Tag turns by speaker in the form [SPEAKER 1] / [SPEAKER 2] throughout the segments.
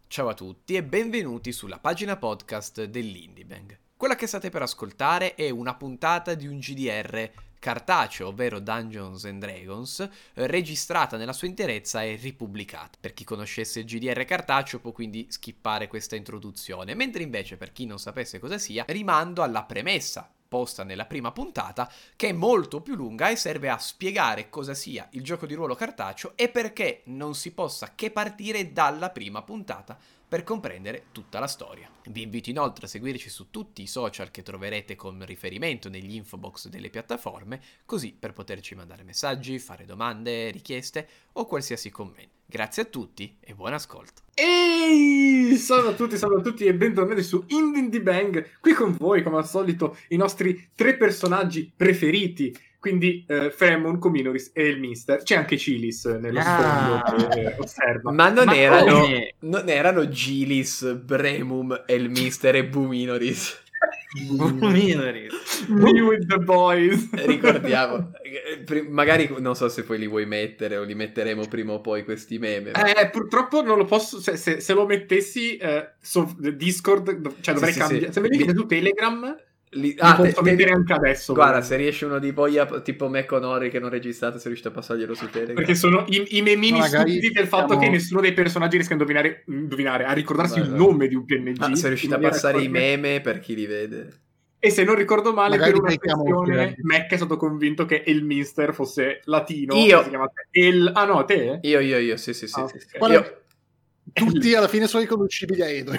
[SPEAKER 1] Ciao a tutti e benvenuti sulla pagina podcast dell'Indie Bang. Quella che state per ascoltare è una puntata di un GDR cartaceo, ovvero Dungeons and Dragons, registrata nella sua interezza e ripubblicata. Per chi conoscesse il GDR cartaceo può quindi skippare questa introduzione, mentre invece per chi non sapesse cosa sia, rimando alla premessa posta nella prima puntata, che è molto più lunga e serve a spiegare cosa sia il gioco di ruolo cartaceo e perché non si possa che partire dalla prima puntata per comprendere tutta la storia. Vi invito inoltre a seguirci su tutti i social che troverete con riferimento negli infobox delle piattaforme, così per poterci mandare messaggi, fare domande, richieste o qualsiasi commento. Grazie a tutti e buon ascolto.
[SPEAKER 2] Ehi, salve a tutti e bentornati su Indie Bang. Qui con voi, come al solito, i nostri tre personaggi preferiti. Quindi Fremon, Cominoris e il Mister. C'è anche Cilis nello sfondo che osserva.
[SPEAKER 1] Ma non erano Gilis, Bremum, Elmister e Buminoris.
[SPEAKER 2] Buminoris. Me with the boys.
[SPEAKER 1] Ricordiamo, magari non so se poi li vuoi mettere o li metteremo prima o poi questi meme.
[SPEAKER 2] Purtroppo non lo posso, se lo mettessi su Discord, cioè dovrei cambiare.
[SPEAKER 1] Sì.
[SPEAKER 2] Se me li metti su Telegram... posso vedere anche adesso.
[SPEAKER 1] Guarda, se riesce uno di voi tipo McConaughey che non registrate, se riuscite a passarglielo su Telegram.
[SPEAKER 2] Perché sono i memini stupidi del fatto che nessuno dei personaggi riesca a indovinare, a ricordarsi il nome di un PNG.
[SPEAKER 1] Se riuscite a passare i meme per chi li vede.
[SPEAKER 2] E se non ricordo male, per una questione Mac è stato convinto che il Mister fosse latino.
[SPEAKER 1] Io.
[SPEAKER 2] Si chiama te?
[SPEAKER 1] Io, sì.
[SPEAKER 3] Guarda, tutti alla fine sono riconoscibili a Edo.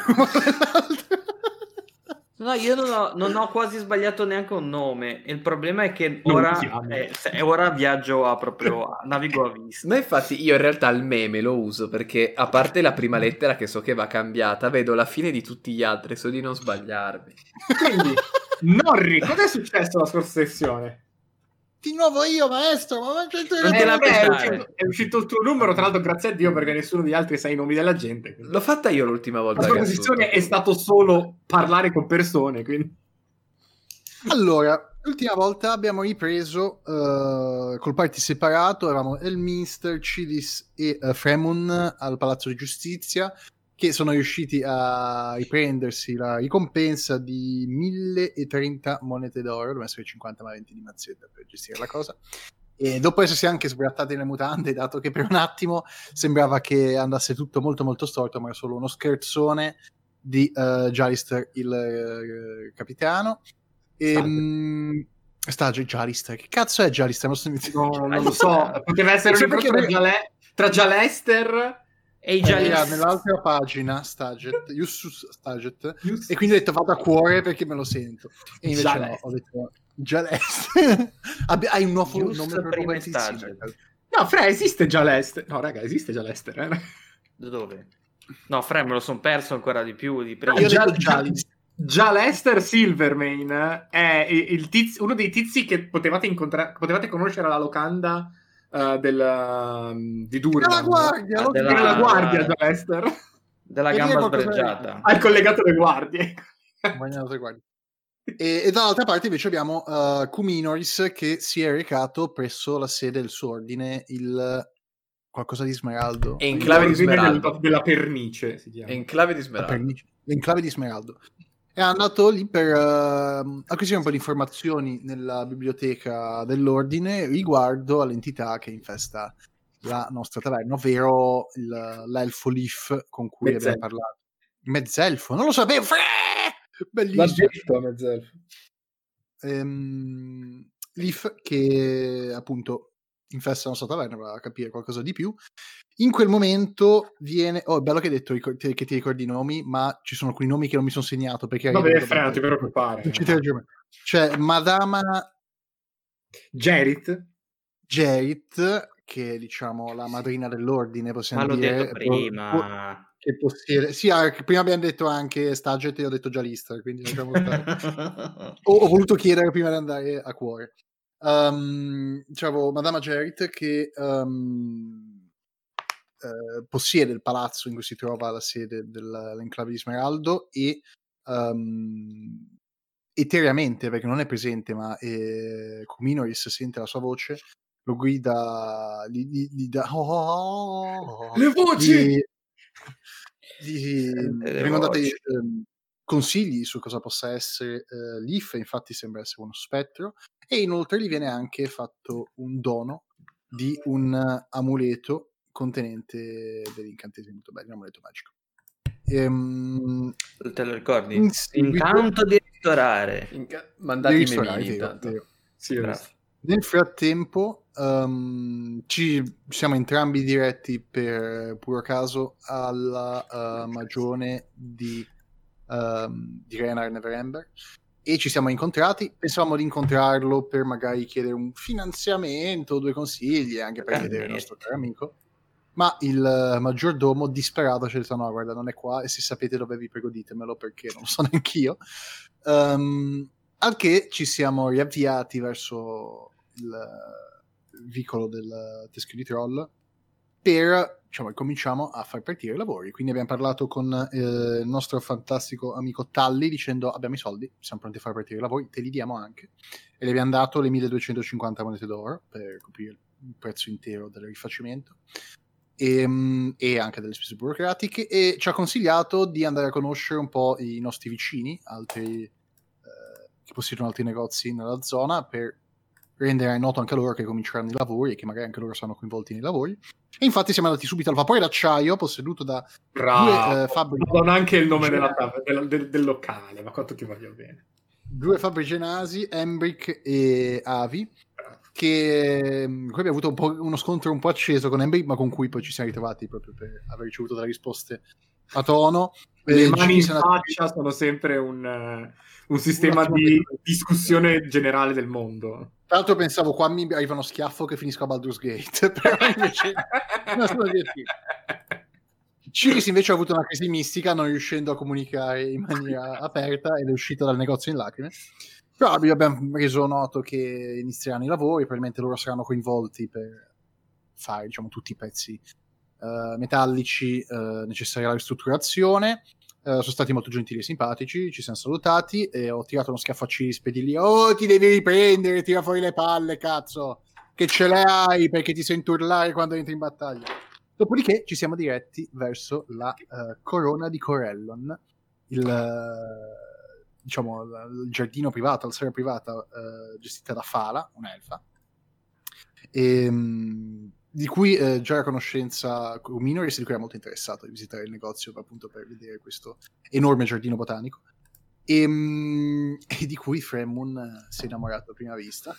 [SPEAKER 4] No, io non ho quasi sbagliato neanche un nome. Il problema è che ora viaggio navigo a vista.
[SPEAKER 1] Ma infatti io in realtà il meme lo uso perché, a parte la prima lettera che so che va cambiata, vedo la fine di tutti gli altri, so di non sbagliarmi.
[SPEAKER 2] Quindi, Norri, cosa è successo la scorsa sessione?
[SPEAKER 3] Di nuovo io, maestro, ma
[SPEAKER 2] è uscito il tuo numero, tra l'altro grazie a Dio, perché nessuno di altri sa i nomi della gente.
[SPEAKER 1] L'ho fatta io l'ultima volta.
[SPEAKER 2] La sua posizione è stato solo parlare con persone, quindi...
[SPEAKER 3] Allora, l'ultima volta abbiamo ripreso col party separato, eravamo Elminster, Cilis e Fremon al Palazzo di Giustizia, che sono riusciti a riprendersi la ricompensa di 1030 monete d'oro, dovevano essere 50 ma 20 di mazzetta per gestire la cosa, e dopo essersi anche sbrattati le mutande, dato che per un attimo sembrava che andasse tutto molto molto storto, ma era solo uno scherzone di Jalister il capitano. Jalister, che cazzo è Jalister?
[SPEAKER 2] Non lo so, poteva essere un incontro tra Jalester
[SPEAKER 4] e i Jalis.
[SPEAKER 3] Nell'altra pagina Justus Staget, e quindi ho detto vado a cuore perché me lo sento, e invece no, ho detto Jalester. Hai un nuovo nome per come
[SPEAKER 2] No, Fra, esiste Jalester. No, raga, esiste Jalester.
[SPEAKER 4] Dove? No, Fra, me lo sono perso ancora di più di prima.
[SPEAKER 2] Jalester Silvermane è uno dei tizi che potevate conoscere alla locanda di Durban. Della guardia Jalester.
[SPEAKER 4] Della gamba sbreggiata.
[SPEAKER 2] Al collegato delle guardie.
[SPEAKER 3] E dall'altra parte invece abbiamo Kuminoris che si è recato presso la sede del suo ordine, il qualcosa di Smeraldo.
[SPEAKER 1] Enclave di Smeraldo.
[SPEAKER 2] Della Pernice si chiama.
[SPEAKER 1] Enclave di Smeraldo.
[SPEAKER 3] L'Enclave di Smeraldo. È andato lì per acquisire un po' di informazioni nella biblioteca dell'ordine riguardo all'entità che infesta la nostra taverna, ovvero l'elfo Leaf con cui abbiamo parlato. Mezzelfo, non lo sapevo! Bellissimo.
[SPEAKER 2] Mezzelfo.
[SPEAKER 3] Leaf che appunto infesta la nostra taverna, per capire qualcosa di più. In quel momento viene... Oh, è bello che hai detto che ti ricordi i nomi, ma ci sono alcuni nomi che non mi sono segnato perché...
[SPEAKER 2] Vabbè, Fra, non ti preoccupare.
[SPEAKER 3] C'è Madama...
[SPEAKER 2] Gerit,
[SPEAKER 3] che è, diciamo, la madrina dell'ordine, possiamo
[SPEAKER 4] ma
[SPEAKER 3] dire.
[SPEAKER 4] L'ho detto prima.
[SPEAKER 3] Che possiede... Sì, prima abbiamo detto anche Staget e ho detto già Lister, quindi lasciamo stare. Ho voluto chiedere prima di andare a cuore. Dicevo, Madama Gerit che possiede il palazzo in cui si trova la sede dell'Enclave di Smeraldo e eteriamente, perché non è presente, ma Kuminoris sente la sua voce, lo guida, gli dà
[SPEAKER 2] le voci!
[SPEAKER 3] vengono dati consigli su cosa possa essere Leaf, infatti sembra essere uno spettro, e inoltre gli viene anche fatto un dono di un amuleto contenente degli incantesimi molto belli, un amuleto magico.
[SPEAKER 4] Te lo ricordi? Intanto di ristorare.
[SPEAKER 1] Mandati meme intanto.
[SPEAKER 2] Sì,
[SPEAKER 3] nel frattempo ci siamo entrambi diretti per puro caso alla magione di Renar Neverember e ci siamo incontrati. Pensavamo di incontrarlo per magari chiedere un finanziamento, 2 consigli, anche per vedere il nostro caro amico, ma il maggiordomo disperato ci ha detto: no, guarda, non è qua, e se sapete dove vi prego ditemelo, perché non lo so neanch'io. Al che ci siamo riavviati verso il vicolo del Teschio di Troll per, diciamo, cominciamo a far partire i lavori. Quindi abbiamo parlato con il nostro fantastico amico Talli dicendo: abbiamo i soldi, siamo pronti a far partire i lavori, te li diamo anche, e le abbiamo dato le 1250 monete d'oro per coprire il prezzo intero del rifacimento e anche delle spese burocratiche, e ci ha consigliato di andare a conoscere un po' i nostri vicini, altri che possiedono altri negozi nella zona, per rendere noto anche a loro che cominceranno i lavori e che magari anche loro saranno coinvolti nei lavori. E infatti siamo andati subito al vapore d'acciaio, posseduto da 2 fabbriche.
[SPEAKER 2] Non anche il nome del locale, ma quanto ti voglio bene.
[SPEAKER 3] 2 fabbriche nasi, Embrick e Avi, che qui abbiamo avuto un po' uno scontro un po' acceso con Embrick, ma con cui poi ci siamo ritrovati proprio per aver ricevuto delle risposte a tono.
[SPEAKER 2] Le mani in faccia sono sempre un sistema di discussione generale del mondo.
[SPEAKER 3] Tra l'altro pensavo, qua mi arriva uno schiaffo che finisco a Baldur's Gate, però invece Ciris invece ha avuto una crisi mistica, non riuscendo a comunicare in maniera aperta, ed è uscito dal negozio in lacrime. Però abbiamo reso noto che inizieranno i lavori, probabilmente loro saranno coinvolti per fare, diciamo, tutti i pezzi metallici necessari alla ristrutturazione. Sono stati molto gentili e simpatici, ci siamo salutati e ho tirato uno schiaffo a Ciris per dirgli: oh, ti devi riprendere, tira fuori le palle, cazzo, che ce le hai, perché ti sento urlare quando entri in battaglia. Dopodiché ci siamo diretti verso la corona di Corellon, diciamo il giardino privato, la sera privata gestita da Fala, un'elfa, di cui già era conoscenza con Minoris, di cui era molto interessato di visitare il negozio appunto per vedere questo enorme giardino botanico, e di cui Fremon si è innamorato a prima vista.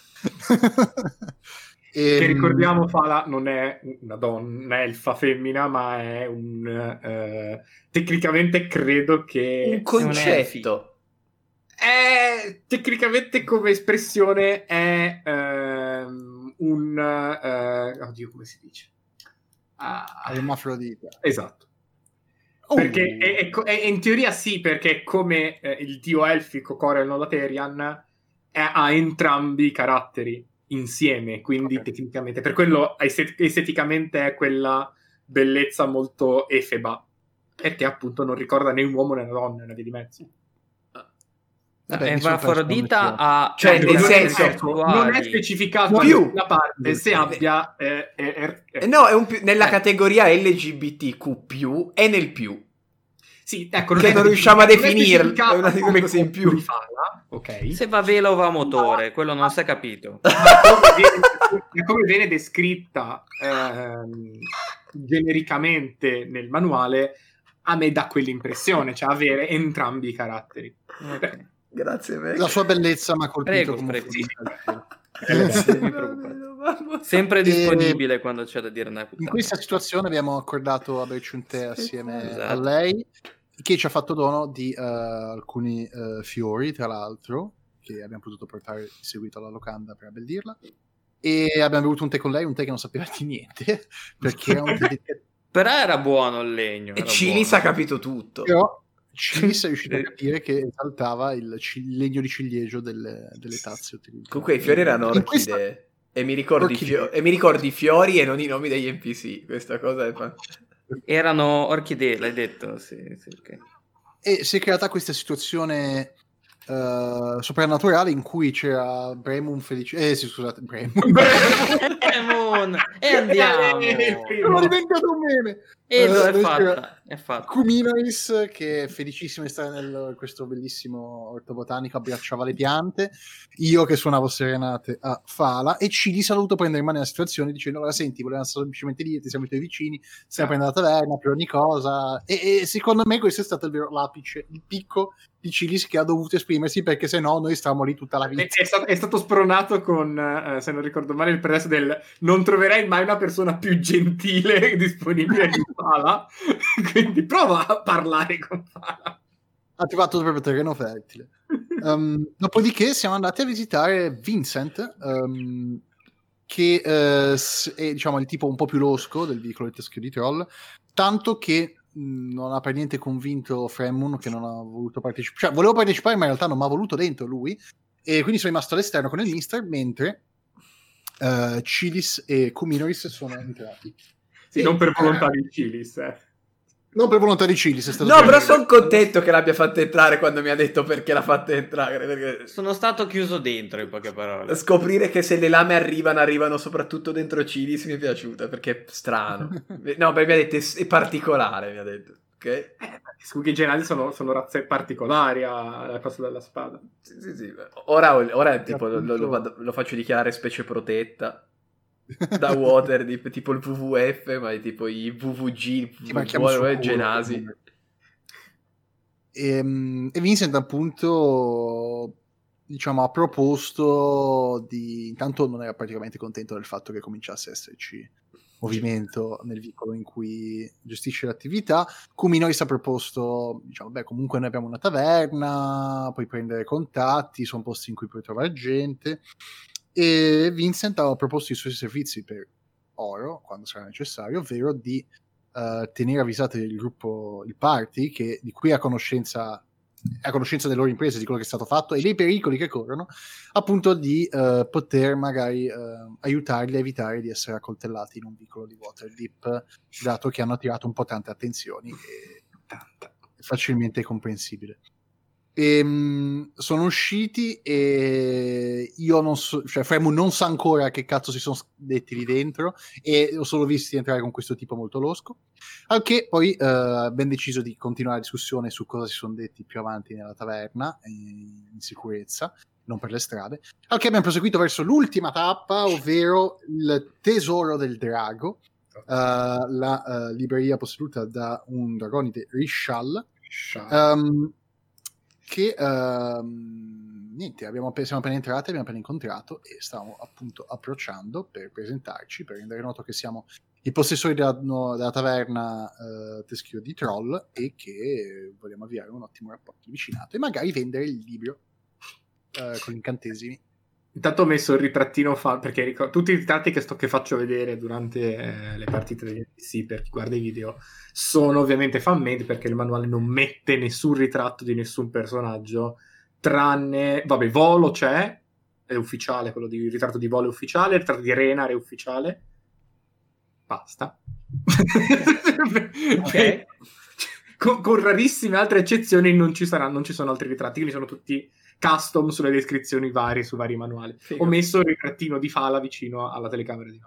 [SPEAKER 2] Che ricordiamo, Fala non è una donna, un'elfa femmina, ma è un tecnicamente credo che
[SPEAKER 1] un concetto.
[SPEAKER 2] Tecnicamente come espressione è oddio, come si dice?
[SPEAKER 3] Ermafrodita.
[SPEAKER 2] Esatto. Perché è in teoria sì, perché come il dio elfico Corellon Laterian ha entrambi i caratteri insieme, quindi tecnicamente per quello esteticamente è quella bellezza molto efeba, perché appunto non ricorda né un uomo né una donna, è una via di mezzo.
[SPEAKER 4] Ermafrodita ha,
[SPEAKER 1] cioè nel senso
[SPEAKER 2] non è specificato più la parte se abbia
[SPEAKER 1] no, è un più nella categoria LGBTQ+, è nel più.
[SPEAKER 2] Sì, ecco,
[SPEAKER 1] che non riusciamo a definirlo, è una di quelle cose in più.
[SPEAKER 2] Okay.
[SPEAKER 4] Se va velo o va motore, quello non si è capito.
[SPEAKER 2] Come viene descritta genericamente nel manuale, a me dà quell'impressione, cioè avere entrambi i caratteri.
[SPEAKER 4] Okay.
[SPEAKER 1] Grazie, Meg.
[SPEAKER 3] La sua bellezza mi ha colpito.
[SPEAKER 4] Sempre disponibile quando c'è da dire una puttana.
[SPEAKER 3] In questa situazione abbiamo accordato a berci un tè assieme a lei, che ci ha fatto dono di alcuni fiori, tra l'altro, che abbiamo potuto portare in seguito alla locanda per abbeldirla, e abbiamo bevuto un tè con lei, un tè che non sapeva di niente, perché era un tè
[SPEAKER 4] però era buono il legno.
[SPEAKER 1] E Cilis ha capito tutto.
[SPEAKER 3] Però Cilis è riuscito a capire che esaltava il legno di ciliegio delle tazze utilizzate.
[SPEAKER 1] Comunque i fiori erano orchidee. E mi ricordi i fiori e non i nomi degli NPC. Questa cosa è
[SPEAKER 4] erano orchidee, l'hai detto? Sì, okay.
[SPEAKER 3] E si è creata questa situazione soprannaturale in cui c'era Bremun felice. Sì, scusate, Bremun.
[SPEAKER 4] E andiamo.
[SPEAKER 3] Sono diventato un meme.
[SPEAKER 4] È fatta.
[SPEAKER 3] Kuminoris, che è felicissimo di stare in questo bellissimo orto botanico, abbracciava le piante, io che suonavo serenate a Fala, e Cili ha dovuto prendere in mano la situazione dicendo: allora senti, volevamo semplicemente dire, siamo i tuoi vicini, stiamo prendendo la taverna per ogni cosa, e secondo me questo è stato il vero l'apice, il picco di Cilis, che ha dovuto esprimersi, perché se no noi stavamo lì tutta la vita.
[SPEAKER 2] È stato spronato con, se non ricordo male, il pretesto del non troverai mai una persona più gentile disponibile di Fala, quindi prova a parlare con Fala.
[SPEAKER 3] Ha trovato proprio terreno fertile. Dopodiché siamo andati a visitare Vincent, che è, diciamo, il tipo un po' più losco del vicolo di Teschio di Troll, tanto che non ha per niente convinto Fremon, che non ha voluto partecipare, cioè volevo partecipare ma in realtà non mi ha voluto dentro lui, e quindi sono rimasto all'esterno con il mister, mentre Cilis e Kuminoris sono entrati.
[SPEAKER 2] Sì, non per volontà di Cilis,
[SPEAKER 3] Non per volontà di Cilis, è stato
[SPEAKER 1] no, però sono contento che l'abbia fatta entrare quando mi ha detto perché l'ha fatta entrare. Perché
[SPEAKER 4] sono stato chiuso dentro, in poche parole.
[SPEAKER 1] Scoprire che se le lame arrivano soprattutto dentro Cilis mi è piaciuta, perché è strano. No, perché mi ha detto è particolare, mi ha detto. Ok?
[SPEAKER 2] Che in generale sono razze particolari alla cosa della spada.
[SPEAKER 1] Sì. Ora tipo, lo faccio dichiarare specie protetta da Water, tipo il WWF, ma è tipo i WVG, Genasi.
[SPEAKER 3] E Vincent appunto, diciamo, ha proposto di... Intanto non era praticamente contento del fatto che cominciasse a esserci movimento nel vicolo in cui gestisce l'attività. Kuminoris ha proposto, diciamo, beh, comunque noi abbiamo una taverna, puoi prendere contatti, sono posti in cui puoi trovare gente, e Vincent aveva proposto i suoi servizi per oro, quando sarà necessario, ovvero di tenere avvisato il gruppo, il party, di cui ha conoscenza delle loro imprese, di quello che è stato fatto e dei pericoli che corrono, appunto di poter magari aiutarli a evitare di essere accoltellati in un vicolo di Waterdeep, dato che hanno attirato un po' tante attenzioni, e è facilmente comprensibile. Sono usciti e io non so, cioè Fremon non sa ancora che cazzo si sono detti lì dentro, e ho solo visti entrare con questo tipo molto losco, al che poi abbiamo deciso di continuare la discussione su cosa si sono detti più avanti nella taverna, in sicurezza, non per le strade, al che abbiamo proseguito verso l'ultima tappa, ovvero il tesoro del drago, la libreria posseduta da un dragonide Rishal, che niente, siamo appena entrati, abbiamo appena incontrato e stavamo appunto approcciando per presentarci, per rendere noto che siamo i possessori della taverna Teschio di Troll, e che vogliamo avviare un ottimo rapporto di vicinato e magari vendere il libro con incantesimi.
[SPEAKER 2] Intanto ho messo il ritrattino perché tutti i ritratti che faccio vedere durante le partite degli NPC, per chi guarda i video, sono ovviamente fan-made, perché il manuale non mette nessun ritratto di nessun personaggio, tranne, vabbè, Volo c'è, è ufficiale, quello di il ritratto di Volo è ufficiale, il ritratto di Renar è ufficiale, basta.
[SPEAKER 4] Ok.
[SPEAKER 2] Con rarissime altre eccezioni non ci sono altri ritratti, quindi sono tutti custom sulle descrizioni varie su vari manuali.
[SPEAKER 1] Figo.
[SPEAKER 2] Ho messo il ritrattino di Fala vicino alla telecamera di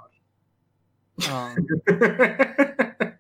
[SPEAKER 2] Nord.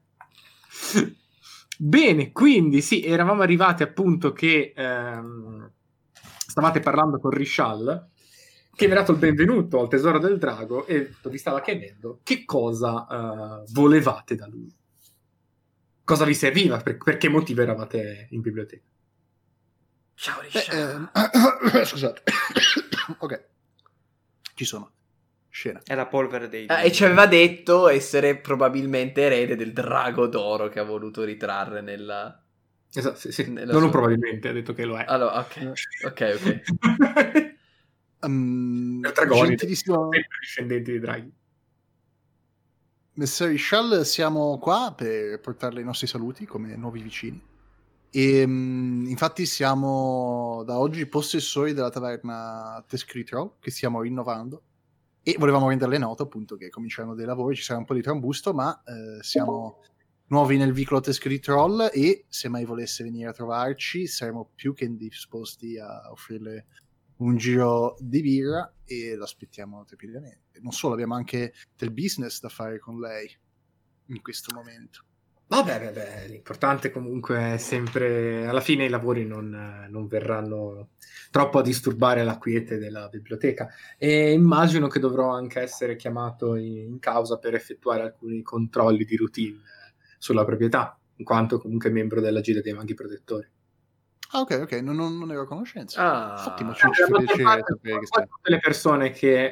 [SPEAKER 2] Bene, quindi sì, eravamo arrivati appunto che stavate parlando con Rishal, che mi ha dato il benvenuto al tesoro del drago e vi stava chiedendo che cosa volevate da lui. Cosa vi serviva? Per che motivo eravate in biblioteca?
[SPEAKER 1] Ciao Rishal.
[SPEAKER 3] Scusate. Ok, ci sono. Scena.
[SPEAKER 4] È la polvere dei...
[SPEAKER 1] E ci aveva detto essere probabilmente erede del drago d'oro che ha voluto ritrarre nella...
[SPEAKER 2] Esatto, sì.
[SPEAKER 1] Nella
[SPEAKER 2] Non
[SPEAKER 1] sua...
[SPEAKER 2] probabilmente, ha detto che lo è.
[SPEAKER 1] Allora, ok.
[SPEAKER 2] Dragoni,
[SPEAKER 3] Gentilissimo
[SPEAKER 2] discendenti di draghi.
[SPEAKER 3] Messer Rishal, siamo qua per portarle i nostri saluti come nuovi vicini. E infatti siamo da oggi possessori della taverna Tescritro, che stiamo rinnovando, e volevamo renderle noto appunto che cominceranno dei lavori, ci sarà un po' di trambusto, ma siamo nuovi nel vicolo Tescritro, e se mai volesse venire a trovarci saremo più che disposti a offrirle un giro di birra, e l'aspettiamo trepidamente. Non solo, abbiamo anche del business da fare con lei in questo momento.
[SPEAKER 2] Vabbè, l'importante comunque è sempre, alla fine i lavori non verranno troppo a disturbare la quiete della biblioteca, e immagino che dovrò anche essere chiamato in causa per effettuare alcuni controlli di routine sulla proprietà, in quanto comunque membro della Gilda dei Maghi Protettori.
[SPEAKER 3] Ah, ok, non ero a conoscenza.
[SPEAKER 1] Ah,
[SPEAKER 3] Ottimo, ci fa piacere sapere che stai.
[SPEAKER 2] Tutte le persone che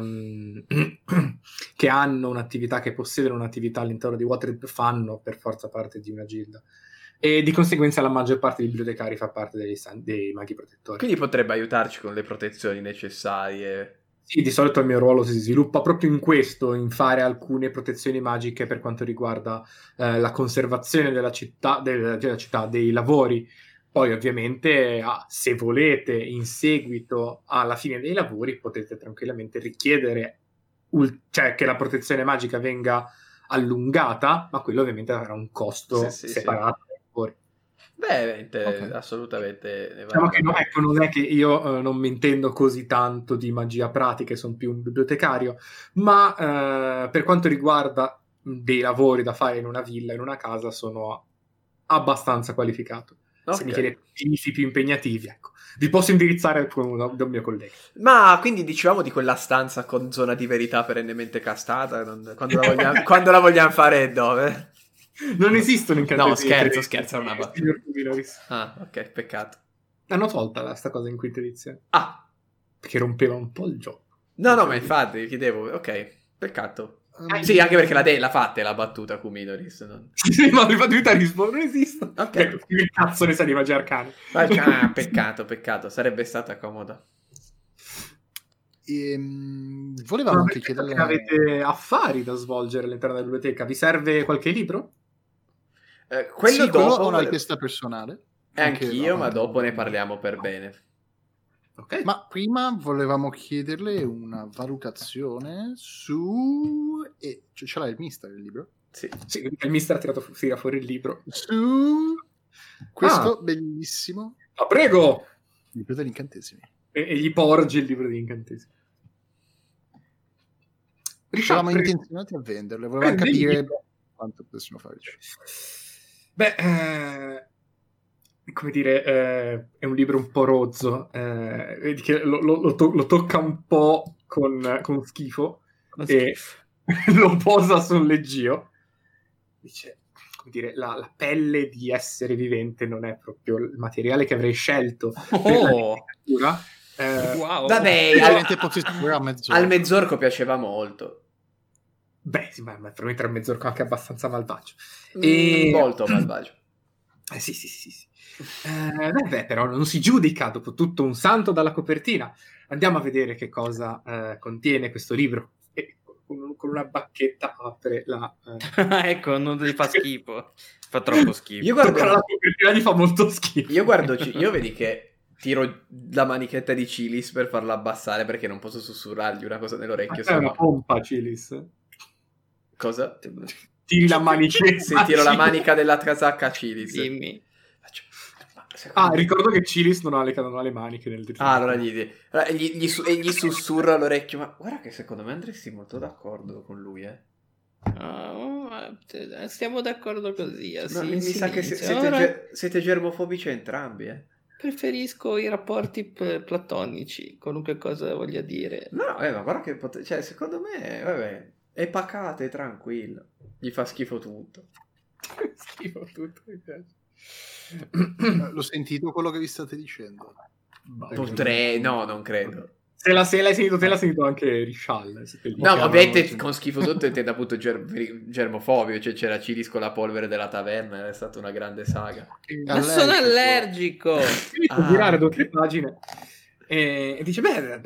[SPEAKER 2] che hanno un'attività, che possiedono un'attività all'interno di Waterdeep fanno per forza parte di una gilda, e di conseguenza la maggior parte dei bibliotecari fa parte dei maghi protettori.
[SPEAKER 1] quindi potrebbe aiutarci con le protezioni necessarie.
[SPEAKER 2] Sì, di solito il mio ruolo si sviluppa proprio in questo, in fare alcune protezioni magiche per quanto riguarda la conservazione della città, della città, dei lavori. Poi ovviamente, se volete, in seguito alla fine dei lavori, potete tranquillamente richiedere cioè che la protezione magica venga allungata, ma quello ovviamente avrà un costo separato dai lavori.
[SPEAKER 1] Beh,
[SPEAKER 3] Ok.
[SPEAKER 1] assolutamente.
[SPEAKER 2] Diciamo che non è che io non mi intendo così tanto di magia pratica, sono più un bibliotecario, ma per quanto riguarda dei lavori da fare in una villa, in una casa, sono abbastanza qualificato. Se mi chiedete inizi più impegnativi, ecco, vi posso indirizzare con un mio collega.
[SPEAKER 1] Ma quindi dicevamo di quella stanza con zona di verità perennemente castata, quando la vogliamo fare e dove?
[SPEAKER 2] Non esistono incantesimi.
[SPEAKER 1] No, scherzo, è una battuta. Ah, ok, peccato.
[SPEAKER 2] L'hanno tolta sta cosa in quinta edizione.
[SPEAKER 1] Ah,
[SPEAKER 2] perché rompeva un po' il gioco.
[SPEAKER 1] No, ma infatti, chiedevo, ok, peccato. Sì, anche perché l'ha fatta la battuta con Minoris.
[SPEAKER 2] Sì, ma le battute non esistono.
[SPEAKER 1] Ok.
[SPEAKER 2] Che cazzo ne sa di magia arcana?
[SPEAKER 1] Peccato, sarebbe stata comoda.
[SPEAKER 3] Volevamo anche chiedere...
[SPEAKER 2] Avete affari da svolgere all'interno della biblioteca? Vi serve qualche libro?
[SPEAKER 1] Quello dopo...
[SPEAKER 3] ho una richiesta personale.
[SPEAKER 1] Anch'io, ma dopo ne parliamo per bene.
[SPEAKER 2] Okay.
[SPEAKER 3] Ma prima volevamo chiederle una valutazione su... ce l'ha il mister il libro?
[SPEAKER 2] Sì, il mister ha tirato fuori il libro.
[SPEAKER 3] Su questo bellissimo...
[SPEAKER 2] prego!
[SPEAKER 3] Libro degli incantesimi.
[SPEAKER 2] E gli porge il libro degli incantesimi.
[SPEAKER 3] Eravamo intenzionati a venderle, volevamo capire quanto potessimo farci.
[SPEAKER 2] Beh, come dire, è un libro un po' rozzo, vedi che lo tocca un po' con schifo e lo posa sul leggio. Dice, come dire, la pelle di essere vivente non è proprio il materiale che avrei scelto per la lettura.
[SPEAKER 4] Wow.
[SPEAKER 1] Vabbè, al mezzorco piaceva molto.
[SPEAKER 2] Beh, sì, ma probabilmente era un mezzorco anche abbastanza malvagio.
[SPEAKER 1] Molto malvagio.
[SPEAKER 2] Sì. Beh, però non si giudica dopo tutto un santo dalla copertina. Andiamo a vedere che cosa contiene questo libro. E con una bacchetta apre la...
[SPEAKER 4] ecco, non gli fa schifo. Fa troppo schifo.
[SPEAKER 2] Io guardo la copertina, gli fa molto schifo.
[SPEAKER 1] Io vedi che tiro la manichetta di Cilis per farla abbassare, perché non posso sussurrargli una cosa nell'orecchio.
[SPEAKER 2] È una pompa, Cilis.
[SPEAKER 1] Cosa?
[SPEAKER 2] Tiri la manichetta.
[SPEAKER 1] Sì, tiro la manica della casacca a Cilis.
[SPEAKER 4] Dimmi.
[SPEAKER 2] Ricordo che Cilis non ha le maniche nel dettaglio.
[SPEAKER 1] Allora gli sussurra all'orecchio, ma guarda che secondo me andresti molto d'accordo con lui,
[SPEAKER 4] stiamo d'accordo così.
[SPEAKER 1] Mi sa che siete germofobici entrambi,
[SPEAKER 4] Preferisco i rapporti platonici, qualunque cosa voglia dire.
[SPEAKER 1] No, ma guarda che secondo me, vabbè, è pacato e tranquillo. Gli fa schifo tutto.
[SPEAKER 2] Schifo tutto, mi piace.
[SPEAKER 3] L'ho sentito quello che vi state dicendo.
[SPEAKER 1] Potrei, no, non credo.
[SPEAKER 2] Se l'hai sentito te, l'ha sentito anche Rishal.
[SPEAKER 1] No, ma ovviamente con schifo tutto intende appunto germofobico, cioè c'era Cilis con la polvere della taverna, è stata una grande saga.
[SPEAKER 4] Ma sono allergico!
[SPEAKER 2] Girare 2 o 3 pagine e dice,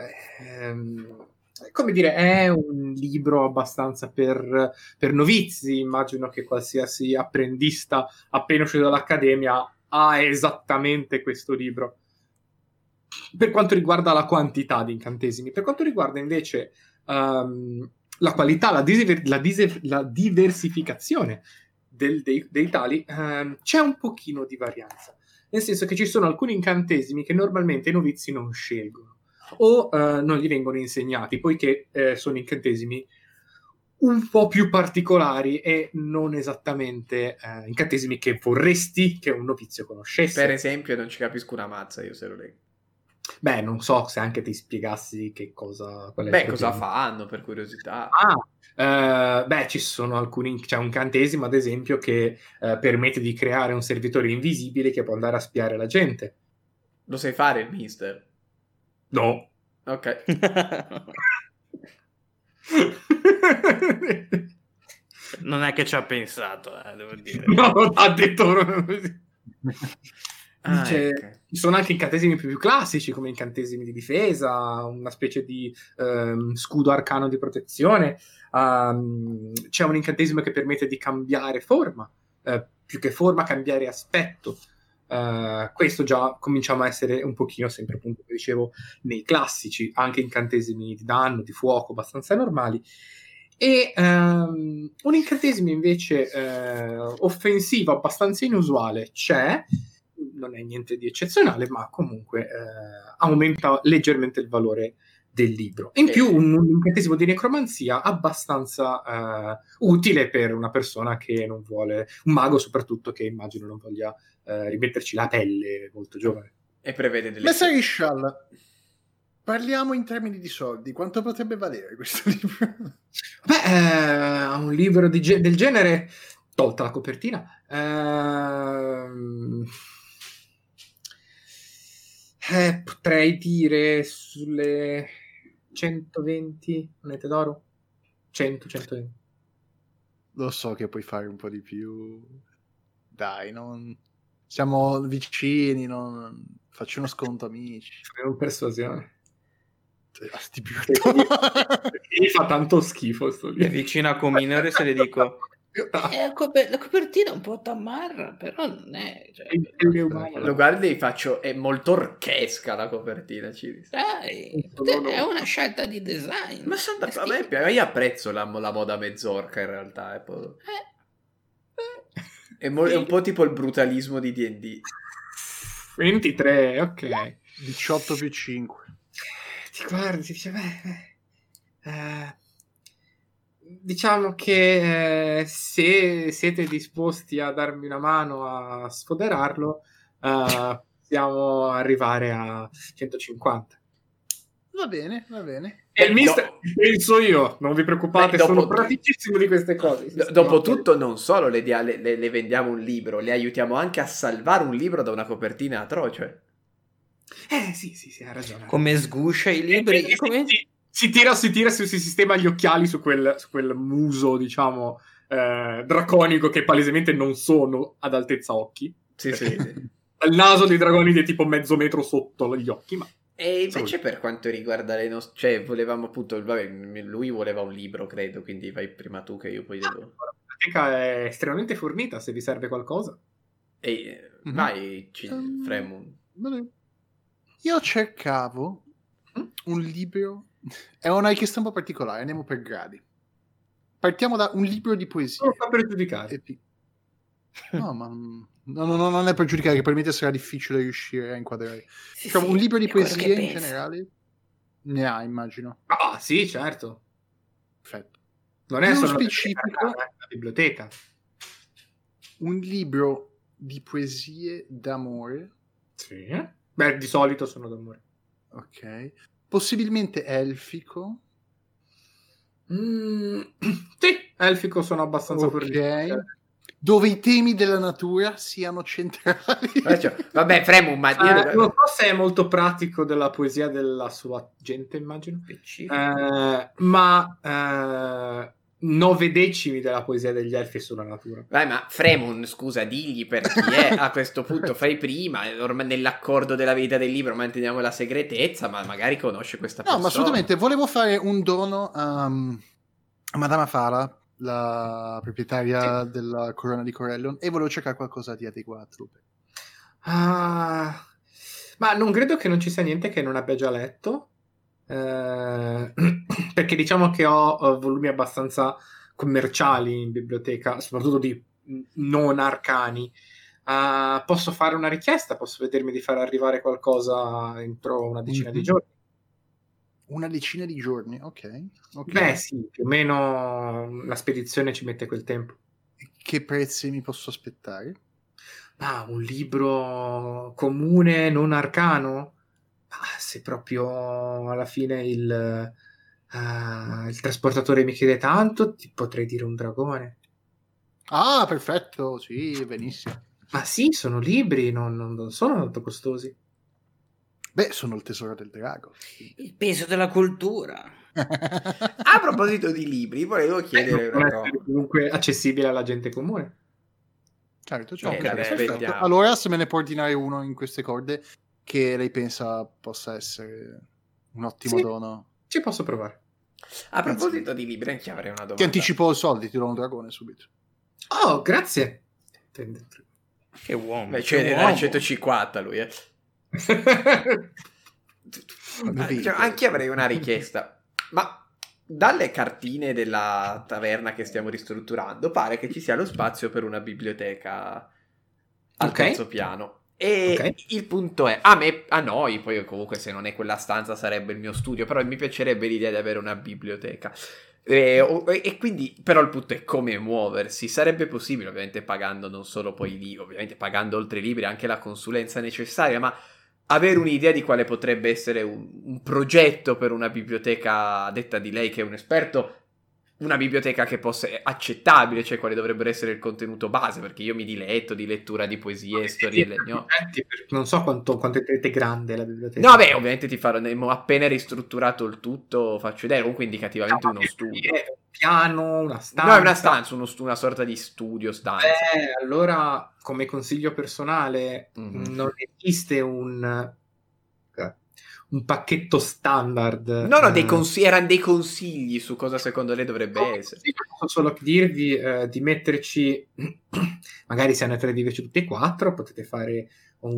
[SPEAKER 2] come dire, è un libro abbastanza per novizi. Immagino che qualsiasi apprendista appena uscito dall'accademia ha esattamente questo libro. Per quanto riguarda la quantità di incantesimi, per quanto riguarda invece la qualità, la diversificazione dei tali, c'è un pochino di varianza. Nel senso che ci sono alcuni incantesimi che normalmente i novizi non scelgono o non gli vengono insegnati, poiché sono incantesimi un po' più particolari e non esattamente incantesimi che vorresti che un novizio conoscesse.
[SPEAKER 1] Per esempio, non ci capisco una mazza io se lo leggo.
[SPEAKER 2] Beh, non so se anche ti spiegassi che cosa...
[SPEAKER 1] cosa fanno, per curiosità.
[SPEAKER 2] Beh, ci sono alcuni... C'è un incantesimo, ad esempio, che permette di creare un servitore invisibile che può andare a spiare la gente.
[SPEAKER 1] Lo sai fare il mister?
[SPEAKER 2] No.
[SPEAKER 1] Ok.
[SPEAKER 4] Non è che ci ha pensato, devo dire.
[SPEAKER 2] No, ha detto così.
[SPEAKER 1] Okay.
[SPEAKER 2] Ci sono anche incantesimi più classici, come incantesimi di difesa, una specie di scudo arcano di protezione. C'è un incantesimo che permette di cambiare forma, più che forma, cambiare aspetto. Questo già cominciamo a essere un pochino, sempre appunto, come dicevo, nei classici, anche incantesimi di danno, di fuoco, abbastanza normali. E un incantesimo invece offensivo, abbastanza inusuale, c'è. Non è niente di eccezionale, ma comunque aumenta leggermente il valore del libro. In più, un incantesimo di necromanzia abbastanza utile per una persona che non vuole, un mago soprattutto, che immagino non voglia rimetterci la pelle molto giovane.
[SPEAKER 1] E prevede delle...
[SPEAKER 3] Messer Ishal, parliamo in termini di soldi. Quanto potrebbe valere questo libro?
[SPEAKER 2] Beh, un libro del genere, tolta la copertina, potrei dire sulle 120 monete d'oro. 120.
[SPEAKER 3] Lo so che puoi fare un po' di più. Dai, non... siamo vicini, non... faccio uno sconto, amici.
[SPEAKER 2] Faremo persuasione.
[SPEAKER 3] Sti più.
[SPEAKER 2] Mi fa tanto schifo sto
[SPEAKER 4] È
[SPEAKER 2] libro.
[SPEAKER 4] vicino a Cominore se le dico... la copertina è un po' tamarra, però non è... Cioè,
[SPEAKER 1] Lo guardi e faccio... È molto orchesca la copertina, Ciris.
[SPEAKER 4] dai, è una scelta di design.
[SPEAKER 1] Ma a me io apprezzo la moda mezzorca in realtà. È un po' tipo il brutalismo di D&D.
[SPEAKER 2] 23, ok.
[SPEAKER 3] 18 più 5.
[SPEAKER 2] Ti guardi, ti dice, diciamo che se siete disposti a darmi una mano a sfoderarlo, possiamo arrivare a 150.
[SPEAKER 3] Va bene, va bene.
[SPEAKER 2] E il mister, penso io, non vi preoccupate, sono praticissimo di queste cose.
[SPEAKER 1] Dopotutto non solo le vendiamo un libro, le aiutiamo anche a salvare un libro da una copertina atroce.
[SPEAKER 2] Sì, ha ragione.
[SPEAKER 4] Come sguscia i libri.
[SPEAKER 2] Si tira, si sistema gli occhiali su quel muso, diciamo, draconico, che palesemente non sono ad altezza occhi.
[SPEAKER 1] Sì.
[SPEAKER 2] Il naso dei dragoni è tipo mezzo metro sotto gli occhi, ma...
[SPEAKER 1] E invece per quanto riguarda le nostre... Cioè, volevamo appunto... Vabbè, lui voleva un libro, credo, quindi vai prima tu che io poi devo...
[SPEAKER 2] La biblioteca è estremamente fornita, se vi serve qualcosa.
[SPEAKER 1] Vai, Fremon.
[SPEAKER 3] Io cercavo un libro... È una richiesta un po' particolare, andiamo per gradi. Partiamo da un libro di poesia.
[SPEAKER 2] Non fa per giudicare.
[SPEAKER 3] No, ma non è per giudicare, che probabilmente sarà difficile riuscire a inquadrare. Un libro di poesia in generale ne ha, immagino.
[SPEAKER 2] Ah, sì, certo.
[SPEAKER 3] Perfetto.
[SPEAKER 2] Non è solo
[SPEAKER 3] specifico,
[SPEAKER 2] la biblioteca.
[SPEAKER 3] Un libro di poesie d'amore.
[SPEAKER 2] Sì. Beh, di solito sono d'amore.
[SPEAKER 3] Ok. Possibilmente elfico.
[SPEAKER 2] Sì, elfico sono abbastanza forniti.
[SPEAKER 3] Dove i temi della natura siano centrali.
[SPEAKER 1] Vabbè, Fremon, ma
[SPEAKER 2] non so se è molto pratico della poesia della sua gente, immagino. Ma 9 decimi della poesia degli elfi sulla natura.
[SPEAKER 1] Vai, ma Fremon, scusa, digli per chi è a questo punto. Fai prima, ormai nell'accordo della vita del libro manteniamo la segretezza, ma magari conosce questa persona.
[SPEAKER 3] No, ma assolutamente, volevo fare un dono a Madama Fara, la proprietaria della corona di Corellon, e volevo cercare qualcosa di adeguato.
[SPEAKER 2] Ma non credo che non ci sia niente che non abbia già letto, perché diciamo che ho volumi abbastanza commerciali in biblioteca, soprattutto di non arcani. Posso fare una richiesta, posso vedermi di far arrivare qualcosa entro una decina di giorni.
[SPEAKER 3] Una decina di giorni, ok.
[SPEAKER 2] Beh sì, più o meno la spedizione ci mette quel tempo.
[SPEAKER 3] Che prezzi mi posso aspettare?
[SPEAKER 2] Un libro comune, non arcano? Se proprio alla fine il trasportatore mi chiede tanto, ti potrei dire un dragone.
[SPEAKER 3] Ah, perfetto, sì, benissimo.
[SPEAKER 2] Ma sì, sono libri, non sono tanto costosi.
[SPEAKER 3] Beh, sono il tesoro del drago.
[SPEAKER 4] Il peso della cultura.
[SPEAKER 1] A proposito di libri, volevo chiedere
[SPEAKER 2] Devono
[SPEAKER 1] una
[SPEAKER 2] essere
[SPEAKER 1] cosa.
[SPEAKER 2] comunque accessibili alla gente comune.
[SPEAKER 3] Certo,
[SPEAKER 1] Ok,
[SPEAKER 3] perfetto.
[SPEAKER 1] aspettiamo.
[SPEAKER 3] Allora, se me ne può ordinare uno in queste corde che lei pensa possa essere un ottimo
[SPEAKER 2] Sì,
[SPEAKER 3] dono.
[SPEAKER 2] ci posso provare.
[SPEAKER 1] A proposito di libri, anche io avrei una
[SPEAKER 3] Ti
[SPEAKER 1] domanda.
[SPEAKER 3] anticipo i soldi, ti do un dragone subito.
[SPEAKER 2] Oh, grazie.
[SPEAKER 4] Che uomo.
[SPEAKER 1] Beh,
[SPEAKER 4] che
[SPEAKER 1] cioè, era
[SPEAKER 4] uomo.
[SPEAKER 1] 150 lui, eh.
[SPEAKER 3] Vedi.
[SPEAKER 1] Anche io avrei una richiesta. Ma dalle cartine della taverna che stiamo ristrutturando, pare che ci sia lo spazio per una biblioteca al
[SPEAKER 2] Ok.
[SPEAKER 1] terzo piano. E
[SPEAKER 2] Ok.
[SPEAKER 1] il punto è, a noi, poi comunque se non è quella stanza sarebbe il mio studio, però mi piacerebbe l'idea di avere una biblioteca. E quindi, però il punto è come muoversi. Sarebbe possibile, ovviamente pagando non solo poi lì, ovviamente pagando oltre i libri anche la consulenza necessaria, ma avere un'idea di quale potrebbe essere un progetto per una biblioteca, a detta di lei che è un esperto, una biblioteca che possa accettabile, cioè quale dovrebbe essere il contenuto base, perché io mi diletto di lettura di poesie, storielle, no?
[SPEAKER 2] Non so quanto è grande la biblioteca.
[SPEAKER 1] No, beh, ovviamente ti farò, appena ristrutturato il tutto, faccio vedere, comunque indicativamente uno studio.
[SPEAKER 2] Un piano, una stanza.
[SPEAKER 1] No, è una stanza, una sorta di studio stanza.
[SPEAKER 2] Allora, come consiglio personale, non esiste un pacchetto standard.
[SPEAKER 1] No, erano dei consigli su cosa secondo lei dovrebbe essere.
[SPEAKER 2] Posso solo dirvi di metterci, magari se ne dividerci tutti e quattro, potete fare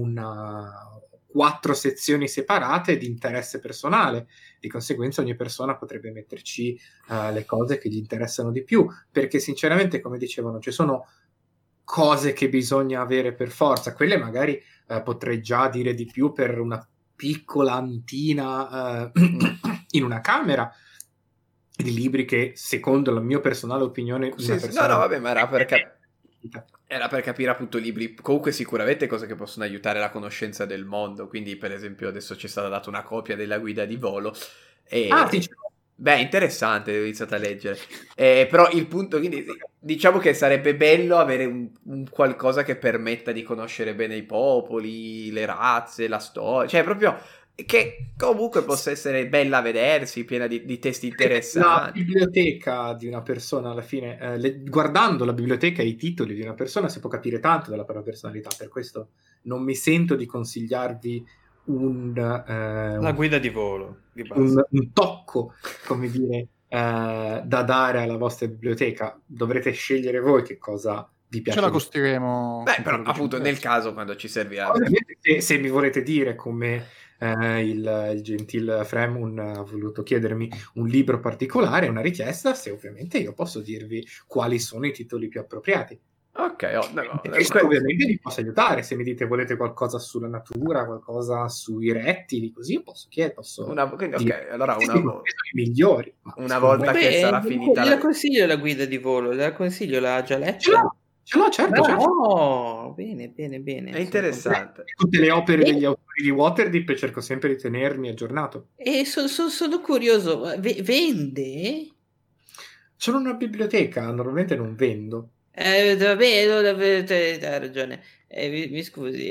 [SPEAKER 2] 4 sezioni separate di interesse personale. Di conseguenza ogni persona potrebbe metterci le cose che gli interessano di più, perché sinceramente, come dicevano, ci sono cose che bisogna avere per forza. Quelle magari potrei già dire di più per una piccola antina in una camera di libri che, secondo la mia personale opinione,
[SPEAKER 1] Sì, no, vabbè, ma era per capire appunto libri, comunque sicuramente cose che possono aiutare la conoscenza del mondo, quindi per esempio adesso ci è stata data una copia della guida di volo e...
[SPEAKER 2] sì.
[SPEAKER 1] Beh, interessante, ho iniziato a leggere. Però il punto, quindi, diciamo che sarebbe bello avere un qualcosa che permetta di conoscere bene i popoli, le razze, la storia, cioè proprio che comunque possa essere bella a vedersi, piena di testi interessanti.
[SPEAKER 2] La biblioteca di una persona, alla fine, guardando la biblioteca e i titoli di una persona, si può capire tanto della propria personalità. Per questo non mi sento di consigliarvi
[SPEAKER 4] la guida di volo di
[SPEAKER 2] un tocco, come dire, da dare alla vostra biblioteca. Dovrete scegliere voi che cosa vi piace.
[SPEAKER 3] Ce la costruiremo.
[SPEAKER 1] Beh, però appunto nel caso quando ci servirà.
[SPEAKER 2] Se mi volete dire come il gentil Fremun ha voluto chiedermi un libro particolare, una richiesta, se ovviamente io posso dirvi quali sono i titoli più appropriati.
[SPEAKER 1] Ok,
[SPEAKER 2] questo ovviamente vi posso aiutare. Se mi dite volete qualcosa sulla natura, qualcosa sui rettili, così io posso chiedere.
[SPEAKER 1] Allora
[SPEAKER 2] i migliori.
[SPEAKER 1] Una volta che sarà finita
[SPEAKER 4] la consiglio la guida di volo, la consiglio, l'ha già letta?
[SPEAKER 2] Ce l'ho, certo.
[SPEAKER 4] Oh, bene.
[SPEAKER 1] È interessante.
[SPEAKER 2] Tutte le opere degli autori di Waterdeep cerco sempre di tenermi aggiornato.
[SPEAKER 4] E sono curioso, vende?
[SPEAKER 2] Sono una biblioteca, normalmente non vendo.
[SPEAKER 4] Vabbè, hai ragione. Mi scusi.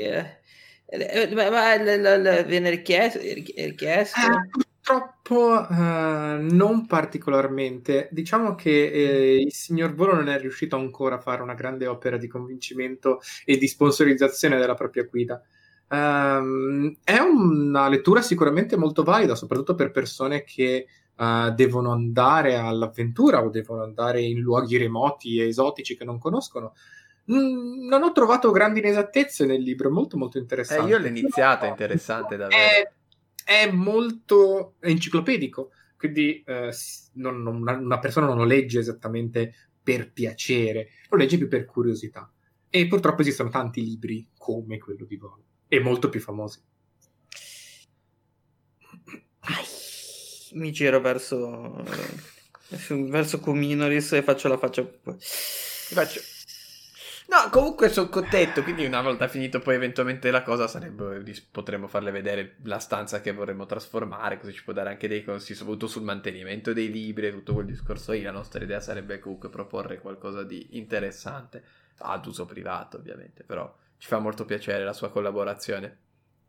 [SPEAKER 4] Ma viene richiesto?
[SPEAKER 2] Purtroppo non particolarmente. Diciamo che il signor Volo non è riuscito ancora a fare una grande opera di convincimento e di sponsorizzazione della propria guida. È una lettura sicuramente molto valida, soprattutto per persone che devono andare all'avventura o devono andare in luoghi remoti e esotici che non conoscono. Non ho trovato grandi inesattezze nel libro, molto molto interessante.
[SPEAKER 1] Io l'ho iniziata, è interessante davvero.
[SPEAKER 2] È molto enciclopedico, quindi una persona non lo legge esattamente per piacere, lo legge più per curiosità. E purtroppo esistono tanti libri come quello di Volo, e molto più famosi.
[SPEAKER 4] Mi giro verso Kuminoris e faccio la faccia.
[SPEAKER 1] Faccio... No, comunque sono contento, quindi una volta finito poi eventualmente la cosa potremmo farle vedere la stanza che vorremmo trasformare, così ci può dare anche dei consigli, soprattutto sul mantenimento dei libri e tutto quel discorso lì. La nostra idea sarebbe comunque proporre qualcosa di interessante, ad uso privato ovviamente, però ci fa molto piacere la sua collaborazione.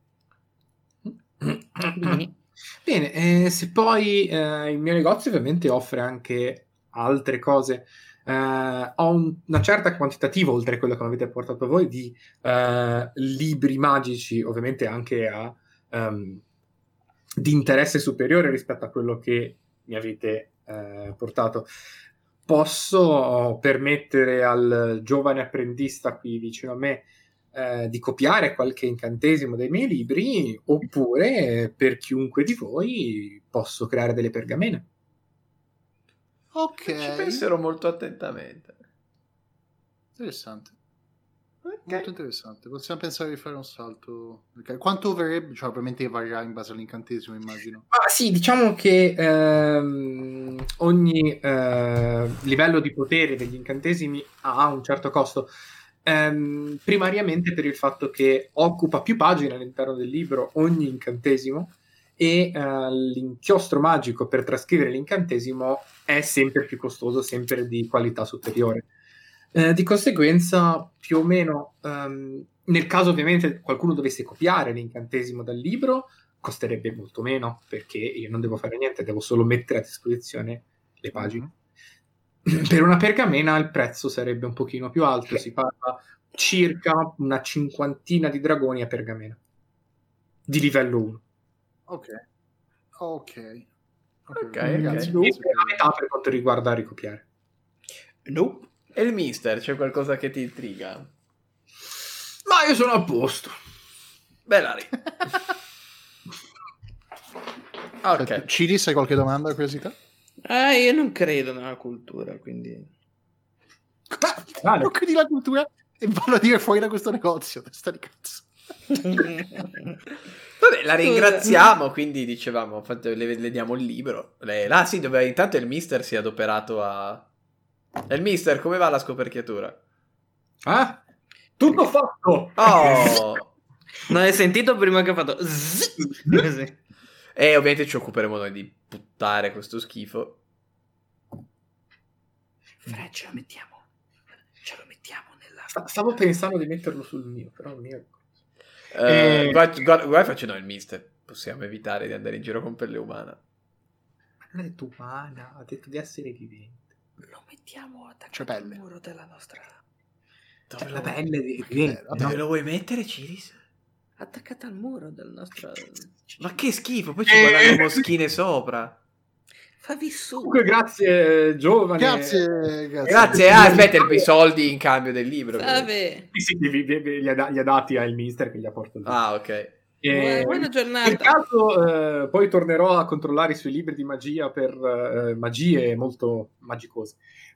[SPEAKER 2] Bene, se poi il mio negozio ovviamente offre anche altre cose. Ho una certa quantitativa, oltre a quello che avete portato voi, di libri magici, ovviamente anche di interesse superiore rispetto a quello che mi avete portato. Posso permettere al giovane apprendista qui vicino a me di copiare qualche incantesimo dei miei libri, oppure per chiunque di voi posso creare delle pergamene.
[SPEAKER 3] Ok.
[SPEAKER 1] Ci penserò molto attentamente.
[SPEAKER 3] Interessante.
[SPEAKER 1] Okay.
[SPEAKER 3] Molto interessante. Possiamo pensare di fare un salto. Quanto verrebbe? Cioè, ovviamente varierà in base all'incantesimo, immagino.
[SPEAKER 2] Sì, diciamo che ogni livello di potere degli incantesimi ha un certo costo. Primariamente per il fatto che occupa più pagine all'interno del libro ogni incantesimo, e l'inchiostro magico per trascrivere l'incantesimo è sempre più costoso, sempre di qualità superiore. Di conseguenza, più o meno, nel caso ovviamente qualcuno dovesse copiare l'incantesimo dal libro, costerebbe molto meno, perché io non devo fare niente, devo solo mettere a disposizione le pagine. Per una pergamena il prezzo sarebbe un pochino più alto, si parla circa una 50 di dragoni a pergamena di livello 1.
[SPEAKER 3] Ok.
[SPEAKER 2] Grazie. E la metà per quanto riguarda ricopiare.
[SPEAKER 1] Nope. E il mister, c'è qualcosa che ti intriga?
[SPEAKER 2] Ma io sono a posto.
[SPEAKER 1] Bella lì. Ok.
[SPEAKER 3] Cilis, hai qualche domanda, curiosità?
[SPEAKER 4] Io non credo nella cultura, quindi...
[SPEAKER 2] Vale.
[SPEAKER 3] Non credi la cultura? E vanno a dire fuori da questo negozio, testa di cazzo.
[SPEAKER 1] Vabbè, la ringraziamo, quindi dicevamo, le diamo il libro. Sì, dove intanto il mister si è adoperato a... Il mister, come va la scoperchiatura?
[SPEAKER 2] Ah? Tutto fatto!
[SPEAKER 1] Oh!
[SPEAKER 4] Non hai sentito prima che ho fatto... Così.
[SPEAKER 1] E ovviamente ci occuperemo noi di buttare questo schifo.
[SPEAKER 4] Ce lo mettiamo nella...
[SPEAKER 2] Stavo pensando di metterlo sul mio, però il mio...
[SPEAKER 1] Guarda, facendo il mister. Possiamo evitare di andare in giro con pelle umana.
[SPEAKER 2] Non ha detto umana, ha detto di essere vivente.
[SPEAKER 4] Lo mettiamo attaccato
[SPEAKER 3] C'è
[SPEAKER 4] al
[SPEAKER 3] pelle.
[SPEAKER 4] muro della nostra...
[SPEAKER 2] C'è la pelle di vivente.
[SPEAKER 1] Dove lo vuoi mettere, Ciris?
[SPEAKER 4] Attaccata al muro del nostro...
[SPEAKER 1] Ma che schifo, poi ci guardano moschine sopra.
[SPEAKER 4] Fa vissuto.
[SPEAKER 2] Comunque grazie giovane.
[SPEAKER 3] Grazie.
[SPEAKER 1] Aspetta, i soldi in cambio del libro.
[SPEAKER 4] Vabbè.
[SPEAKER 2] Sì, gli ha dati al mister che gli ha portato.
[SPEAKER 1] Ah, ok.
[SPEAKER 4] Buona giornata.
[SPEAKER 2] Nel caso poi tornerò a controllare i suoi libri di magia per magie molto magicose.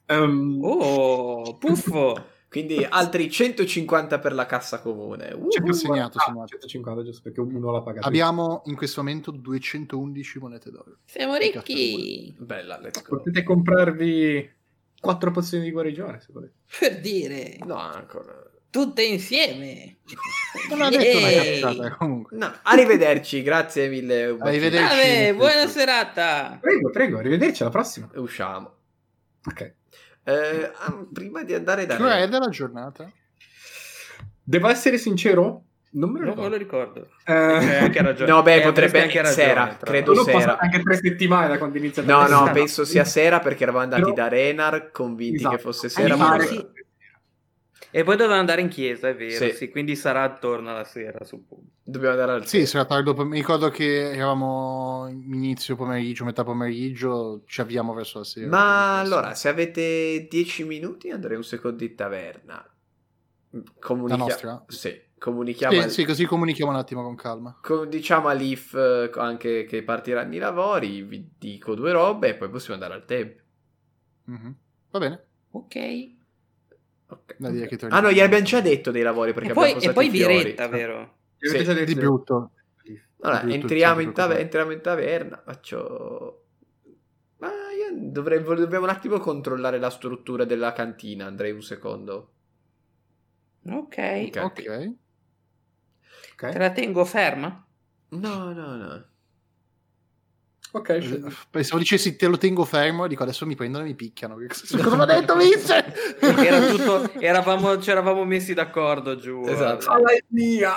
[SPEAKER 4] Puffo.
[SPEAKER 1] Quindi altri 150 per la cassa comune.
[SPEAKER 3] Segnato.
[SPEAKER 2] 150 giusto perché uno l'ha pagato.
[SPEAKER 3] Abbiamo in questo momento 211 monete d'oro.
[SPEAKER 4] Siamo ricchi.
[SPEAKER 1] Bella, let's go.
[SPEAKER 2] Potete comprarvi 4 pozioni di guarigione se volete.
[SPEAKER 4] Per dire.
[SPEAKER 1] No, ancora.
[SPEAKER 4] Tutte insieme.
[SPEAKER 3] Non ha detto una cazzata comunque.
[SPEAKER 1] No, arrivederci, grazie mille.
[SPEAKER 3] Arrivederci.
[SPEAKER 4] Vabbè, buona serata.
[SPEAKER 2] Prego, arrivederci alla prossima.
[SPEAKER 1] Usciamo.
[SPEAKER 2] Ok.
[SPEAKER 1] Prima di andare da
[SPEAKER 3] Che è della giornata?
[SPEAKER 2] Devo essere sincero? Non me lo
[SPEAKER 4] Non
[SPEAKER 2] ricordo.
[SPEAKER 4] me lo ricordo.
[SPEAKER 2] C'hai
[SPEAKER 4] anche ragione.
[SPEAKER 1] No, beh, potrebbe
[SPEAKER 4] anche
[SPEAKER 1] anche sera, credo
[SPEAKER 2] Sono
[SPEAKER 1] sera.
[SPEAKER 2] passate anche 3 settimane da quando è iniziato.
[SPEAKER 1] No, penso sia sera perché eravamo andati
[SPEAKER 2] Però...
[SPEAKER 1] da Renar convinti
[SPEAKER 2] esatto.
[SPEAKER 1] che fosse sera.
[SPEAKER 4] Sì. E poi dovevamo andare in chiesa, è vero, sì, quindi sarà attorno alla sera, suppongo.
[SPEAKER 1] Dobbiamo andare al
[SPEAKER 3] Sì, sarà tardi. Mi ricordo che eravamo inizio pomeriggio, metà pomeriggio, ci avviamo verso la sera.
[SPEAKER 1] Ma allora, se avete 10 minuti andrei un secondo in taverna.
[SPEAKER 3] La nostra?
[SPEAKER 1] Sì, comunichiamo.
[SPEAKER 3] Sì, così comunichiamo un attimo con calma.
[SPEAKER 1] Diciamo a Leaf anche che partiranno i lavori, vi dico 2 robe e poi possiamo andare al tempio.
[SPEAKER 3] Mm-hmm. Va bene.
[SPEAKER 4] Ok.
[SPEAKER 3] Da dire che
[SPEAKER 1] no, gli abbiamo già detto dei lavori perché
[SPEAKER 4] e
[SPEAKER 1] abbiamo
[SPEAKER 4] poi
[SPEAKER 1] posato i fiori.
[SPEAKER 4] biretta, vero?
[SPEAKER 1] Sì,
[SPEAKER 3] di brutto.
[SPEAKER 1] Allora, entriamo in taverna, faccio... Ma dobbiamo un attimo controllare la struttura della cantina, andrei un secondo.
[SPEAKER 4] Ok.
[SPEAKER 2] Ok.
[SPEAKER 4] Te la tengo ferma?
[SPEAKER 1] No.
[SPEAKER 2] Ok, scendi.
[SPEAKER 3] Pensavo dicessi te lo tengo fermo e dico adesso mi prendono e mi picchiano. Cosa l'ho detto, Vince?
[SPEAKER 4] Era tutto, ci eravamo messi d'accordo giù.
[SPEAKER 1] Esatto.
[SPEAKER 2] È mia!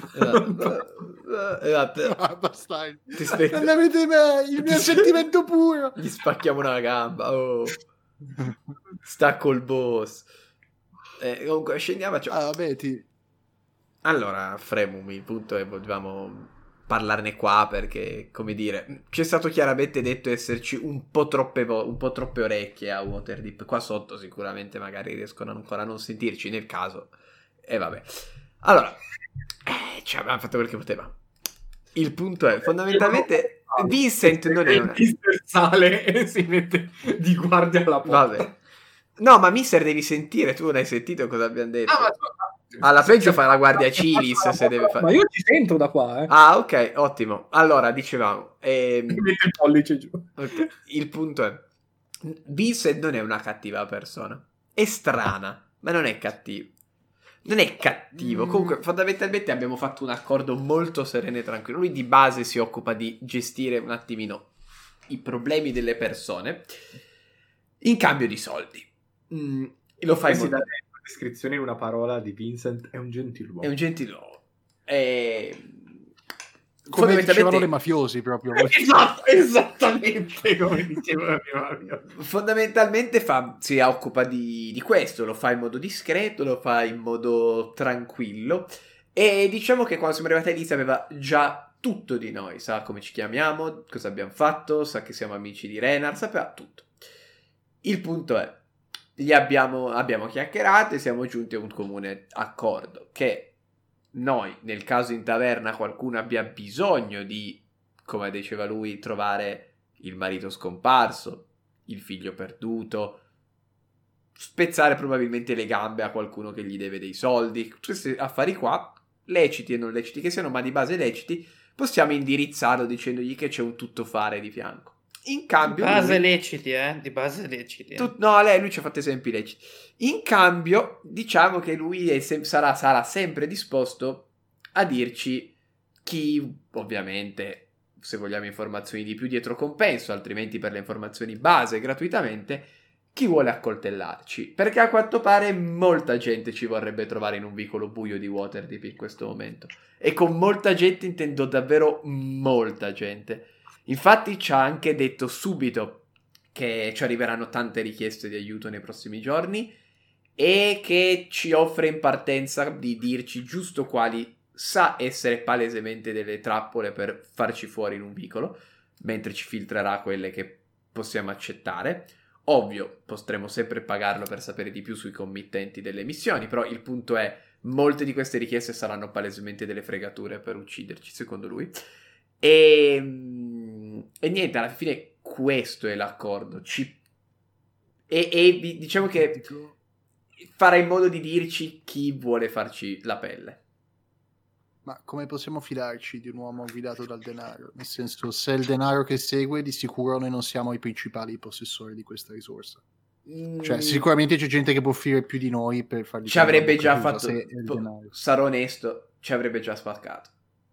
[SPEAKER 1] Esatto.
[SPEAKER 3] Basta.
[SPEAKER 1] Ti
[SPEAKER 3] Non avete il mio sentimento puro.
[SPEAKER 1] Gli spacchiamo una gamba. Oh. Sta col boss. Comunque scendiamo.
[SPEAKER 3] Vabbè,
[SPEAKER 1] Allora, Fremum, il punto è dobbiamo parlarne qua perché, come dire, ci è stato chiaramente detto esserci un po' troppe orecchie a Waterdeep. Qua sotto sicuramente magari riescono ancora a non sentirci nel caso. E vabbè. Allora, ci abbiamo fatto quel che poteva. Il punto è, fondamentalmente, Vincent non è una...
[SPEAKER 2] Mister sale e si mette di guardia alla porta.
[SPEAKER 1] Vabbè. No, ma Mister devi sentire, tu non hai sentito cosa abbiamo detto.
[SPEAKER 2] Ah, ma tu...
[SPEAKER 1] Alla peggio fa la guardia civilis se deve fare.
[SPEAKER 2] Ma io ti sento da qua, eh.
[SPEAKER 1] Ah, ok, ottimo. Allora, dicevamo...
[SPEAKER 2] Mette il pollice giù.
[SPEAKER 1] Okay. Il punto è... Vincent non è una cattiva persona. È strana, ma non è cattivo. Non è cattivo. Comunque, fondamentalmente abbiamo fatto un accordo molto sereno e tranquillo. Lui di base si occupa di gestire un attimino i problemi delle persone in cambio di soldi. Lo fai molto...
[SPEAKER 2] descrizione in una parola di Vincent è un gentiluomo.
[SPEAKER 1] È un gentiluomo.
[SPEAKER 3] come dicevano le mafiosi proprio.
[SPEAKER 2] Esattamente come dicevano le mafiosi.
[SPEAKER 1] Fondamentalmente si occupa di questo, lo fa in modo discreto, lo fa in modo tranquillo e diciamo che quando siamo arrivati a Elisa aveva già tutto di noi, sa come ci chiamiamo, cosa abbiamo fatto, sa che siamo amici di Renar, sapeva tutto. Il punto è, abbiamo chiacchierato e siamo giunti a un comune accordo che noi, nel caso in taverna qualcuno abbia bisogno di, come diceva lui, trovare il marito scomparso, il figlio perduto, spezzare probabilmente le gambe a qualcuno che gli deve dei soldi, questi affari qua, leciti e non leciti che siano, ma di base leciti, possiamo indirizzarlo dicendogli che c'è un tuttofare di fianco. In cambio
[SPEAKER 4] di base leciti, di base leciti.
[SPEAKER 1] No, lui ci ha fatto esempi leciti. In cambio, diciamo che lui sarà sempre disposto a dirci chi, ovviamente, se vogliamo informazioni di più dietro compenso, altrimenti per le informazioni base gratuitamente, chi vuole accoltellarci. Perché a quanto pare molta gente ci vorrebbe trovare in un vicolo buio di Waterdeep in questo momento. E con molta gente intendo davvero molta gente. Infatti ci ha anche detto subito che ci arriveranno tante richieste di aiuto nei prossimi giorni e che ci offre in partenza di dirci giusto quali sa essere palesemente delle trappole per farci fuori in un vicolo, mentre ci filtrerà quelle che possiamo accettare. Ovvio, potremo sempre pagarlo per sapere di più sui committenti delle missioni, però il punto è, molte di queste richieste saranno palesemente delle fregature per ucciderci, secondo lui. E niente, alla fine questo è l'accordo. Diciamo che farà in modo di dirci chi vuole farci la pelle.
[SPEAKER 3] Ma come possiamo fidarci di un uomo guidato dal denaro? Nel senso, se è il denaro che segue, di sicuro noi non siamo i principali possessori di questa risorsa. Cioè, sicuramente c'è gente che può offrire più di noi per fargli...
[SPEAKER 1] Ci avrebbe già fatto... Sarò onesto, ci avrebbe già spaccato.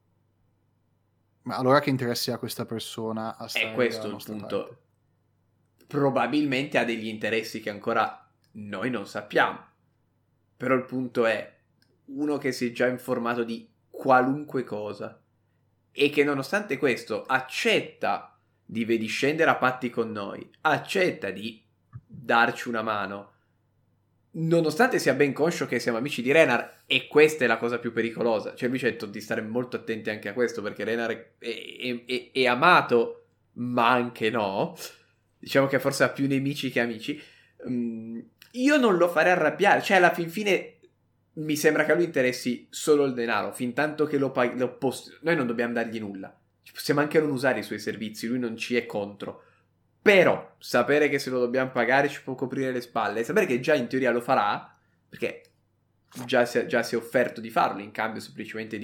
[SPEAKER 3] Ma allora che interessi ha questa persona a stare?
[SPEAKER 1] È questo il punto.
[SPEAKER 3] Parte?
[SPEAKER 1] Probabilmente ha degli interessi che ancora noi non sappiamo. Però il punto è uno che si è già informato di qualunque cosa e che nonostante questo accetta di scendere a patti con noi, accetta di darci una mano, nonostante sia ben conscio che siamo amici di Renar, e questa è la cosa più pericolosa. Cioè lui ci ha detto di stare molto attenti anche a questo, perché Renar è amato, ma anche no. Diciamo che forse ha più nemici che amici. Io non lo farei arrabbiare, cioè alla fin fine mi sembra che a lui interessi solo il denaro, fin tanto che noi non dobbiamo dargli nulla, possiamo anche non usare i suoi servizi, lui non ci è contro. Però sapere che se lo dobbiamo pagare ci può coprire le spalle, sapere che già in teoria lo farà, perché già si è offerto di farlo in cambio semplicemente di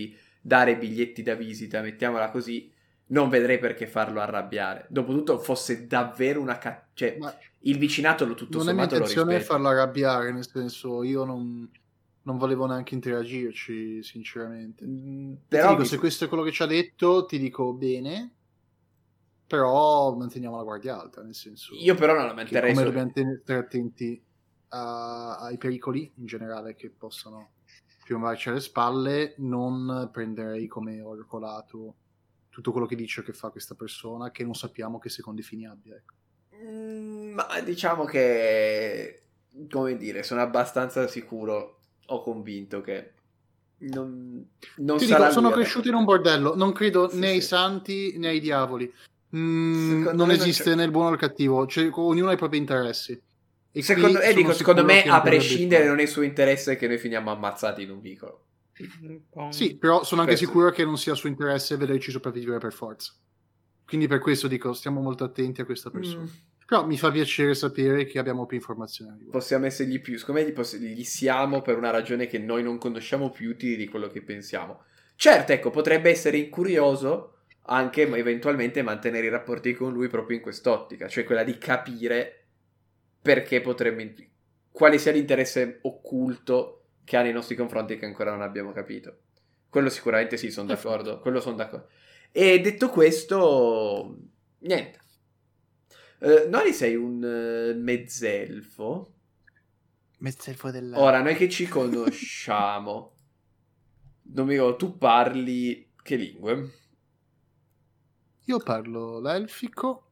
[SPEAKER 1] dare biglietti da visita, mettiamola così, non vedrei perché farlo arrabbiare. Dopotutto fosse davvero una cioè, il vicinato tutto sommato lo rispetto.
[SPEAKER 3] Non è mia intenzione farlo arrabbiare, nel senso, io non volevo neanche interagirci, sinceramente.
[SPEAKER 1] Però
[SPEAKER 3] dico, se questo è quello che ci ha detto, ti dico bene, però manteniamo la guardia alta, nel senso...
[SPEAKER 1] Io però non la manterrei...
[SPEAKER 3] Come dobbiamo stare attenti ai pericoli in generale che possono piombarci alle spalle, non prenderei come oracolato tutto quello che dice che fa questa persona, che non sappiamo che secondi fini abbia, ecco.
[SPEAKER 1] Ma diciamo che, come dire, sono abbastanza sicuro, ho convinto che non
[SPEAKER 3] ti
[SPEAKER 1] sarà
[SPEAKER 3] dico, sono cresciuto in un bordello, non credo né ai santi né ai diavoli. Non esiste né il buono né il cattivo, cioè, ognuno ha i propri interessi. E
[SPEAKER 1] secondo me a prescindere non è suo interesse che noi finiamo ammazzati in un vicolo.
[SPEAKER 3] Sì, però sono anche sicuro che non sia suo interesse vederci sopravvivere per forza. Quindi per questo dico, stiamo molto attenti a questa persona. Però mi fa piacere sapere che abbiamo più informazioni.
[SPEAKER 1] Possiamo essergli più, secondo me gli siamo per una ragione che noi non conosciamo più utili di quello che pensiamo. Certo, ecco, potrebbe essere incurioso anche eventualmente mantenere i rapporti con lui proprio in quest'ottica, cioè quella di capire perché quale sia l'interesse occulto che ha nei nostri confronti che ancora non abbiamo capito. Quello sicuramente sì, sono d'accordo. Quello sono d'accordo. E detto questo, niente. Nori, sei un mezzelfo.
[SPEAKER 3] Mezzelfo della...
[SPEAKER 1] Ora, noi che ci conosciamo, non mi ricordo, tu parli che lingue?
[SPEAKER 3] Io parlo l'elfico,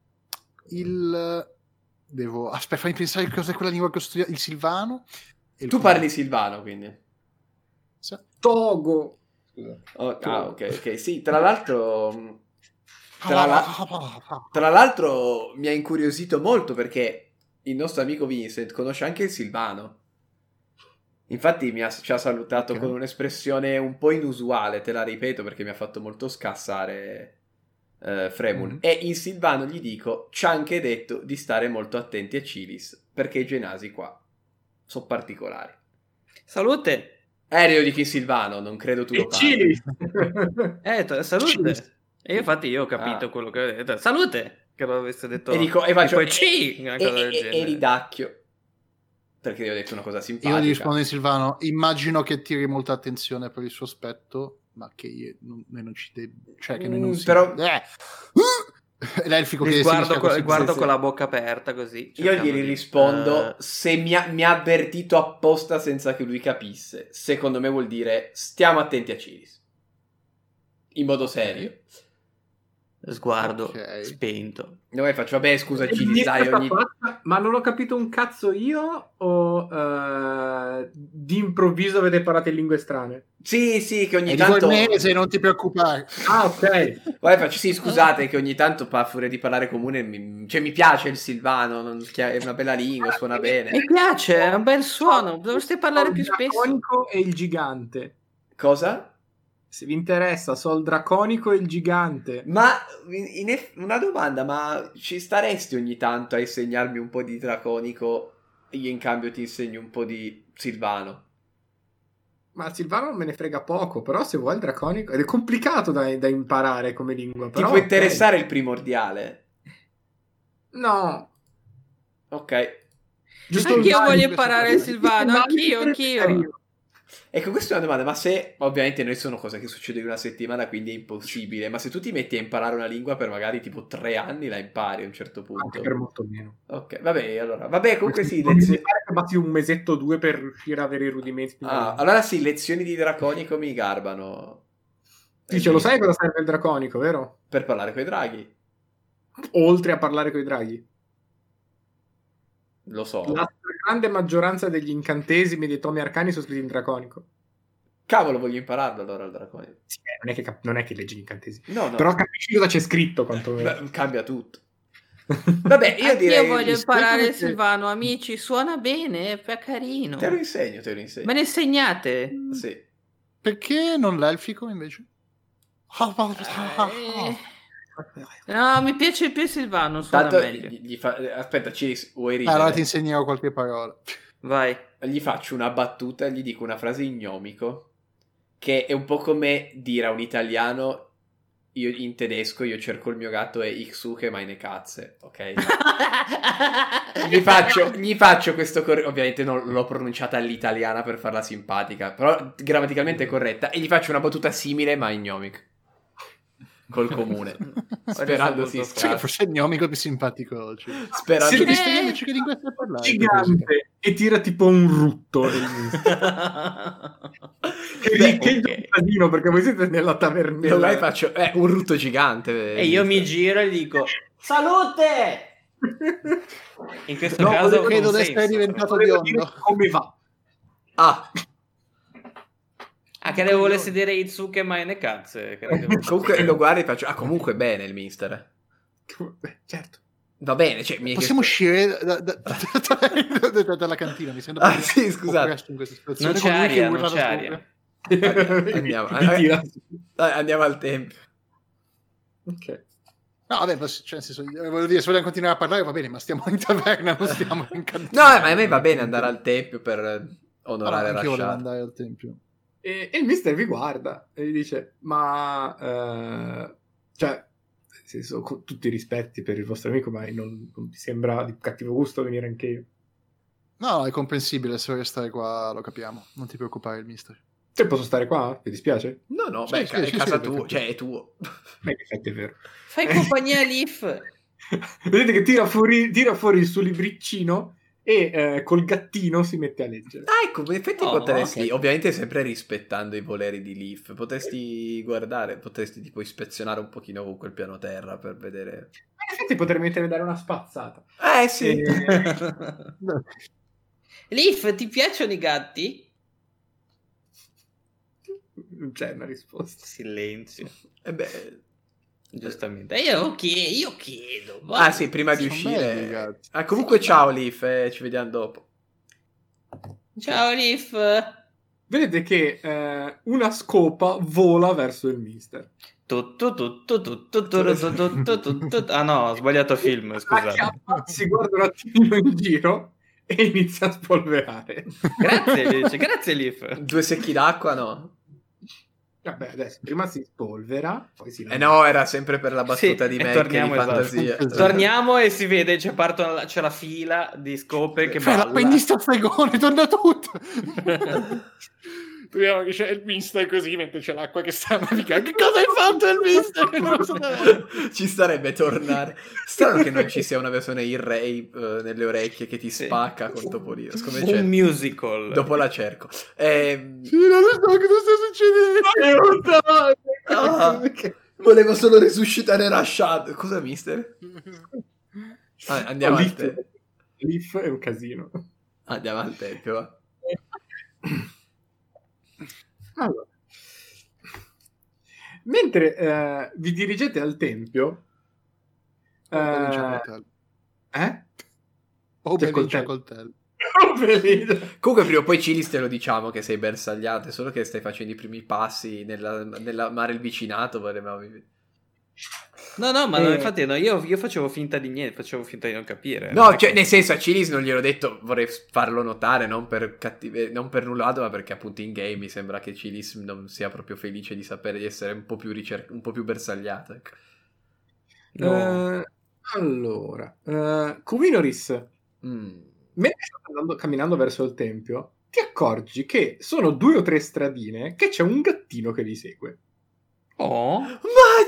[SPEAKER 3] aspetta, fammi pensare cos'è quella lingua che ho studiato, il silvano.
[SPEAKER 1] Tu parli silvano, quindi?
[SPEAKER 3] Sì.
[SPEAKER 2] Togo.
[SPEAKER 1] Ok, sì, tra l'altro mi ha incuriosito molto perché il nostro amico Vincent conosce anche il silvano. Infatti ci ha salutato con un'espressione un po' inusuale, te la ripeto perché mi ha fatto molto scassare Fremun. E in silvano gli dico, ci ha anche detto di stare molto attenti a Cilis perché i genasi qua sono particolari.
[SPEAKER 4] Salute!
[SPEAKER 1] Io dico in silvano, non credo tu lo parli.
[SPEAKER 4] Salute!
[SPEAKER 3] Cilis.
[SPEAKER 4] E infatti io ho capito quello che avete detto. Salute! Che lo avesse detto.
[SPEAKER 1] E dico, e faccio,
[SPEAKER 4] e
[SPEAKER 1] ridacchio. Perché gli ho detto una cosa simpatica.
[SPEAKER 3] Io gli rispondo in silvano, immagino che tiri molta attenzione per il suo aspetto, ma che noi non ci cioè che noi non
[SPEAKER 1] però...
[SPEAKER 3] L'elfico
[SPEAKER 4] che guardo con la bocca aperta così.
[SPEAKER 1] Io gli rispondo se mi ha avvertito apposta senza che lui capisse. Secondo me vuol dire stiamo attenti a Cilis. In modo serio.
[SPEAKER 4] Sguardo spento.
[SPEAKER 1] Noi faccio, vabbè, scusa, Cilis, dai,
[SPEAKER 2] ma non ho capito un cazzo io o di improvviso avete parlato in lingue strane?
[SPEAKER 1] Sì, che ogni tanto...
[SPEAKER 3] mese, non ti preoccupare.
[SPEAKER 2] Ah, ok.
[SPEAKER 1] Poi faccio, sì, scusate, che ogni tanto a furia di parlare comune mi piace il silvano, è una bella lingua, suona bene.
[SPEAKER 4] Mi piace, è un bel suono, dovreste parlare più spesso.
[SPEAKER 2] Il draconico e il gigante.
[SPEAKER 1] Cosa?
[SPEAKER 2] Se vi interessa, so il draconico e il gigante.
[SPEAKER 1] Ma una domanda, ma ci staresti ogni tanto a insegnarmi un po' di draconico e io in cambio ti insegno un po' di silvano?
[SPEAKER 2] Ma il silvano non me ne frega poco, però se vuoi il draconico... Ed è complicato da imparare come lingua.
[SPEAKER 1] Ti può interessare il primordiale?
[SPEAKER 2] No.
[SPEAKER 1] Ok.
[SPEAKER 4] Anch'io voglio imparare il silvano, anch'io.
[SPEAKER 1] Ecco, questa è una domanda, ma se, ovviamente noi sono cose che succedono in una settimana, quindi è impossibile, ma se tu ti metti a imparare una lingua per magari tipo 3 anni, la impari a un certo punto.
[SPEAKER 2] Anche per molto meno.
[SPEAKER 1] Ok, vabbè, comunque sì,
[SPEAKER 2] mi pare che basti un mesetto o 2 per riuscire a avere i rudimenti.
[SPEAKER 1] Allora sì, lezioni di draconico mi garbano.
[SPEAKER 2] Sì, ce lo sai cosa serve il draconico, vero?
[SPEAKER 1] Per parlare coi draghi.
[SPEAKER 2] Oltre a parlare coi draghi.
[SPEAKER 1] Lo so.
[SPEAKER 2] La grande maggioranza degli incantesimi dei tomi arcani sono scritti in draconico.
[SPEAKER 1] Cavolo, voglio impararlo allora il draconico.
[SPEAKER 2] Sì, non è che leggi gli incantesimi.
[SPEAKER 1] No.
[SPEAKER 2] Però capisci cosa c'è scritto quantomeno.
[SPEAKER 1] Cambia tutto. Vabbè, io
[SPEAKER 4] voglio imparare il silvano, amici, suona bene, è carino.
[SPEAKER 1] Te lo insegno.
[SPEAKER 4] Me ne insegnate?
[SPEAKER 1] Sì.
[SPEAKER 3] Perché non l'elfico invece?
[SPEAKER 4] No, mi piace più Silvano, suona
[SPEAKER 1] tanto
[SPEAKER 4] meglio.
[SPEAKER 1] Aspetta, vuoi ridere?
[SPEAKER 3] Allora ti insegnerò qualche parola.
[SPEAKER 4] Vai.
[SPEAKER 1] Gli faccio una battuta e gli dico una frase in gnomico che è un po' come dire a un italiano, io in tedesco, io cerco il mio gatto e ich suche meine Katze, ok? Gli faccio questo, ovviamente non l'ho pronunciata all'italiana per farla simpatica, però grammaticalmente è corretta, e gli faccio una battuta simile ma in gnomic. Col comune, sperando si
[SPEAKER 3] Sai che forse è il gnomico più simpatico.
[SPEAKER 1] Sperando
[SPEAKER 2] Sì,
[SPEAKER 3] visto che invece che linguetta parlare
[SPEAKER 2] gigante e tira tipo un rutto che è un casino perché voi siete nella tavernella.
[SPEAKER 1] Io faccio un rutto gigante
[SPEAKER 4] e io mi giro e gli dico salute. In questo caso
[SPEAKER 3] credo di essere diventato biondo.
[SPEAKER 2] Come va?
[SPEAKER 4] Che volesse dire Itsuke meine Katze.
[SPEAKER 1] Comunque lo guardi e faccio comunque bene il mister.
[SPEAKER 2] Certo.
[SPEAKER 1] Va bene, cioè,
[SPEAKER 3] possiamo uscire dalla cantina, mi sembra.
[SPEAKER 1] Sì, scusate.
[SPEAKER 4] Non c'è aria.
[SPEAKER 1] Andiamo al tempio.
[SPEAKER 2] Ok.
[SPEAKER 3] No, vabbè, cioè, nel senso, voglio dire, se vogliamo continuare a parlare va bene, ma stiamo in taverna, non stiamo in cantina.
[SPEAKER 1] No, ma a me va bene andare al tempio per onorare
[SPEAKER 3] Rashad. Io volevo
[SPEAKER 1] Rashad.
[SPEAKER 3] andare al tempio.
[SPEAKER 2] E il mister vi guarda e gli dice, ma cioè, nel senso, con tutti i rispetti per il vostro amico, ma non mi sembra di cattivo gusto venire anche io.
[SPEAKER 3] No, è comprensibile, se vuoi restare qua lo capiamo, non ti preoccupare il mister.
[SPEAKER 2] Se posso stare qua? Ti dispiace?
[SPEAKER 1] No,
[SPEAKER 3] Sì,
[SPEAKER 1] beh,
[SPEAKER 3] sì,
[SPEAKER 1] è
[SPEAKER 3] sì,
[SPEAKER 1] casa
[SPEAKER 3] sì,
[SPEAKER 1] tua, cioè è tuo.
[SPEAKER 2] Ma in effetti è vero.
[SPEAKER 4] Fai compagnia a Leaf.
[SPEAKER 2] Vedete che tira fuori il suo libriccino e col gattino si mette a leggere.
[SPEAKER 1] Ecco, in effetti potresti, ovviamente sempre rispettando i voleri di Leaf, potresti guardare, potresti tipo ispezionare un pochino con quel piano terra per vedere.
[SPEAKER 2] In effetti potrei mettere a dare una spazzata.
[SPEAKER 1] Sì.
[SPEAKER 4] Leaf, ti piacciono i gatti?
[SPEAKER 2] Non c'è una risposta.
[SPEAKER 4] Silenzio.
[SPEAKER 1] Giustamente.
[SPEAKER 4] Io chiedo.
[SPEAKER 1] Sì, prima di uscire. Comunque ciao Leaf, ci vediamo dopo.
[SPEAKER 4] Ciao Leaf.
[SPEAKER 2] Vedete che una scopa vola verso il mister.
[SPEAKER 4] Ah no, ho sbagliato film, scusate.
[SPEAKER 2] Si guarda un attimino in giro e inizia a spolverare.
[SPEAKER 4] Grazie Leaf.
[SPEAKER 1] 2 secchi d'acqua, no?
[SPEAKER 2] Vabbè, adesso prima si spolvera, poi si
[SPEAKER 1] no, era sempre per la battuta di me che di fantasia.
[SPEAKER 4] Torniamo e si vede, c'è la fila di scope che balla.
[SPEAKER 3] Prendi sto fregone, torna tutto. Vediamo che c'è il mister così mentre c'è l'acqua che sta navigando. Che cosa hai fatto il mister? Non lo so.
[SPEAKER 1] Ci starebbe tornare. Strano che non ci sia una versione in-ray nelle orecchie che ti spacca con Topolino.
[SPEAKER 4] Un musical.
[SPEAKER 1] Dopo la cerco.
[SPEAKER 3] Sì, non lo so cosa sta
[SPEAKER 1] succedendo. Volevo solo resuscitare Rashad. Cosa, mister? Andiamo al tempio.
[SPEAKER 2] Leaf è un casino.
[SPEAKER 1] Andiamo al tempio, va.
[SPEAKER 2] Allora, mentre vi dirigete al tempio,
[SPEAKER 3] coltello. Coltello.
[SPEAKER 1] Comunque prima o poi Cilis te lo diciamo che sei bersagliato, solo che stai facendo i primi passi nella mare il vicinato.
[SPEAKER 4] No, ma infatti no, io facevo finta di niente, facevo finta di non capire.
[SPEAKER 1] No, cioè nel senso a Cilis non gliel'ho detto, vorrei farlo notare, non per nullato, ma perché appunto in game mi sembra che Cilis non sia proprio felice di sapere di essere un po' più bersagliato. Ecco.
[SPEAKER 2] No. Allora, Kuminoris, mentre stai camminando verso il tempio, ti accorgi che sono 2 o 3 stradine che c'è un gattino che vi segue.
[SPEAKER 4] Oh,
[SPEAKER 1] ma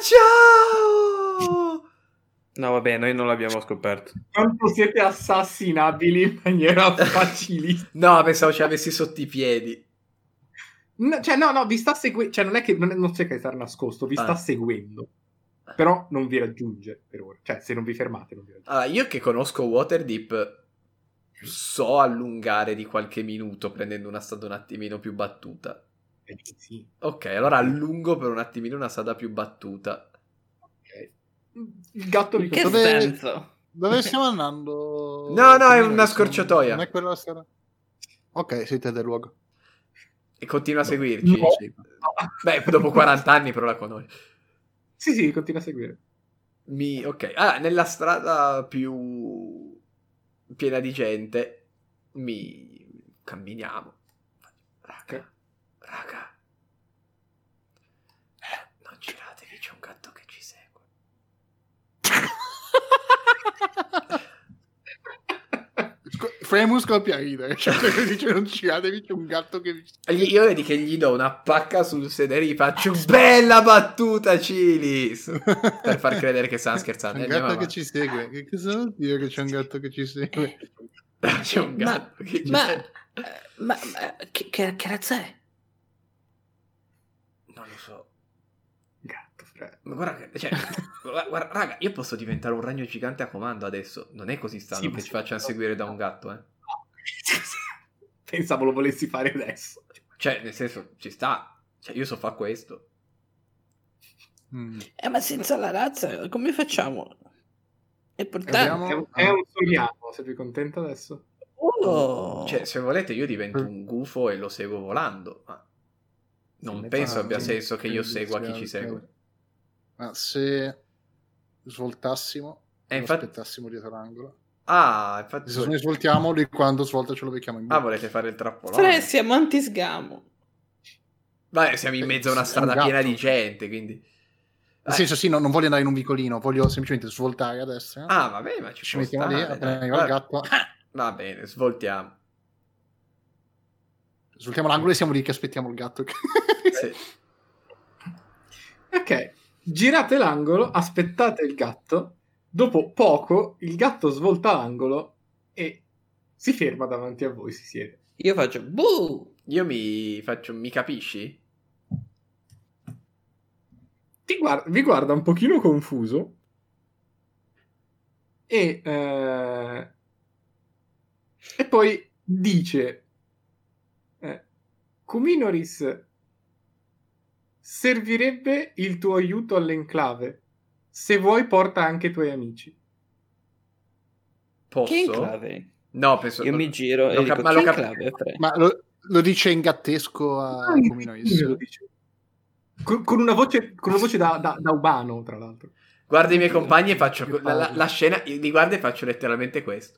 [SPEAKER 1] ciao!
[SPEAKER 4] No, vabbè, noi non l'abbiamo scoperto.
[SPEAKER 2] Quanto siete assassinabili in maniera facilissima.
[SPEAKER 1] No, pensavo ci avessi sotto i piedi.
[SPEAKER 2] No, vi sta seguendo. Cioè, non è che non c'è che star nascosto, vi sta seguendo. Però non vi raggiunge per ora. Cioè, se non vi fermate, non vi raggiunge.
[SPEAKER 1] Allora, io che conosco Waterdeep so allungare di qualche minuto prendendo una strada un attimino più battuta.
[SPEAKER 2] Sì.
[SPEAKER 1] Ok, allora allungo per un attimino una strada più battuta.
[SPEAKER 2] Ok. Il gatto
[SPEAKER 4] in che senso?
[SPEAKER 3] Dove stiamo andando?
[SPEAKER 1] No, è una scorciatoia.
[SPEAKER 3] Non è quella la strada? Ok, siete del luogo.
[SPEAKER 1] E continua a seguirci.
[SPEAKER 2] No.
[SPEAKER 1] Beh, dopo 40 anni però la conosci.
[SPEAKER 2] Sì, continua a seguire.
[SPEAKER 1] Ok, nella strada più piena di gente camminiamo. Raga,
[SPEAKER 3] Fremus scoppia a ridere, cioè dice non giratevi, c'è un gatto che
[SPEAKER 1] Io vedi che gli do una pacca sul sedere, gli faccio bella battuta, Cilis, per far credere che stanno scherzando.
[SPEAKER 3] C'è un gatto che ci segue. Che cosa vuol dire che c'è un gatto che ci segue?
[SPEAKER 1] C'è un gatto che ci segue.
[SPEAKER 4] Ma che razza è?
[SPEAKER 1] Non lo so.
[SPEAKER 2] Gatto, Fred.
[SPEAKER 1] Ma guarda, guarda, raga, io posso diventare un ragno gigante a comando adesso. Non è così strano
[SPEAKER 2] Sì,
[SPEAKER 1] che
[SPEAKER 2] ma
[SPEAKER 1] ci facciano seguire da un gatto, eh.
[SPEAKER 2] Pensavo lo volessi fare adesso.
[SPEAKER 1] Cioè, nel senso, ci sta. Cioè, io so fare questo.
[SPEAKER 4] Ma senza la razza, come facciamo? È
[SPEAKER 3] Abbiamo-
[SPEAKER 2] È un soriano, sei più contento adesso?
[SPEAKER 4] Oh.
[SPEAKER 1] Cioè, se volete, io divento un gufo e lo seguo volando. Ma non penso abbia senso che io segua chi ci segue.
[SPEAKER 3] Ma se svoltassimo e lo
[SPEAKER 1] infatti-
[SPEAKER 3] aspettassimo dietro l'angolo.
[SPEAKER 1] Ah, infatti.
[SPEAKER 3] Se noi svoltiamo, lui quando svolta ce lo becchiamo in bocca.
[SPEAKER 1] volete fare il trappolone?
[SPEAKER 4] Fre, siamo anti-sgamo.
[SPEAKER 1] Vabbè, siamo in mezzo a una
[SPEAKER 3] Sì, è
[SPEAKER 1] strada
[SPEAKER 3] un gatto.
[SPEAKER 1] piena di gente, quindi.
[SPEAKER 3] Nel senso, sì, non voglio andare in un vicolino, voglio semplicemente svoltare a destra.
[SPEAKER 1] Ah, vabbè, ma
[SPEAKER 3] ci mettiamo lì, appena arriva il gatto.
[SPEAKER 1] Va bene, svoltiamo.
[SPEAKER 3] Svoltiamo l'angolo e siamo lì che aspettiamo il gatto.
[SPEAKER 1] Sì.
[SPEAKER 2] Ok, girate l'angolo, aspettate il gatto. Dopo poco il gatto svolta l'angolo e si ferma davanti a voi, si siede.
[SPEAKER 4] Io faccio buh.
[SPEAKER 1] Io mi capisci?
[SPEAKER 2] Vi guarda un pochino confuso e poi dice Kuminoris, servirebbe il tuo aiuto all'enclave. Se vuoi porta anche i tuoi amici.
[SPEAKER 1] Posso?
[SPEAKER 4] Che enclave?
[SPEAKER 1] No, penso.
[SPEAKER 4] Io mi giro e
[SPEAKER 1] lo
[SPEAKER 4] dico,
[SPEAKER 1] cap- ma
[SPEAKER 4] che
[SPEAKER 1] lo cap-
[SPEAKER 4] enclave, Fre?
[SPEAKER 3] Ma lo dice in gattesco a Kuminoris.
[SPEAKER 2] Lo dice. Con una voce da ubano, tra l'altro.
[SPEAKER 1] Guardo i miei compagni e faccio la scena, li guardo e faccio letteralmente questo.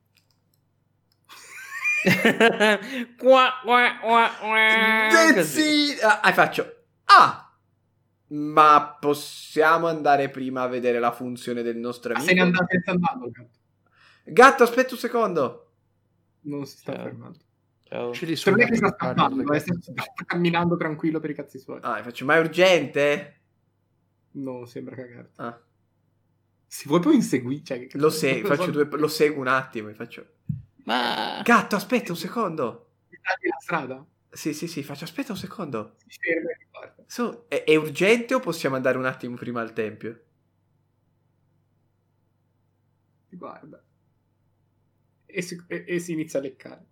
[SPEAKER 4] Così.
[SPEAKER 1] E faccio. Ah! Ma possiamo andare prima a vedere la funzione del nostro amico?
[SPEAKER 2] Se ne andate andando, gatto.
[SPEAKER 1] Gatto, aspetta un secondo.
[SPEAKER 2] Non si sta
[SPEAKER 4] Ciao.
[SPEAKER 2] fermando.
[SPEAKER 4] Ciao.
[SPEAKER 3] C'è lì
[SPEAKER 2] Non è che sta
[SPEAKER 3] parla,
[SPEAKER 2] scappando, sta camminando tranquillo per i cazzi suoi.
[SPEAKER 1] Ah, faccio, ma è urgente?
[SPEAKER 2] Non sembra cagarti.
[SPEAKER 1] Ah.
[SPEAKER 2] Si vuoi poi inseguire? Cioè,
[SPEAKER 1] Lo seguo un attimo e faccio.
[SPEAKER 4] Ma
[SPEAKER 1] Gatto, aspetta un secondo.
[SPEAKER 2] Tagli la strada?
[SPEAKER 1] Sì, faccio, aspetta un secondo.
[SPEAKER 2] Si ferma e guarda.
[SPEAKER 1] È urgente o possiamo andare un attimo prima al tempio?
[SPEAKER 2] Ti guarda. E si inizia a leccare.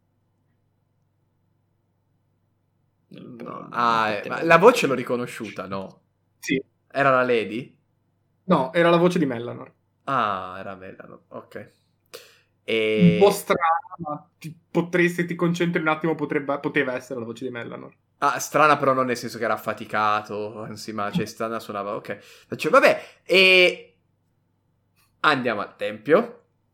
[SPEAKER 1] No. Ma la voce l'ho riconosciuta, no?
[SPEAKER 2] Sì.
[SPEAKER 1] Era la Lady?
[SPEAKER 2] No, era la voce di Mellanor.
[SPEAKER 1] Ah, era Melano, ok.
[SPEAKER 2] Un po' strana, ma se ti concentri un attimo poteva essere la voce di Mellanor.
[SPEAKER 1] Ah, strana però non nel senso che era affaticato, anzi, ma cioè strana suonava, ok. Faccio, vabbè, e andiamo al tempio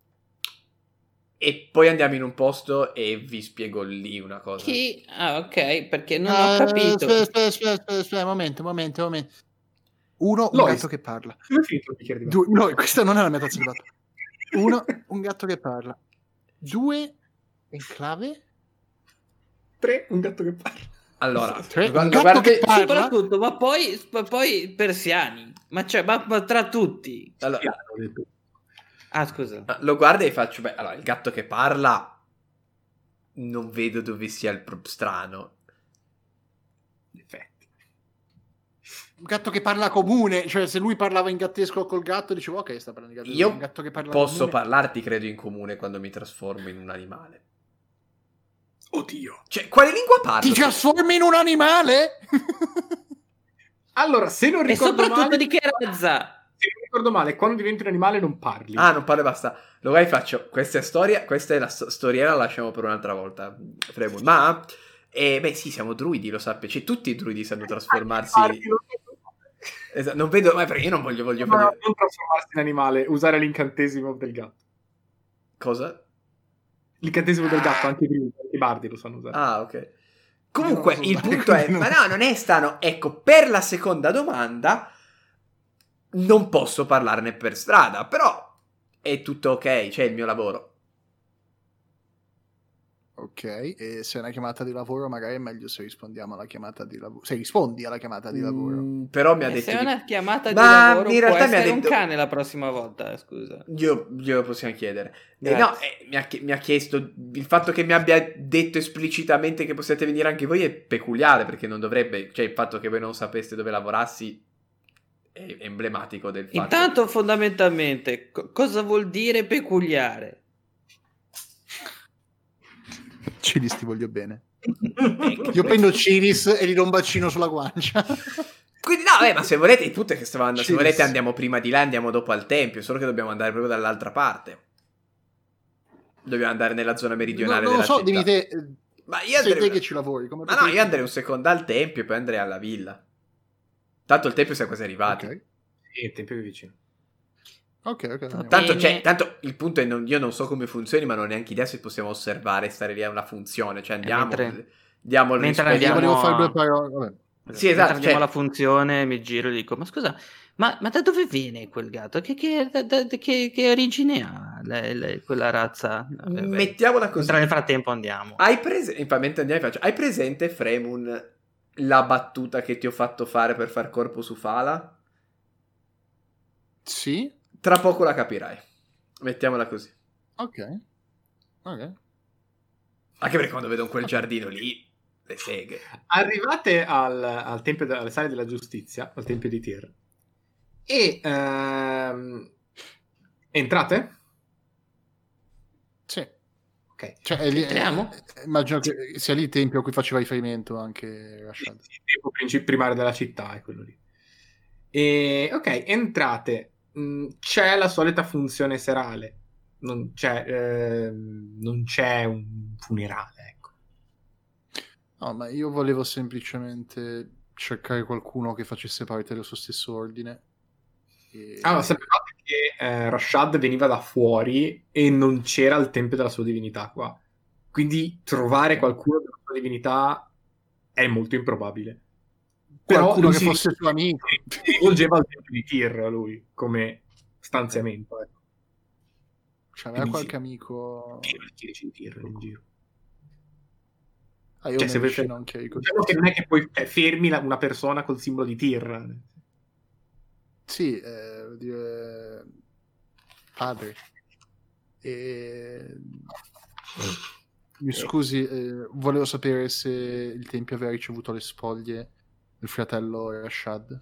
[SPEAKER 1] e poi andiamo in un posto e vi spiego lì una cosa.
[SPEAKER 4] chi? Ah, ok, perché non ho capito.
[SPEAKER 3] Aspetta, momento. Uno, un
[SPEAKER 2] Lois.
[SPEAKER 3] gatto che parla.
[SPEAKER 2] Dove è finito il bicchiere di
[SPEAKER 3] Due, no, questa non è la mia tazza di latte. Uno, un gatto che parla. Due, enclave.
[SPEAKER 2] 3, un gatto che parla.
[SPEAKER 1] Allora,
[SPEAKER 3] Tre,
[SPEAKER 1] guarda-
[SPEAKER 3] un gatto
[SPEAKER 1] guarda-
[SPEAKER 3] che parla.
[SPEAKER 4] Soprattutto, ma poi persiani. Ma tra tutti.
[SPEAKER 1] allora,
[SPEAKER 4] Ah, scusa.
[SPEAKER 1] lo guardo e faccio, beh, allora, il gatto che parla non vedo dove sia il strano.
[SPEAKER 2] In effetti.
[SPEAKER 3] Un gatto che parla comune, cioè se lui parlava in gattesco col gatto dicevo ok, sta parlando di gatto.
[SPEAKER 1] Io
[SPEAKER 3] un gatto che parla
[SPEAKER 1] posso
[SPEAKER 3] comune.
[SPEAKER 1] parlarti, credo, in comune quando mi trasformo in un animale.
[SPEAKER 2] Oddio.
[SPEAKER 1] Cioè, quale lingua parlo?
[SPEAKER 3] Ti trasformi in un animale?
[SPEAKER 2] Allora, se non
[SPEAKER 4] E
[SPEAKER 2] ricordo
[SPEAKER 4] soprattutto
[SPEAKER 2] male,
[SPEAKER 4] di che razza?
[SPEAKER 2] se non ricordo male, quando diventi un animale non parli.
[SPEAKER 1] Ah, non parlo e basta. Lo vai faccio. Questa è storia. Questa è la storiera, la lasciamo per un'altra volta. Fremon. Ma beh, sì, siamo druidi, lo sappia. Cioè, tutti i druidi sanno trasformarsi. Esatto, non vedo. Ma perché io non voglio
[SPEAKER 2] No,
[SPEAKER 1] fare.
[SPEAKER 2] non trasformarsi in animale, usare l'incantesimo del gatto.
[SPEAKER 1] Cosa?
[SPEAKER 2] L'incantesimo del gatto, anche i bardi lo sanno usare.
[SPEAKER 1] Ah, ok. Comunque,
[SPEAKER 3] Io non lo
[SPEAKER 1] il
[SPEAKER 3] so,
[SPEAKER 1] punto è.
[SPEAKER 3] quindi
[SPEAKER 1] Ma no, non è strano. Ecco, per la seconda domanda. Non posso parlarne per strada, però è tutto ok, c'è il mio lavoro.
[SPEAKER 3] Ok, e se è una chiamata di lavoro magari è meglio se rispondiamo alla chiamata di lavoro. Se rispondi alla chiamata di lavoro.
[SPEAKER 1] Però mi ha detto
[SPEAKER 4] Se è una chiamata di
[SPEAKER 1] Ma
[SPEAKER 4] lavoro
[SPEAKER 1] in
[SPEAKER 4] può
[SPEAKER 1] realtà mi ha
[SPEAKER 4] essere un
[SPEAKER 1] detto
[SPEAKER 4] cane la prossima volta, scusa.
[SPEAKER 1] glielo possiamo chiedere. No,
[SPEAKER 4] Grazie.
[SPEAKER 1] mi ha chiesto il fatto che mi abbia detto esplicitamente che possiate venire anche voi è peculiare, perché non dovrebbe, cioè il fatto che voi non sapeste dove lavorassi è emblematico del fatto.
[SPEAKER 4] Intanto fondamentalmente cosa vuol dire peculiare?
[SPEAKER 3] Cilis, ti voglio bene.
[SPEAKER 4] Ecco.
[SPEAKER 3] Io prendo Cilis e gli do un bacino sulla guancia.
[SPEAKER 1] Quindi no, ma se volete, il punto è che se
[SPEAKER 3] Cilis.
[SPEAKER 1] volete andiamo prima di là, andiamo dopo al tempio, solo che dobbiamo andare proprio dall'altra parte. Dobbiamo andare nella zona meridionale
[SPEAKER 3] non lo
[SPEAKER 1] della
[SPEAKER 3] so,
[SPEAKER 1] città.
[SPEAKER 3] dimmi te.
[SPEAKER 1] Ma io
[SPEAKER 3] Sei
[SPEAKER 1] andrei...
[SPEAKER 3] te che ci lavori. Come
[SPEAKER 1] Ma no, io andrei un secondo al tempio e poi andrei alla villa. Tanto il tempio siamo quasi arrivati.
[SPEAKER 3] Ok,
[SPEAKER 2] Sì, il tempio è vicino.
[SPEAKER 3] ok.
[SPEAKER 4] Va
[SPEAKER 1] Tanto,
[SPEAKER 4] bene.
[SPEAKER 1] tanto il punto è io non so come funzioni, ma non ho neanche idea se possiamo osservare e stare lì a una funzione. Cioè andiamo, diamo il
[SPEAKER 4] mentre
[SPEAKER 1] rispetto.
[SPEAKER 3] Io volevo
[SPEAKER 4] andiamo
[SPEAKER 3] fare
[SPEAKER 4] a-
[SPEAKER 3] due parole. Vabbè.
[SPEAKER 1] Sì,
[SPEAKER 4] mentre
[SPEAKER 1] esatto.
[SPEAKER 4] andiamo
[SPEAKER 1] Cioè,
[SPEAKER 4] alla funzione mi giro e dico: ma scusa, ma da dove viene quel gatto? Che origine ha quella razza? Vabbè.
[SPEAKER 1] mettiamola così.
[SPEAKER 4] Mentre nel frattempo andiamo.
[SPEAKER 1] Hai presente, Fremun, la battuta che ti ho fatto fare per far corpo su Fala?
[SPEAKER 3] Sì?
[SPEAKER 1] Tra poco la capirai. Mettiamola così.
[SPEAKER 3] Ok.
[SPEAKER 1] Anche perché quando vedo quel giardino lì, le seghe.
[SPEAKER 2] Arrivate al tempio alle sale della giustizia, al tempio di Tyr. E entrate?
[SPEAKER 3] Sì.
[SPEAKER 2] Ok.
[SPEAKER 3] Cioè,
[SPEAKER 4] Entriamo?
[SPEAKER 3] immagino che sia lì il tempio a cui faceva riferimento anche Rashad.
[SPEAKER 2] Il tempo primario della città è quello lì. E ok, entrate. C'è la solita funzione serale. Non c'è un funerale, ecco.
[SPEAKER 3] No, ma io volevo semplicemente cercare qualcuno che facesse parte del suo stesso ordine.
[SPEAKER 2] Allora, sapevate che Rashad veniva da fuori e non c'era il tempio della sua divinità qua. Quindi trovare qualcuno della sua divinità è molto improbabile.
[SPEAKER 3] Qualcuno
[SPEAKER 2] Però
[SPEAKER 3] che fosse suo amico.
[SPEAKER 2] si rivolgeva al tempio di Tyr lui come stanziamento. Ecco.
[SPEAKER 3] Cioè, aveva
[SPEAKER 2] Quindi
[SPEAKER 3] qualche amico.
[SPEAKER 2] Chi di Tyr in giro.
[SPEAKER 3] Io
[SPEAKER 2] Cioè,
[SPEAKER 3] mi
[SPEAKER 2] se
[SPEAKER 3] avvicino anche ai
[SPEAKER 2] diciamo che non è che poi fermi una persona col simbolo di Tyr.
[SPEAKER 3] Sì, dire padre. Mi scusi, volevo sapere se il tempio aveva ricevuto le spoglie del fratello Rashad.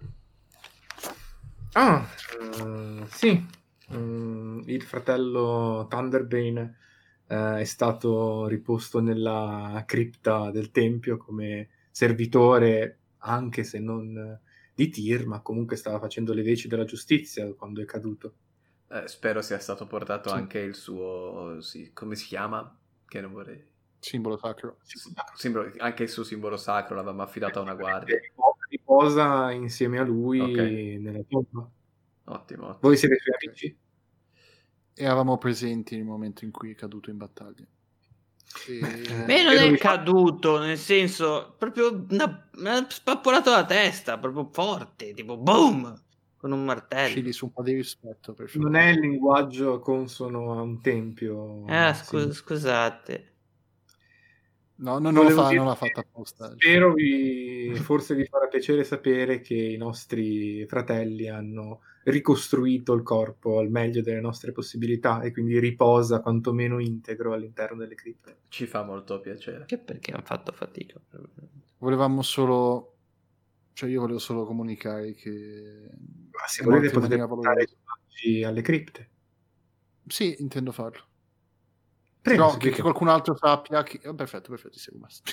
[SPEAKER 2] Sì. Il fratello Thunderbane è stato riposto nella cripta del tempio come servitore, anche se non di Tyr, ma comunque stava facendo le veci della giustizia quando è caduto.
[SPEAKER 1] Spero sia stato portato
[SPEAKER 3] Sì.
[SPEAKER 1] anche il suo... Sì, come si chiama? Che non vorrei...
[SPEAKER 3] Simbolo sacro.
[SPEAKER 1] Anche il suo simbolo sacro l'avevamo affidato a una guardia.
[SPEAKER 2] Riposa insieme a lui
[SPEAKER 1] Ok.
[SPEAKER 2] nella tomba.
[SPEAKER 1] Ottimo.
[SPEAKER 2] Voi siete suoi amici?
[SPEAKER 3] Eravamo presenti nel momento in cui è caduto in battaglia.
[SPEAKER 4] Beh, non è caduto, nel senso, proprio mi ha spappolato la testa, proprio forte, tipo boom, con un martello.
[SPEAKER 3] Scegli su un po' di rispetto, per favore.
[SPEAKER 2] Non è il linguaggio consono a un tempio.
[SPEAKER 4] Scusate.
[SPEAKER 3] No, non l'ha fatta apposta.
[SPEAKER 2] Spero forse vi farà piacere sapere che i nostri fratelli hanno ricostruito il corpo al meglio delle nostre possibilità e quindi riposa quantomeno integro all'interno delle cripte.
[SPEAKER 1] Ci fa molto piacere.
[SPEAKER 4] Che perché hanno fatto fatica?
[SPEAKER 3] Volevamo solo... Cioè io volevo solo comunicare che...
[SPEAKER 2] Ma se volete potete portare alle cripte.
[SPEAKER 3] Sì, intendo farlo.
[SPEAKER 2] Prego,
[SPEAKER 3] no, che qualcun altro sappia che... perfetto, ti seguo, basta.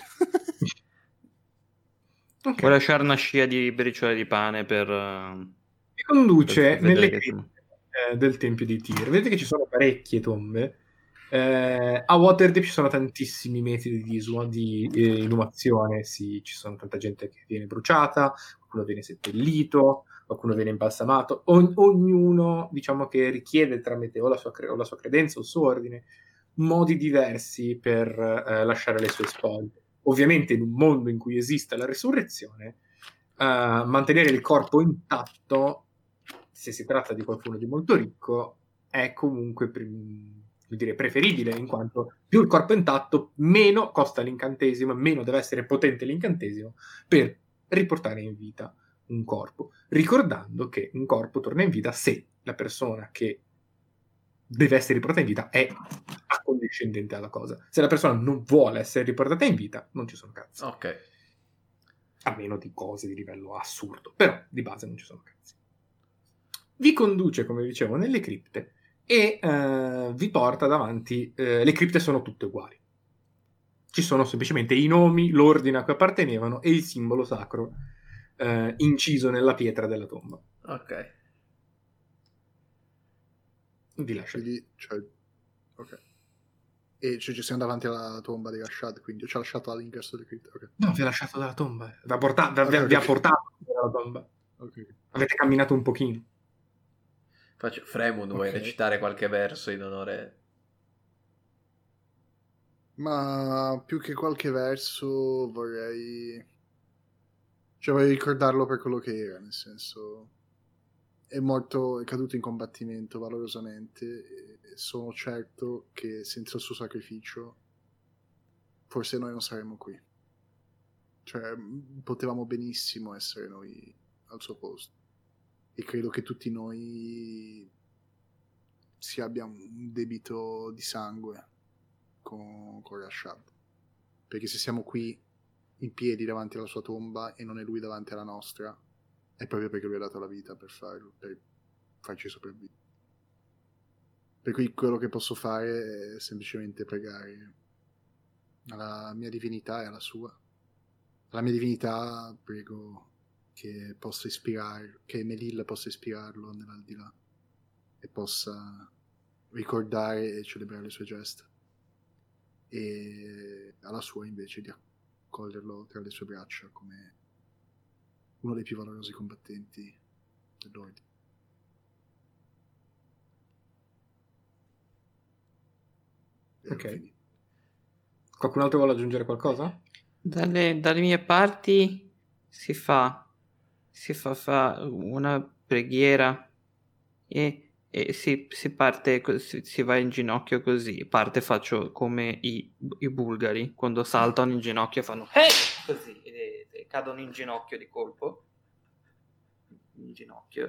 [SPEAKER 2] Okay.
[SPEAKER 4] Vuoi lasciare una scia di briciole di pane per...
[SPEAKER 2] Mi conduce nelle
[SPEAKER 4] che...
[SPEAKER 2] cripte del tempio di Tyr. Vedete che ci sono parecchie tombe. A Waterdeep ci sono tantissimi metodi di inumazione. Sì, ci sono tanta gente che viene bruciata, qualcuno viene seppellito, qualcuno viene imbalsamato. Ognuno, diciamo, che richiede tramite o la sua credenza o il suo ordine modi diversi per lasciare le sue spoglie. Ovviamente in un mondo in cui esiste la risurrezione, mantenere il corpo intatto, se si tratta di qualcuno di molto ricco, è comunque preferibile, in quanto più il corpo è intatto, meno costa l'incantesimo, meno deve essere potente l'incantesimo per riportare in vita un corpo, ricordando che un corpo torna in vita se la persona che deve essere riportata in vita è accondiscendente alla cosa. Se la persona non vuole essere riportata in vita, non ci sono cazzi.
[SPEAKER 1] Ok.
[SPEAKER 2] A meno di cose di livello assurdo, però di base non ci sono cazzi. Vi conduce, come dicevo, nelle cripte e vi porta davanti. Le cripte sono tutte uguali. Ci sono semplicemente i nomi, l'ordine a cui appartenevano e il simbolo sacro inciso nella pietra della tomba.
[SPEAKER 1] Ok.
[SPEAKER 2] Vi lascio.
[SPEAKER 3] Quindi, ok. E ci siamo davanti alla tomba di Rashad, quindi ci ha lasciato all'ingresso delle cripte. Okay.
[SPEAKER 2] No, vi ha lasciato dalla tomba. Vi ha portato dalla tomba.
[SPEAKER 3] Okay.
[SPEAKER 2] Avete camminato un pochino.
[SPEAKER 1] Fremon, vuoi recitare qualche verso in onore?
[SPEAKER 3] Ma più che qualche verso vorrei ricordarlo per quello che era, nel senso è caduto in combattimento valorosamente e sono certo che senza il suo sacrificio forse noi non saremmo qui. Cioè, potevamo benissimo essere noi al suo posto. E credo che tutti noi si abbia un debito di sangue con Rashad. Perché se siamo qui in piedi davanti alla sua tomba e non è lui davanti alla nostra, è proprio perché lui ha dato la vita per farlo, per farci sopravvivere. Per cui quello che posso fare è semplicemente pregare alla mia divinità e alla sua. Alla mia divinità prego che possa che Melilla possa ispirarlo nell'aldilà e possa ricordare e celebrare le sue gesta, e alla sua invece di accoglierlo tra le sue braccia come uno dei più valorosi combattenti dell'ordine.
[SPEAKER 2] Ok. Qualcun altro vuole aggiungere qualcosa?
[SPEAKER 4] Dalle mie parti si fa una preghiera e si parte, si va in ginocchio così. Parte faccio come i bulgari quando saltano in ginocchio fanno hey! Così e cadono in ginocchio di colpo. In ginocchio.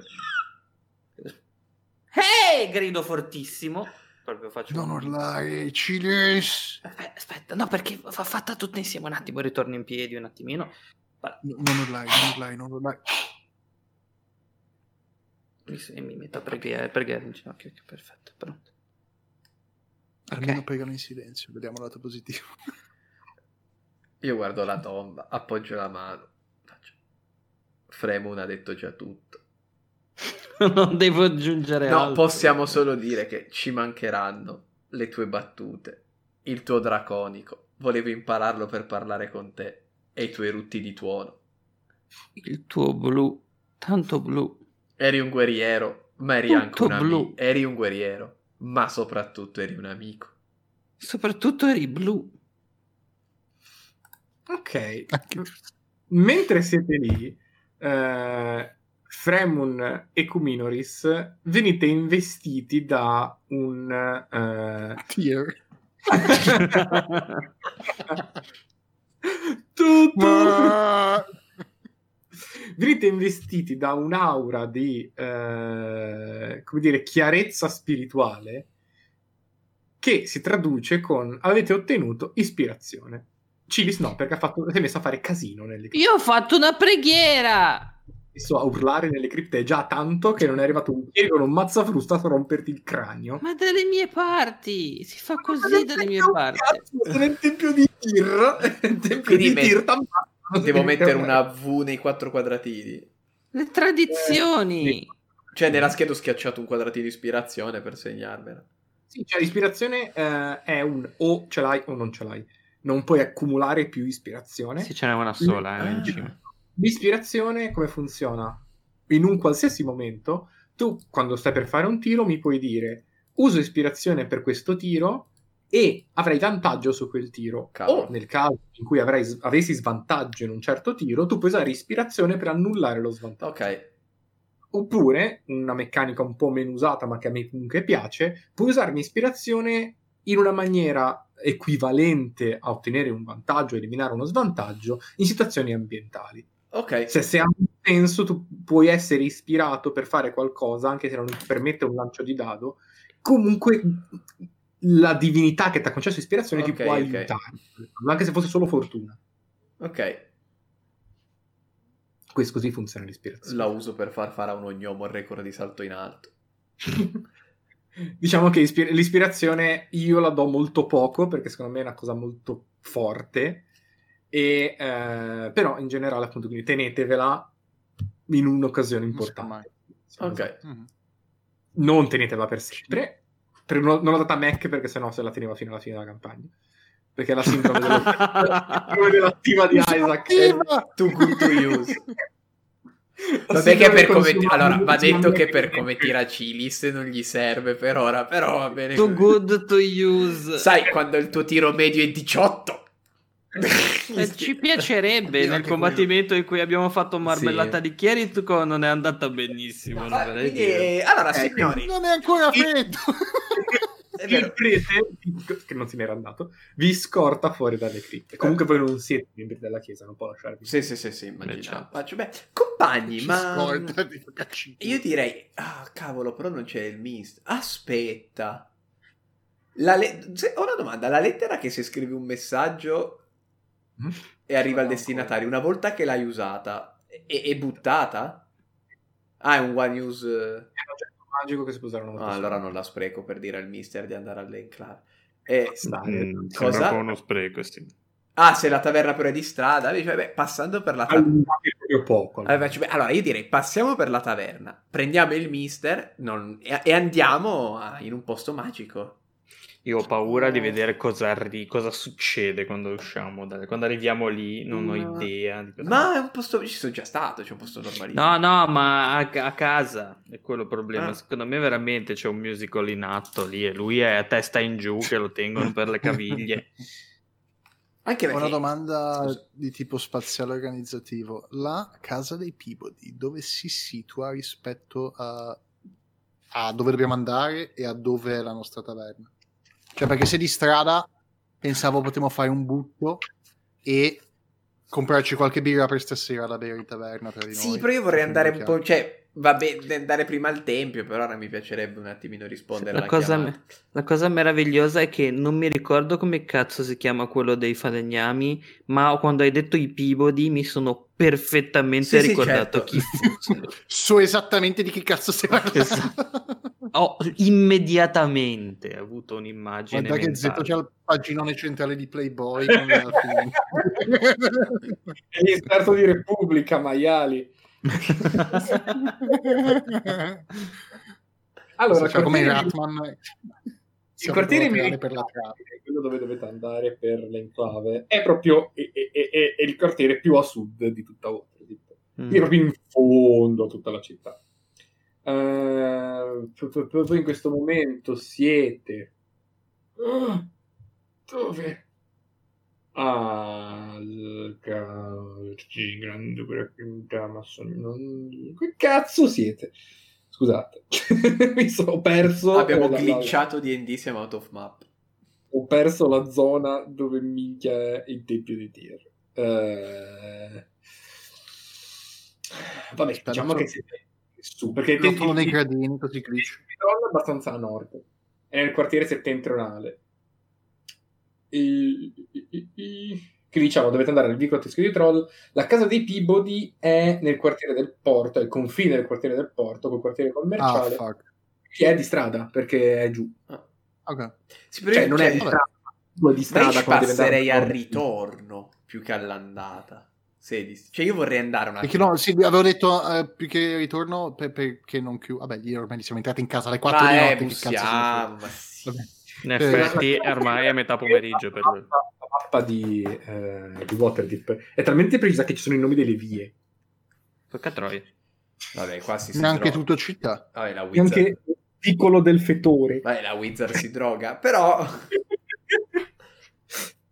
[SPEAKER 4] Hey! Grido fortissimo. Proprio faccio
[SPEAKER 3] non urlare, Cilis!
[SPEAKER 4] Aspetta, no, perché va fatta tutta insieme. Un attimo, ritorno in piedi un attimino.
[SPEAKER 3] Non urlare.
[SPEAKER 4] Mi metto a pregare in ginocchio. Perfetto, pronto.
[SPEAKER 3] Almeno pregano in silenzio, vediamo il lato positivo.
[SPEAKER 1] Io guardo la tomba, appoggio la mano. Fremon ha detto già tutto.
[SPEAKER 4] Non devo aggiungere altro.
[SPEAKER 1] No, possiamo solo dire che ci mancheranno le tue battute, il tuo draconico. Volevo impararlo per parlare con te. E i tuoi rutti di tuono.
[SPEAKER 4] Il tuo blu, tanto blu.
[SPEAKER 1] Eri un guerriero, ma eri
[SPEAKER 4] tutto
[SPEAKER 1] anche un amico.
[SPEAKER 4] Blu.
[SPEAKER 1] Eri un guerriero, ma soprattutto eri un amico.
[SPEAKER 4] Soprattutto eri blu.
[SPEAKER 2] Ok. Mentre siete lì, Fremon e Kuminoris venite investiti da un
[SPEAKER 3] Tier.
[SPEAKER 2] Venite investiti da un'aura di come dire, chiarezza spirituale che si traduce con avete ottenuto ispirazione. Cilis no, perché si è messo a fare casino nelle cripte.
[SPEAKER 4] Io ho fatto una preghiera!
[SPEAKER 2] Messo a urlare nelle cripte già tanto che non è arrivato un piede con un mazzafrusta a romperti il cranio.
[SPEAKER 4] Ma dalle mie parti! Si fa così dalle mie parti.
[SPEAKER 2] Sono nel tempio di Tyr. Nel tempio di Tyr
[SPEAKER 1] devo mettere una V nei 4 quadratini.
[SPEAKER 4] Le tradizioni!
[SPEAKER 1] Cioè nella scheda ho schiacciato un quadratino di ispirazione per segnarmela.
[SPEAKER 2] Sì, cioè l'ispirazione è un o ce l'hai o non ce l'hai. Non puoi accumulare più ispirazione.
[SPEAKER 4] Sì, ce n'è una sola in cima.
[SPEAKER 2] L'ispirazione come funziona? In un qualsiasi momento, tu quando stai per fare un tiro mi puoi dire uso ispirazione per questo tiro e avrai vantaggio su quel tiro.
[SPEAKER 1] Cavolo.
[SPEAKER 2] O nel caso in cui avessi svantaggio in un certo tiro, tu puoi usare ispirazione per annullare lo svantaggio.
[SPEAKER 1] Ok.
[SPEAKER 2] Oppure, una meccanica un po' meno usata, ma che a me comunque piace, puoi usare un'ispirazione in una maniera equivalente a ottenere un vantaggio, eliminare uno svantaggio, in situazioni ambientali.
[SPEAKER 1] Ok.
[SPEAKER 2] Se ha un senso, tu puoi essere ispirato per fare qualcosa, anche se non ti permette un lancio di dado, comunque la divinità che ti ha concesso ispirazione ti può aiutare, anche se fosse solo fortuna.
[SPEAKER 1] Ok.
[SPEAKER 2] Così funziona l'ispirazione.
[SPEAKER 1] La uso per far fare a un ognomo il record di salto in alto.
[SPEAKER 2] Diciamo che l'ispirazione io la do molto poco, perché secondo me è una cosa molto forte, e però in generale appunto, quindi tenetevela in un'occasione importante.
[SPEAKER 1] Ok.
[SPEAKER 2] Non tenetela per sempre. Non l'ho data a Mac perché sennò se la teneva fino alla fine della campagna. Perché la sindrome dell'attiva di Isaac è
[SPEAKER 1] too good to use. Vabbè che per come allora va detto che per come tira Cilis non gli serve per ora, però va bene.
[SPEAKER 4] Too good to use.
[SPEAKER 1] Sai quando il tuo tiro medio è 18?
[SPEAKER 4] Ci piacerebbe nel combattimento in cui abbiamo fatto marmellata di Chiritko, non è andata benissimo.
[SPEAKER 1] Allora signori,
[SPEAKER 3] non è ancora freddo.
[SPEAKER 2] Il prete, che non se n'era andato, vi scorta fuori dalle cripte. Comunque voi non siete membri della chiesa, non può lasciarvi.
[SPEAKER 1] Sì, immagino. Beh, compagni, ma io direi, cavolo, però non c'è il mist. Aspetta. Ho una domanda, la lettera che se scrivi un messaggio e arriva al destinatario, una volta che l'hai usata, è buttata? È un one use...
[SPEAKER 2] magico che si può usare una volta
[SPEAKER 1] allora non la spreco per dire al mister di andare all'enclave.
[SPEAKER 5] Sembra un po' uno spreco, sì.
[SPEAKER 1] Se la taverna però è di strada, passando per la taverna allora io direi passiamo per la taverna, prendiamo il mister e andiamo in un posto magico.
[SPEAKER 4] Io ho paura di vedere cosa succede quando usciamo, quando arriviamo lì, non ho idea di cosa.
[SPEAKER 1] Ma è un posto, ci sono già stato, c'è un posto normalissimo.
[SPEAKER 4] No, ma a casa è quello il problema. Secondo me veramente c'è un musical in atto lì e lui è a testa in giù che lo tengono per le caviglie.
[SPEAKER 3] Anche perché... Una domanda di tipo spaziale organizzativo. La casa dei Peabody, dove si situa rispetto a dove dobbiamo andare e a dove è la nostra taverna? Cioè, perché se di strada pensavo potremmo fare un butto e comprarci qualche birra per stasera da bere in taverna tra di noi.
[SPEAKER 1] Sì, però io vorrei andare un po', cioè, vabbè, andare prima al tempio, però ora mi piacerebbe un attimino rispondere alla chiamata.
[SPEAKER 4] La cosa meravigliosa è che non mi ricordo come cazzo si chiama quello dei falegnami, ma quando hai detto i Peabody mi sono perfettamente ricordato
[SPEAKER 1] certo.
[SPEAKER 4] chi fosse.
[SPEAKER 3] So esattamente di che cazzo stai parlando.
[SPEAKER 4] Immediatamente avuto un'immagine
[SPEAKER 3] guarda che
[SPEAKER 4] mentale.
[SPEAKER 3] Zetto c'è il paginone centrale di Playboy con
[SPEAKER 2] è l'esperto di Repubblica, maiali. Allora,
[SPEAKER 3] cioè, come Ratman,
[SPEAKER 2] il quartiere per la trave, quello dove dovete andare per l'enclave, è proprio è il quartiere più a sud di tutta Waterdeep. Quindi proprio in fondo a tutta la città. Voi in questo momento siete dove? Grande ma che cazzo siete? Scusate, mi sono perso.
[SPEAKER 1] Abbiamo glitchato D&D, siamo out of map.
[SPEAKER 2] Ho perso la zona dove minchia è il tempio di Tyr. Vabbè, diciamo che siete su, perché il
[SPEAKER 3] tempio dei gradini così
[SPEAKER 2] è abbastanza a nord, è nel quartiere settentrionale. Che diciamo dovete andare nel vicolo teschio di Troll. La casa dei Peabody è nel quartiere del porto, è il confine del quartiere del porto col quartiere commerciale, che è di strada perché è giù.
[SPEAKER 3] Okay.
[SPEAKER 2] Cioè non è di strada, di strada.
[SPEAKER 1] Ma io passerei al ritorno più che all'andata. Cioè io vorrei andare una
[SPEAKER 3] perché no, sì, avevo detto più che ritorno perché non chiudo. Vabbè, ieri ormai siamo entrati in casa alle 4 di notte.
[SPEAKER 1] Bussiamo,
[SPEAKER 3] che cazzo
[SPEAKER 4] in effetti ormai è metà pomeriggio per
[SPEAKER 2] la mappa di Waterdeep è talmente precisa che ci sono i nomi delle vie.
[SPEAKER 4] Tocca a Troia.
[SPEAKER 1] Vabbè, qua si
[SPEAKER 3] neanche tutto città.
[SPEAKER 1] Vabbè, la Wizard...
[SPEAKER 2] Neanche piccolo del fetore.
[SPEAKER 1] Vabbè, la Wizard si droga, però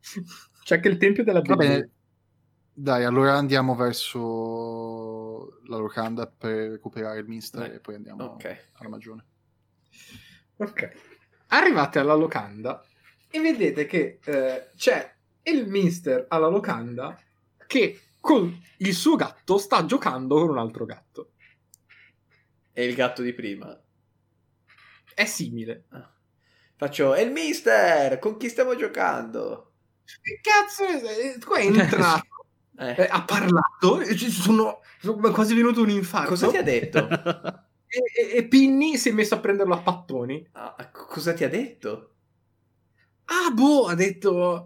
[SPEAKER 2] c'è anche il tempio della bellezza.
[SPEAKER 3] Dai, allora andiamo verso la locanda per recuperare il Minster e poi andiamo
[SPEAKER 1] Ok.
[SPEAKER 3] alla Magione.
[SPEAKER 2] Ok. Arrivate alla locanda e vedete che c'è il Minster alla locanda che con il suo gatto sta giocando con un altro gatto.
[SPEAKER 1] È il gatto di prima.
[SPEAKER 2] È simile.
[SPEAKER 1] Faccio, è il mister, con chi stiamo giocando?
[SPEAKER 2] Che cazzo è? Tu è entrato, ha parlato, e sono quasi venuto un infarto.
[SPEAKER 1] Cosa ti ha detto?
[SPEAKER 2] E Pinny si è messo a prenderlo a pattoni.
[SPEAKER 1] Cosa ti ha detto?
[SPEAKER 2] Ha detto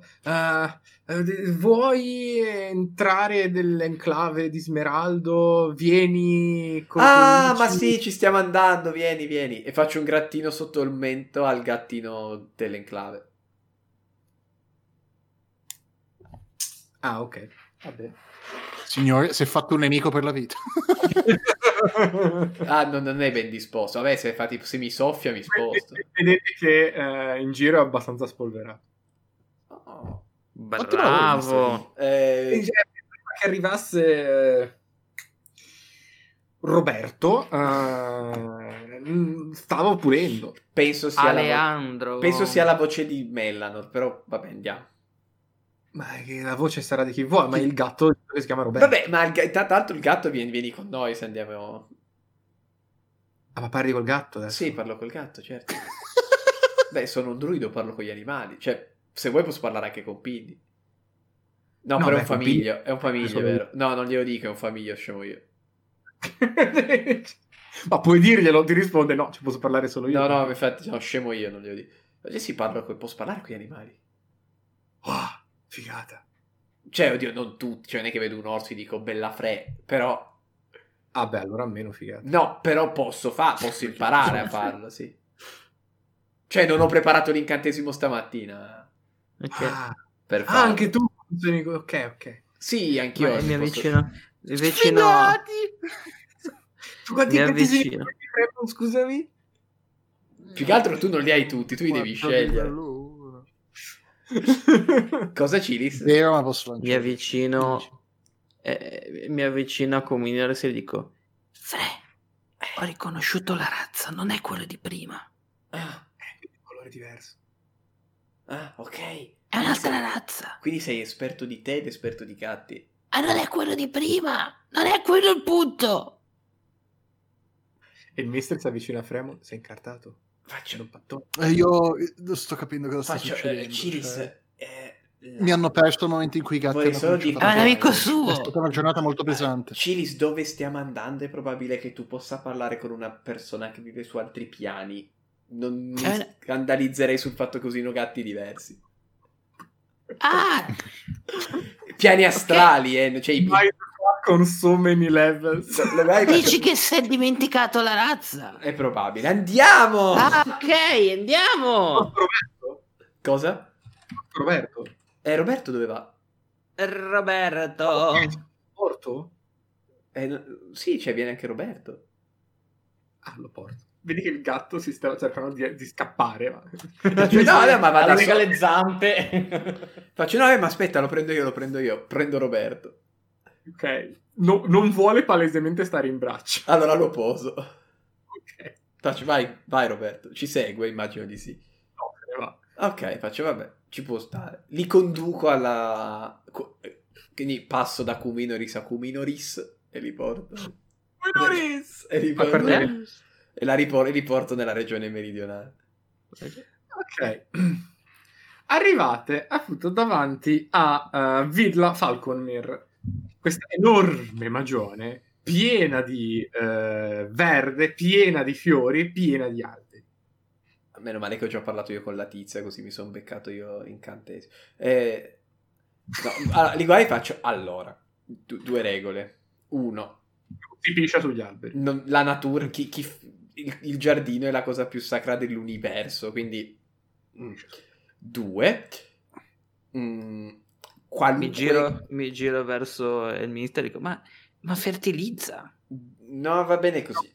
[SPEAKER 2] vuoi entrare nell'enclave di Smeraldo? Vieni con
[SPEAKER 1] Ma sì, ci stiamo andando, vieni. E faccio un grattino sotto il mento al gattino dell'enclave.
[SPEAKER 2] Ah, ok. Vabbè.
[SPEAKER 3] Signore, si è fatto un nemico per la vita.
[SPEAKER 1] Non è ben disposto. Vabbè, se mi soffia mi sposto.
[SPEAKER 2] Vedete che in giro è abbastanza spolverato.
[SPEAKER 1] Oh,
[SPEAKER 4] bravo.
[SPEAKER 2] Prima che arrivasse Roberto, stavo pulendo.
[SPEAKER 1] Penso sia
[SPEAKER 4] Aleandro.
[SPEAKER 1] penso sia la voce di Mellanor, però vabbè, andiamo.
[SPEAKER 2] Ma la voce sarà di chi vuole, ma il gatto che si chiama Roberto.
[SPEAKER 1] Vabbè, ma tra l'altro il gatto vieni con noi se andiamo.
[SPEAKER 2] Ah, ma parli col gatto adesso?
[SPEAKER 1] Sì, parlo col gatto, certo. Beh, sono un druido, parlo con gli animali. Cioè, se vuoi posso parlare anche con Piddi. No, però è un famiglio, vero? No, non glielo dico, è un famiglio, scemo io.
[SPEAKER 2] Ma puoi dirglielo, ti risponde no, ci posso parlare solo io.
[SPEAKER 1] No, infatti, no, scemo io, non glielo dico. Oggi si parla, posso parlare con gli animali.
[SPEAKER 2] Oh, figata.
[SPEAKER 1] Cioè, oddio, non tutti, cioè non è che vedo un orso e dico bella fre, però...
[SPEAKER 2] Ah beh, allora meno figata.
[SPEAKER 1] No, però posso imparare a farlo, sì. Cioè, non ho preparato l'incantesimo stamattina.
[SPEAKER 4] Ok.
[SPEAKER 1] Per farlo.
[SPEAKER 2] Anche tu? Ok.
[SPEAKER 1] Sì, anch'io.
[SPEAKER 4] Mi
[SPEAKER 1] posso...
[SPEAKER 4] avvicino.
[SPEAKER 2] Tu quanti
[SPEAKER 4] Mi
[SPEAKER 2] incantesimi
[SPEAKER 4] avvicino.
[SPEAKER 2] hai, scusami?
[SPEAKER 1] Più che altro tu non li hai tutti, tu li devi scegliere. Cosa Cilis?
[SPEAKER 3] Vero, ma posso lanciare.
[SPEAKER 4] Mi avvicino a Cominiores e dico: Fre, ho riconosciuto la razza, non è quello di prima.
[SPEAKER 1] Ah,
[SPEAKER 2] È un colore diverso.
[SPEAKER 1] ah, ok.
[SPEAKER 4] È un'altra razza.
[SPEAKER 1] Quindi sei esperto di te ed esperto di gatti.
[SPEAKER 4] Ah, non è quello di prima. Non è quello il punto.
[SPEAKER 2] E il mister si avvicina a Fremon, sei incartato.
[SPEAKER 1] Faccio
[SPEAKER 2] un pattone.
[SPEAKER 3] Io non sto capendo cosa sta succedendo.
[SPEAKER 1] Cilis,
[SPEAKER 3] cioè, mi hanno perso il momento in cui i gatti
[SPEAKER 1] vorrei
[SPEAKER 3] hanno
[SPEAKER 1] solo
[SPEAKER 3] cominciato
[SPEAKER 1] dire-
[SPEAKER 3] a
[SPEAKER 4] È un amico
[SPEAKER 3] parlare.
[SPEAKER 4] suo.
[SPEAKER 3] È stata una giornata molto pesante.
[SPEAKER 1] Cilis, dove stiamo andando? È probabile che tu possa parlare con una persona che vive su altri piani. Non mi scandalizzerei sul fatto che usino gatti diversi.
[SPEAKER 4] Ah,
[SPEAKER 1] Piani astrali, cioè
[SPEAKER 2] Con so many levels.
[SPEAKER 4] dici che si è dimenticato la razza?
[SPEAKER 1] È probabile. Andiamo!
[SPEAKER 4] Ah, ok, andiamo.
[SPEAKER 2] Roberto?
[SPEAKER 1] Cosa?
[SPEAKER 2] Roberto?
[SPEAKER 1] Roberto dove va?
[SPEAKER 4] Roberto.
[SPEAKER 2] Porto?
[SPEAKER 1] Sì, cioè viene anche Roberto.
[SPEAKER 2] Ah, lo porto. Vedi che il gatto si stava cercando di scappare. Ma...
[SPEAKER 1] No, ma va da
[SPEAKER 5] Allega
[SPEAKER 1] solo.
[SPEAKER 5] le zampe.
[SPEAKER 1] Faccio, no, ma aspetta, lo prendo io. Prendo Roberto.
[SPEAKER 2] Ok. Non vuole palesemente stare in braccio.
[SPEAKER 1] Allora lo poso.
[SPEAKER 2] Ok.
[SPEAKER 1] Faccio, vai Roberto. Ci segue, immagino di sì.
[SPEAKER 2] No, se ne va.
[SPEAKER 1] Ok, faccio, vabbè, ci può stare. Li conduco alla... Quindi passo da Cuminoris a Cuminoris e li porto...
[SPEAKER 2] Cuminoris!
[SPEAKER 1] E li
[SPEAKER 2] Ma
[SPEAKER 1] porto...
[SPEAKER 2] per
[SPEAKER 1] E li porto nella regione meridionale.
[SPEAKER 2] Ok. Arrivate appunto davanti a Vidla Falconmir, questa enorme magione piena di verde, piena di fiori, piena di alberi.
[SPEAKER 1] Meno male che ho già parlato io con la tizia, così mi sono beccato io incantesimo. No, allora, li guardi e faccio, allora, due regole. Uno,
[SPEAKER 2] Si piscia sugli alberi.
[SPEAKER 1] la natura, il giardino è la cosa più sacra dell'universo, quindi... Due, qualunque...
[SPEAKER 4] Mi giro verso il ministero e dico: ma fertilizza?
[SPEAKER 1] No, va bene così.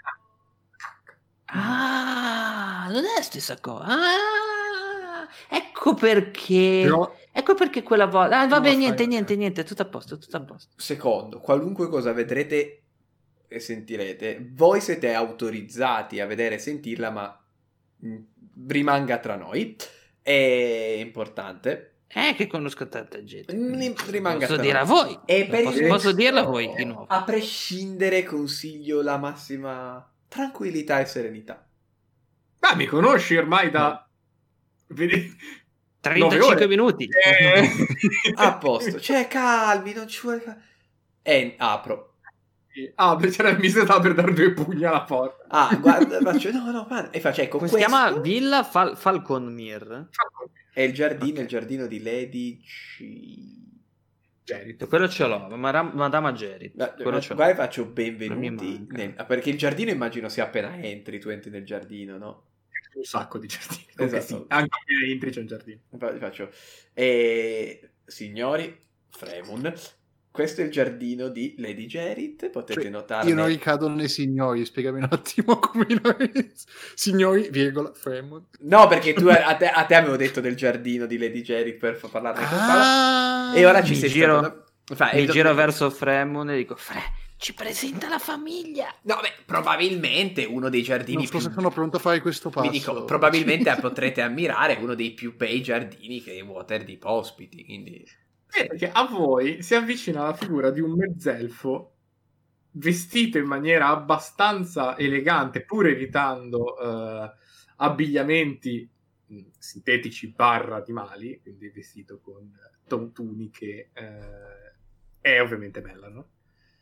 [SPEAKER 4] Ah, non è la stessa cosa. Ah, ecco perché.
[SPEAKER 3] Però-
[SPEAKER 4] Ecco perché quella volta. Ah, vabbè,
[SPEAKER 3] Non lo fai,
[SPEAKER 4] niente, tutto a posto.
[SPEAKER 1] Secondo, qualunque cosa vedrete sentirete. Voi siete autorizzati a vedere e sentirla, ma rimanga tra noi. È importante.
[SPEAKER 4] Che conosco tanta gente.
[SPEAKER 1] Rimanga
[SPEAKER 4] Posso
[SPEAKER 1] tra
[SPEAKER 4] dire
[SPEAKER 1] noi.
[SPEAKER 4] a voi.
[SPEAKER 1] E per
[SPEAKER 4] Posso dirla a voi di nuovo.
[SPEAKER 1] A prescindere, consiglio la massima tranquillità e serenità.
[SPEAKER 2] Ah, mi conosci ormai da... Vedi...
[SPEAKER 4] 35 minuti.
[SPEAKER 1] A posto. Cioè, calmi, non ci vuole fare... apro.
[SPEAKER 2] Ah, perché mi stava per dare 2 pugni alla porta.
[SPEAKER 1] Ah, guarda, faccio... No, guarda. E faccio, ecco,
[SPEAKER 4] Come si chiama? Villa Falconmere?
[SPEAKER 1] È il giardino di Lady
[SPEAKER 2] Gerit.
[SPEAKER 4] Quello ce l'ho, Madama Gerit. Quello ce l'ho.
[SPEAKER 1] Guarda, faccio benvenuti.
[SPEAKER 4] Non mi manca.
[SPEAKER 1] Perché il giardino immagino sia appena entri, tu entri nel giardino, no?
[SPEAKER 2] Un sacco di giardini.
[SPEAKER 1] Esatto.
[SPEAKER 2] Sì, anche appena entri c'è un giardino.
[SPEAKER 1] Infatti faccio... signori, Fremun, questo è il giardino di Lady Gerit, potete notarne...
[SPEAKER 3] Io non ricado nei signori, spiegami un attimo come signori, virgola, Fremont.
[SPEAKER 1] No, perché tu a te avevo detto del giardino di Lady Gerit per parlarne con Paola, e ora ci sei
[SPEAKER 4] giro,
[SPEAKER 1] stato...
[SPEAKER 4] Mi giro verso Fremont e dico, ci presenta la famiglia.
[SPEAKER 1] No, beh, probabilmente uno dei giardini
[SPEAKER 3] Non so
[SPEAKER 1] più...
[SPEAKER 3] se sono pronto a fare questo passo.
[SPEAKER 1] Vi dico, probabilmente potrete ammirare uno dei più bei giardini che Waterdeep ospiti, quindi...
[SPEAKER 2] Perché a voi si avvicina la figura di un mezzelfo vestito in maniera abbastanza elegante, pur evitando abbigliamenti sintetici / di mali, quindi vestito con tuniche, è ovviamente Melano,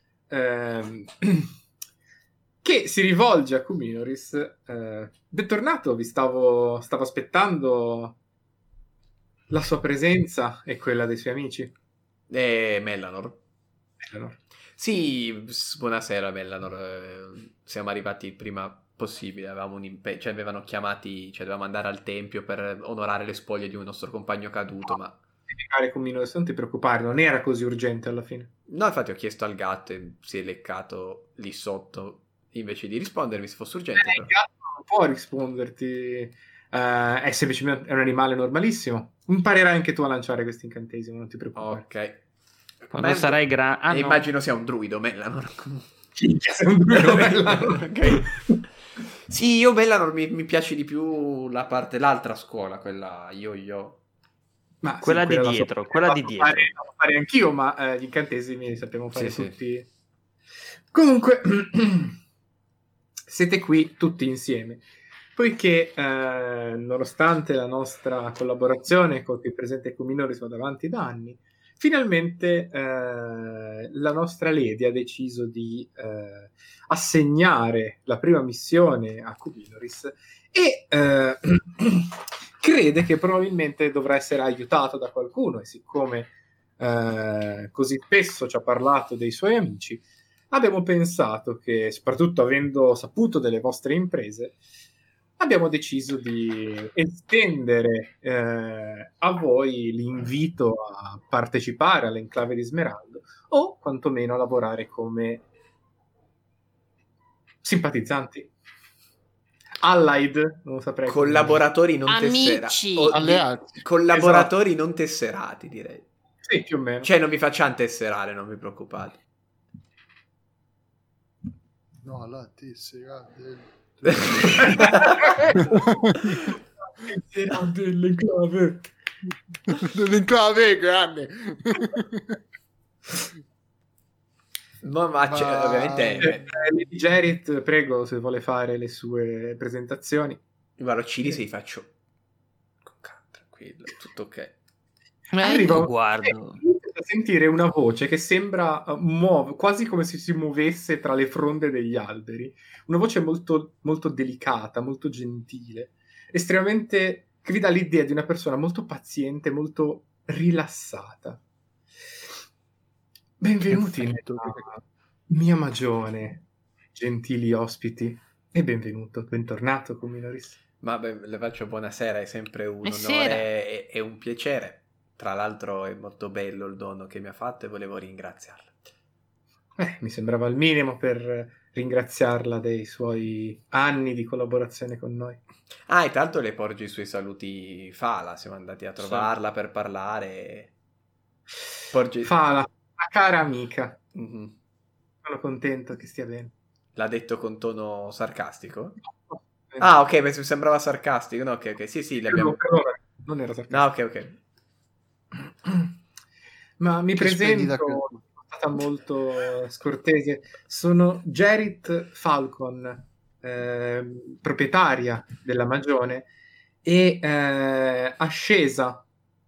[SPEAKER 2] che si rivolge a Kuminoris. Bentornato, vi stavo aspettando la sua presenza e quella dei suoi amici.
[SPEAKER 1] Mellanor.
[SPEAKER 2] Mellanor.
[SPEAKER 1] Sì, buonasera Mellanor. Siamo arrivati il prima possibile, avevamo un impegno, cioè avevano chiamati, cioè dovevamo andare al tempio per onorare le spoglie di un nostro compagno caduto, ma...
[SPEAKER 2] Kuminoris, non ti preoccupare, non era così urgente alla fine.
[SPEAKER 1] No, infatti ho chiesto al gatto e si è leccato lì sotto invece di rispondermi se fosse urgente.
[SPEAKER 2] Il gatto non può risponderti, è semplicemente un animale normalissimo. Imparerai anche tu a lanciare questo incantesimo, non ti preoccupare.
[SPEAKER 1] Ok.
[SPEAKER 4] Quando sarai grande...
[SPEAKER 1] Immagino sia un druido Mellanor.
[SPEAKER 2] Sei un druido Mellanor.
[SPEAKER 1] Ok. Sì, io Mellanor mi piace di più l'altra scuola, quella yo-yo.
[SPEAKER 2] Ma
[SPEAKER 4] quella
[SPEAKER 2] sì,
[SPEAKER 4] di dietro, quella di dietro.
[SPEAKER 2] Devo fare anch'io, ma gli incantesimi li sappiamo fare
[SPEAKER 1] Sì,
[SPEAKER 2] tutti. Sì. Comunque, siete qui tutti insieme, poiché nonostante la nostra collaborazione con il presente Kuminoris va avanti da anni, finalmente la nostra Lady ha deciso di assegnare la prima missione a Kuminoris e crede che probabilmente dovrà essere aiutato da qualcuno, e siccome così spesso ci ha parlato dei suoi amici, abbiamo pensato che, soprattutto avendo saputo delle vostre imprese, abbiamo deciso di estendere a voi l'invito a partecipare all'Enclave di Smeraldo, o quantomeno a lavorare come simpatizzanti. Allied, non saprei.
[SPEAKER 1] Collaboratori non
[SPEAKER 6] Amici.
[SPEAKER 1] tesserati.
[SPEAKER 3] Alleati.
[SPEAKER 1] Collaboratori non tesserati, direi.
[SPEAKER 2] Sì, più o meno.
[SPEAKER 1] Cioè, non vi facciamo tesserare, non vi preoccupate.
[SPEAKER 3] No, la tessera
[SPEAKER 2] dell'enclave.
[SPEAKER 3] dell'enclave grande.
[SPEAKER 1] Ovviamente...
[SPEAKER 2] Lady Gerit, prego, se vuole fare le sue presentazioni.
[SPEAKER 1] Guarda, Ciri se li faccio con calma, tranquillo, tutto ok.
[SPEAKER 2] Arriva
[SPEAKER 4] guardo.
[SPEAKER 2] a sentire una voce che sembra quasi come se si muovesse tra le fronde degli alberi, una voce molto, molto delicata, molto gentile, estremamente, che vi dà l'idea di una persona molto paziente, molto rilassata. Benvenuti nella mia magione, gentili ospiti, e bentornato Kuminoris.
[SPEAKER 1] Ma le faccio buonasera, è sempre un
[SPEAKER 6] Buonasera.
[SPEAKER 1] onore e un piacere. Tra l'altro è molto bello il dono che mi ha fatto e volevo ringraziarla.
[SPEAKER 2] Mi sembrava il minimo per ringraziarla dei suoi anni di collaborazione con noi.
[SPEAKER 1] Ah, e tra l'altro le porgo i suoi saluti Fala, siamo andati a trovarla per parlare.
[SPEAKER 2] Fala, una cara amica.
[SPEAKER 1] Mhm.
[SPEAKER 2] Sono contento che stia bene.
[SPEAKER 1] L'ha detto con tono sarcastico? Ah, ok, mi sembrava sarcastico. No, ok, sì, l'abbiamo...
[SPEAKER 2] Non era sarcastico.
[SPEAKER 1] No, ok.
[SPEAKER 2] Ma mi
[SPEAKER 3] Che splendida
[SPEAKER 2] presento, sono stata molto scortese. Sono Gerrit Falcon, proprietaria della Magione e ascesa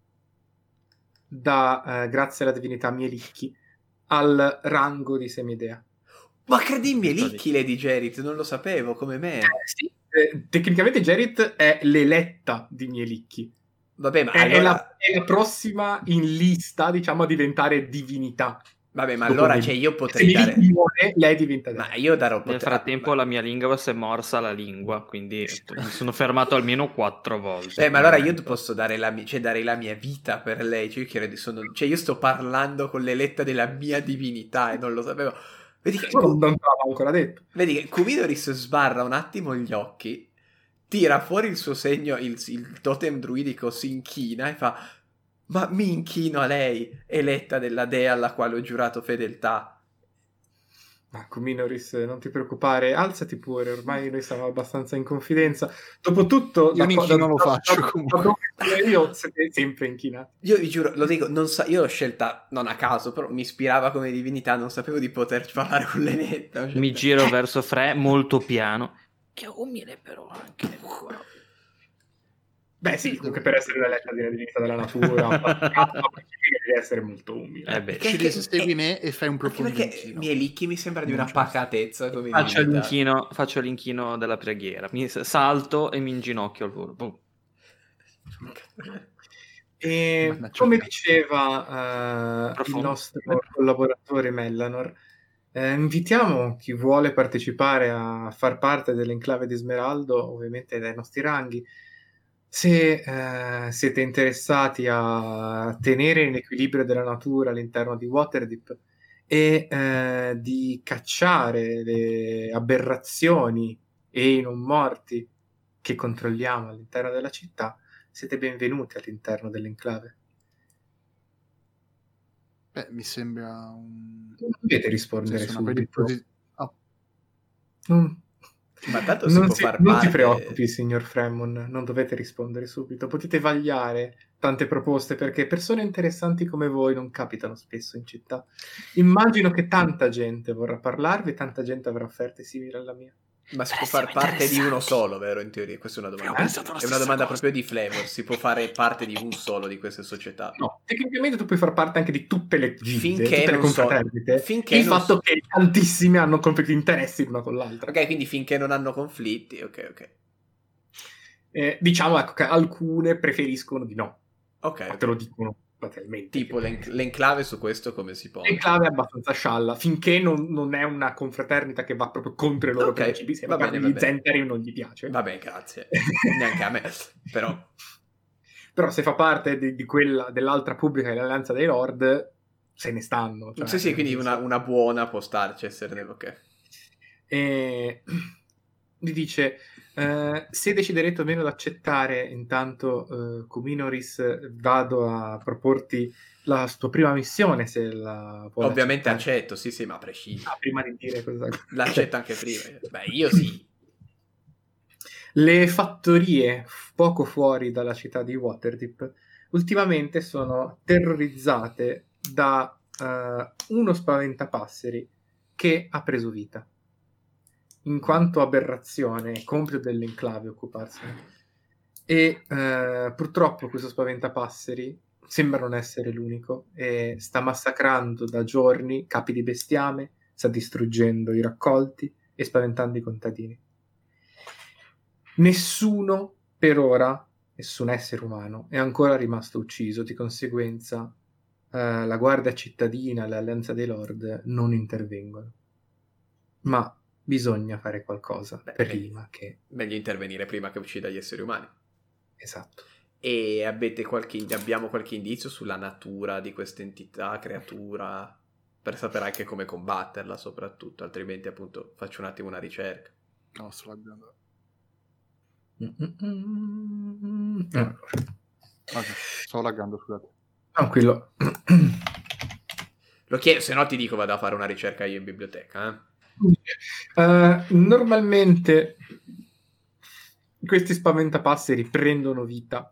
[SPEAKER 2] grazie alla divinità Mielicchi al rango di semidea.
[SPEAKER 1] Ma credi in Mielicchi, Lady Gerrit? Non lo sapevo, come me.
[SPEAKER 2] Sì, tecnicamente Gerrit è l'eletta di Mielicchi.
[SPEAKER 1] Vabbè, ma
[SPEAKER 2] È
[SPEAKER 1] allora...
[SPEAKER 2] è la prossima in lista, diciamo, a diventare divinità.
[SPEAKER 1] Vabbè, ma
[SPEAKER 2] Dopo
[SPEAKER 1] allora,
[SPEAKER 2] Mielicchi.
[SPEAKER 1] cioè, io
[SPEAKER 2] Se
[SPEAKER 1] potrei dare...
[SPEAKER 2] Mielicchi muore, lei diventa dea.
[SPEAKER 1] Ma io darò...
[SPEAKER 4] Nel frattempo la mia lingua si è morsa la lingua, quindi mi sono fermato almeno 4 volte.
[SPEAKER 1] Ma allora io posso dare darei la mia vita per lei. Cioè, io sto parlando con l'eletta della mia divinità e non lo sapevo. Vedi che,
[SPEAKER 2] Non l'avevo ancora detto.
[SPEAKER 1] vedi che Kumidoris sbarra un attimo gli occhi, tira fuori il suo segno, il totem druidico si inchina e fa: ma mi inchino a lei, eletta della dea alla quale ho giurato fedeltà.
[SPEAKER 2] Ma Kuminoris, non ti preoccupare, alzati pure, ormai noi siamo abbastanza in confidenza. Dopotutto,
[SPEAKER 3] Io un inchino lo faccio comunque.
[SPEAKER 2] Io siete sempre inchinati.
[SPEAKER 1] Io vi giuro, lo dico, io l'ho scelta non a caso, però mi ispirava come divinità, non sapevo di poter parlare con l'eletta.
[SPEAKER 4] Mi giro verso Fre molto piano. Che umile però anche.
[SPEAKER 2] Beh sì, comunque per essere l'eletta della divinità della natura, deve essere molto umile.
[SPEAKER 3] Scegli se segui me e fai un profondo
[SPEAKER 1] perché
[SPEAKER 3] inchino.
[SPEAKER 1] Mielicchi mi sembra di una pacatezza come
[SPEAKER 4] Faccio l'inchino della preghiera. Salto e mi inginocchio al volo. Boom.
[SPEAKER 2] E come diceva il nostro collaboratore Mellanor, invitiamo chi vuole partecipare a far parte dell'enclave di Smeraldo, ovviamente dai nostri ranghi. Se siete interessati a tenere in equilibrio della natura all'interno di Waterdeep e di cacciare le aberrazioni e i non morti che controlliamo all'interno della città, siete benvenuti all'interno dell'enclave.
[SPEAKER 3] Beh, mi sembra un...
[SPEAKER 2] Non dovete rispondere subito.
[SPEAKER 1] Ma tanto si può far parte...
[SPEAKER 2] Non ti preoccupi, signor Fremon, non dovete rispondere subito. Potete vagliare tante proposte perché persone interessanti come voi non capitano spesso in città. Immagino che tanta gente vorrà parlarvi e tanta gente avrà offerte simili alla mia.
[SPEAKER 1] Ma si può far parte di uno solo, vero? In teoria, questa è una domanda. È una domanda proprio di flavor. Si può fare parte di un solo di queste società?
[SPEAKER 2] No, tecnicamente tu puoi far parte anche di tutte le gilde,
[SPEAKER 1] finché
[SPEAKER 2] tutte le confraternite. Il fatto che tantissime hanno conflitti di interessi l'una con l'altra.
[SPEAKER 1] Ok, quindi finché non hanno conflitti, ok.
[SPEAKER 2] Diciamo ecco, che alcune preferiscono di no.
[SPEAKER 1] Ok.
[SPEAKER 2] Te lo dicono.
[SPEAKER 1] Tipo l'enclave su questo come si pone?
[SPEAKER 2] L'enclave è abbastanza scialla finché non è una confraternita che va proprio contro i loro principi. Se magari gli Zentari non gli piace,
[SPEAKER 1] vabbè, grazie. Neanche a me,
[SPEAKER 2] però se fa parte di quella dell'altra pubblica dell'Alleanza dei Lord se ne stanno, cioè,
[SPEAKER 1] sì, quindi una buona può starci essere ok.
[SPEAKER 2] Gli dice se deciderete o meno di accettare, intanto Kuminoris vado a proporti la tua prima missione, se la puoi
[SPEAKER 1] ovviamente
[SPEAKER 2] accettare.
[SPEAKER 1] Accetto, sì, ma a prescindere.
[SPEAKER 2] Prima di dire cosa
[SPEAKER 1] l'accetto anche prima. Beh, io sì.
[SPEAKER 2] Le fattorie poco fuori dalla città di Waterdeep ultimamente sono terrorizzate da uno spaventapasseri che ha preso vita. In quanto aberrazione, compito dell'enclave occuparsene. E purtroppo questo spaventapasseri sembra non essere l'unico e sta massacrando da giorni capi di bestiame, sta distruggendo i raccolti e spaventando i contadini. Nessuno per ora, nessun essere umano è ancora rimasto ucciso, di conseguenza la guardia cittadina, l'Alleanza dei Lord non intervengono. Ma bisogna fare qualcosa prima che...
[SPEAKER 1] Meglio intervenire prima che uccida gli esseri umani.
[SPEAKER 2] Esatto.
[SPEAKER 1] E abbiamo qualche indizio sulla natura di questa entità, creatura, per sapere anche come combatterla soprattutto, altrimenti appunto faccio un attimo una ricerca.
[SPEAKER 3] No, sto laggando. Sto laggando, scusate.
[SPEAKER 2] Tranquillo.
[SPEAKER 1] Lo chiedo, se no ti dico vado a fare una ricerca io in biblioteca,
[SPEAKER 2] Normalmente questi spaventapasseri prendono vita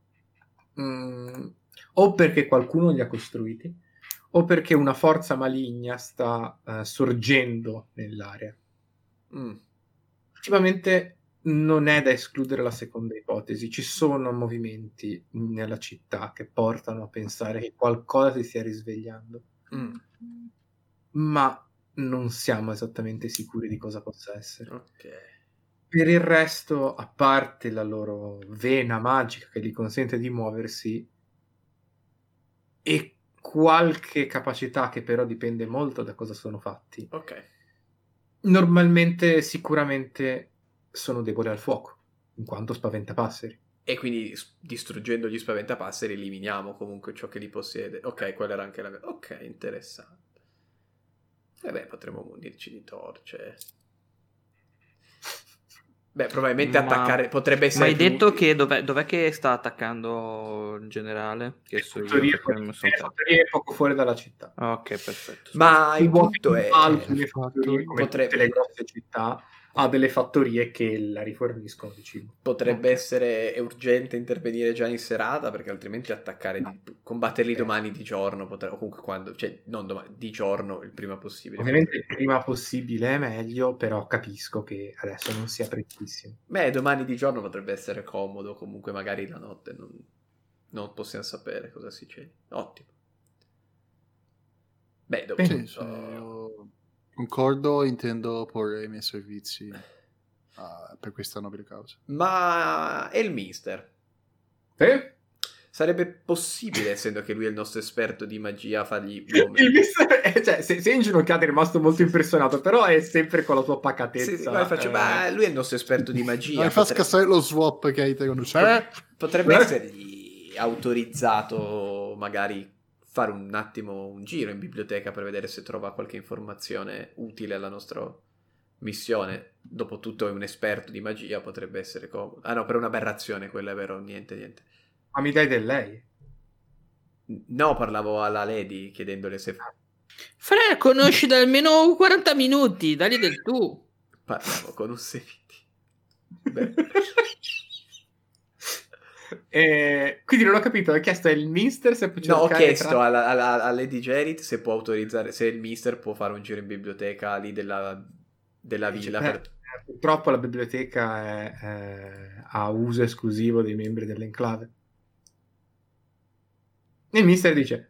[SPEAKER 2] o perché qualcuno li ha costruiti o perché una forza maligna sta sorgendo nell'area. Effettivamente non è da escludere la seconda ipotesi. Ci sono movimenti nella città che portano a pensare che qualcosa si stia risvegliando. Ma non siamo esattamente sicuri di cosa possa essere.
[SPEAKER 1] Ok.
[SPEAKER 2] Per il resto, a parte la loro vena magica che gli consente di muoversi e qualche capacità che però dipende molto da cosa sono fatti,
[SPEAKER 1] Ok.
[SPEAKER 2] normalmente sicuramente sono deboli al fuoco, in quanto spaventapasseri.
[SPEAKER 1] E quindi distruggendo gli spaventapasseri eliminiamo comunque ciò che li possiede. Ok, quella era anche la... Ok, interessante. E beh, potremmo munirci di torce. Beh, probabilmente attaccare... Potrebbe essere
[SPEAKER 4] Ma hai
[SPEAKER 1] più
[SPEAKER 4] detto
[SPEAKER 1] utile.
[SPEAKER 4] che dov'è che sta attaccando il generale? Che so io,
[SPEAKER 2] Fattorie
[SPEAKER 4] perché non mi sono fatto.
[SPEAKER 2] poco fuori dalla città.
[SPEAKER 4] Ok, perfetto.
[SPEAKER 1] Ma il
[SPEAKER 2] Uomini
[SPEAKER 1] punto è...
[SPEAKER 2] alti, le fattorie, come
[SPEAKER 1] potrebbe-
[SPEAKER 2] tutte le grosse città, ha delle fattorie che la riforniscono di cibo.
[SPEAKER 1] Potrebbe
[SPEAKER 4] Ok.
[SPEAKER 1] essere urgente intervenire già in serata, perché altrimenti attaccare, combatterli domani di giorno, o comunque quando, cioè non domani, di giorno il prima possibile.
[SPEAKER 2] Ovviamente il prima possibile è meglio, però capisco che adesso non sia prettissimo.
[SPEAKER 1] Beh, domani di giorno potrebbe essere comodo, comunque magari la notte non possiamo sapere cosa si c'è. Ottimo. Beh, dopo
[SPEAKER 3] Sì,
[SPEAKER 1] tutto...
[SPEAKER 3] sì, io concordo, intendo porre i miei servizi per questa nobile causa.
[SPEAKER 1] Ma è il mister. Sarebbe possibile, essendo che lui è il nostro esperto di magia, fargli...
[SPEAKER 2] Il mister, cioè, sei inginocchiato, è rimasto molto impressionato, però è sempre con la tua pacatezza.
[SPEAKER 1] Sì, guarda, faccio, ma lui è il nostro esperto di magia.
[SPEAKER 3] Mi fa scassare lo swap che hai te con
[SPEAKER 1] Potrebbe essergli autorizzato magari fare un attimo un giro in biblioteca per vedere se trova qualche informazione utile alla nostra missione. Dopotutto è un esperto di magia, potrebbe essere comodo. Ah no, per un'aberrazione quella è vero, niente.
[SPEAKER 2] Ma mi dai del lei?
[SPEAKER 1] No, parlavo alla Lady chiedendole se...
[SPEAKER 4] Fra, conosci da almeno 40 minuti, dagli del tu.
[SPEAKER 1] Parlavo con un semiti. Beh.
[SPEAKER 2] Quindi non ho capito, ho chiesto al mister se può
[SPEAKER 1] No, ho
[SPEAKER 2] cercare
[SPEAKER 1] chiesto a Lady Gerrit se può autorizzare, se il mister può fare un giro in biblioteca lì della villa.
[SPEAKER 2] Purtroppo la biblioteca è a uso esclusivo dei membri dell'enclave. E il mister dice: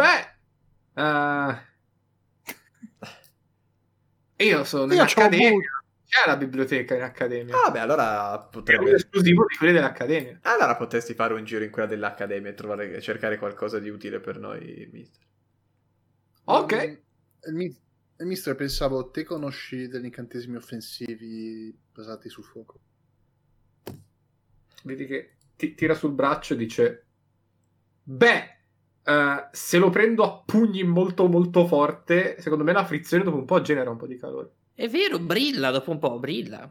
[SPEAKER 2] io sono in accademia. C'è la biblioteca in accademia.
[SPEAKER 1] Ah, beh, allora potrebbe...
[SPEAKER 2] È un esclusivo di quelli dell'accademia.
[SPEAKER 1] Allora potresti fare un giro in quella dell'accademia e cercare qualcosa di utile per noi, mister.
[SPEAKER 2] Ok.
[SPEAKER 3] Il mister, pensavo, te conosci degli incantesimi offensivi basati sul fuoco?
[SPEAKER 2] Vedi che ti tira sul braccio e dice: se lo prendo a pugni molto molto forte, secondo me la frizione dopo un po' genera un po' di calore.
[SPEAKER 4] È vero, brilla dopo un po', brilla.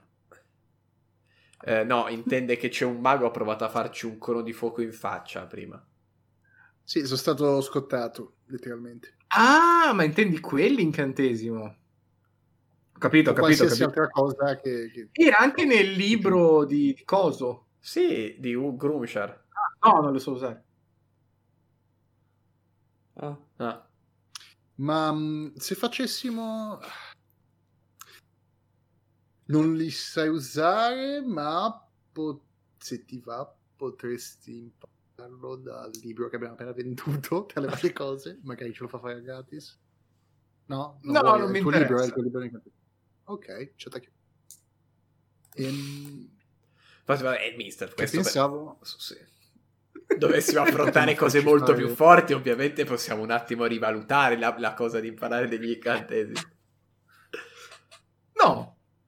[SPEAKER 1] No, intende che c'è un mago ha provato a farci un cono di fuoco in faccia prima.
[SPEAKER 3] Sì, sono stato scottato, letteralmente.
[SPEAKER 2] Ah, ma intendi quell'incantesimo? Ho capito.
[SPEAKER 3] Qualsiasi altra cosa che...
[SPEAKER 2] Era anche nel libro di Coso.
[SPEAKER 1] Sì, di Grumshar.
[SPEAKER 2] No, non lo so usare.
[SPEAKER 1] Ah.
[SPEAKER 3] Ma se facessimo... Non li sai usare, ma se ti va potresti impararlo dal libro che abbiamo appena venduto, tra le varie cose. Magari ce lo fa fare gratis. No?
[SPEAKER 2] Non mi interessa.
[SPEAKER 3] È il tuo libro. Ok, c'è da
[SPEAKER 1] Vabbè, il mister, questo
[SPEAKER 3] pensavo...
[SPEAKER 1] Sì. Dovessimo affrontare cose molto più forti, ovviamente possiamo un attimo rivalutare la cosa di imparare degli incantesimi.
[SPEAKER 2] No.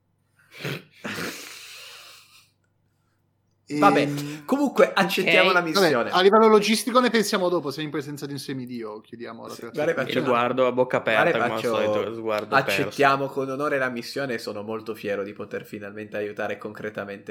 [SPEAKER 1] Vabbè, comunque accettiamo la missione.
[SPEAKER 3] Vabbè, a livello logistico ne pensiamo dopo. Siamo in presenza di un semidio. Chiudiamo la
[SPEAKER 4] Io guardo a bocca aperta, come al solito, sguardo
[SPEAKER 1] accettiamo
[SPEAKER 4] perso.
[SPEAKER 1] con onore la missione e sono molto fiero di poter finalmente aiutare concretamente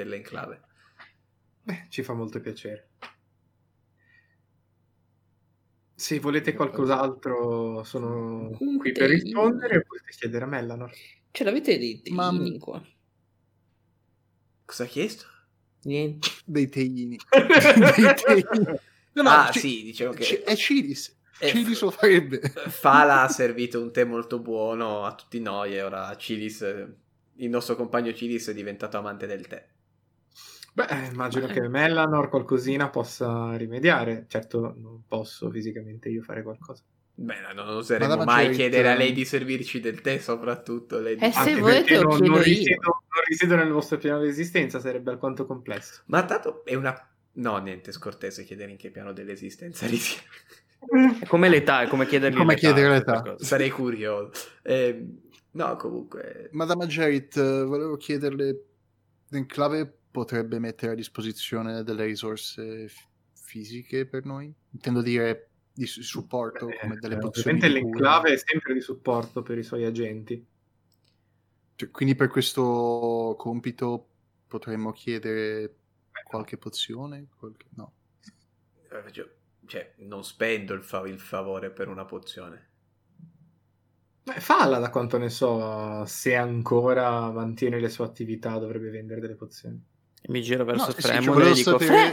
[SPEAKER 2] Se volete qualcos'altro, sono
[SPEAKER 4] Un
[SPEAKER 2] qui per
[SPEAKER 4] teino.
[SPEAKER 2] rispondere, o potete chiedere a Mellanor.
[SPEAKER 4] Ce l'avete dei
[SPEAKER 3] Ma-
[SPEAKER 4] teini qua?
[SPEAKER 1] Cosa ha chiesto?
[SPEAKER 4] Niente.
[SPEAKER 3] Dei teini. Dei teini. No,
[SPEAKER 1] Sì, dicevo che
[SPEAKER 3] è Cilis.
[SPEAKER 1] Eh,
[SPEAKER 3] Cilis lo farebbe.
[SPEAKER 1] Fala ha servito un tè molto buono a tutti noi e ora Cilis, il nostro compagno Cilis, è diventato amante del tè.
[SPEAKER 2] Beh, immagino che Mellanor qualcosina possa rimediare. Certo, non posso fisicamente io fare qualcosa.
[SPEAKER 1] Beh, non oseremo
[SPEAKER 3] Madame
[SPEAKER 1] mai
[SPEAKER 3] Jade,
[SPEAKER 1] chiedere a lei di servirci del tè, soprattutto lei.
[SPEAKER 4] Se
[SPEAKER 2] Anche
[SPEAKER 4] volete
[SPEAKER 2] perché
[SPEAKER 4] lo chiedo
[SPEAKER 2] non
[SPEAKER 4] io.
[SPEAKER 2] risiedo nel vostro piano di esistenza, sarebbe alquanto complesso.
[SPEAKER 1] Ma tanto è una... No, niente, scortese chiedere in che piano dell'esistenza risiede.
[SPEAKER 4] È come l'età, è come chiedergli
[SPEAKER 3] Come
[SPEAKER 4] l'età.
[SPEAKER 3] chiedere
[SPEAKER 4] questa
[SPEAKER 3] l'età.
[SPEAKER 4] cosa.
[SPEAKER 1] Sarei curioso. No, comunque...
[SPEAKER 3] Madame Jarit, volevo chiederle, l'enclave potrebbe mettere a disposizione delle risorse fisiche per noi? Intendo dire di supporto, come delle pozioni
[SPEAKER 2] Ovviamente
[SPEAKER 3] di cura.
[SPEAKER 2] l'enclave è sempre di supporto per i suoi agenti.
[SPEAKER 3] Cioè, quindi per questo compito potremmo chiedere qualche pozione? No.
[SPEAKER 1] Cioè, non spendo il favore per una pozione.
[SPEAKER 2] Beh, falla, da quanto ne so, se ancora mantiene le sue attività, dovrebbe vendere delle pozioni.
[SPEAKER 4] Mi giro verso
[SPEAKER 3] No, sì,
[SPEAKER 4] Fremon
[SPEAKER 3] ci
[SPEAKER 4] e
[SPEAKER 3] volevo
[SPEAKER 4] gli dico:
[SPEAKER 3] sapere-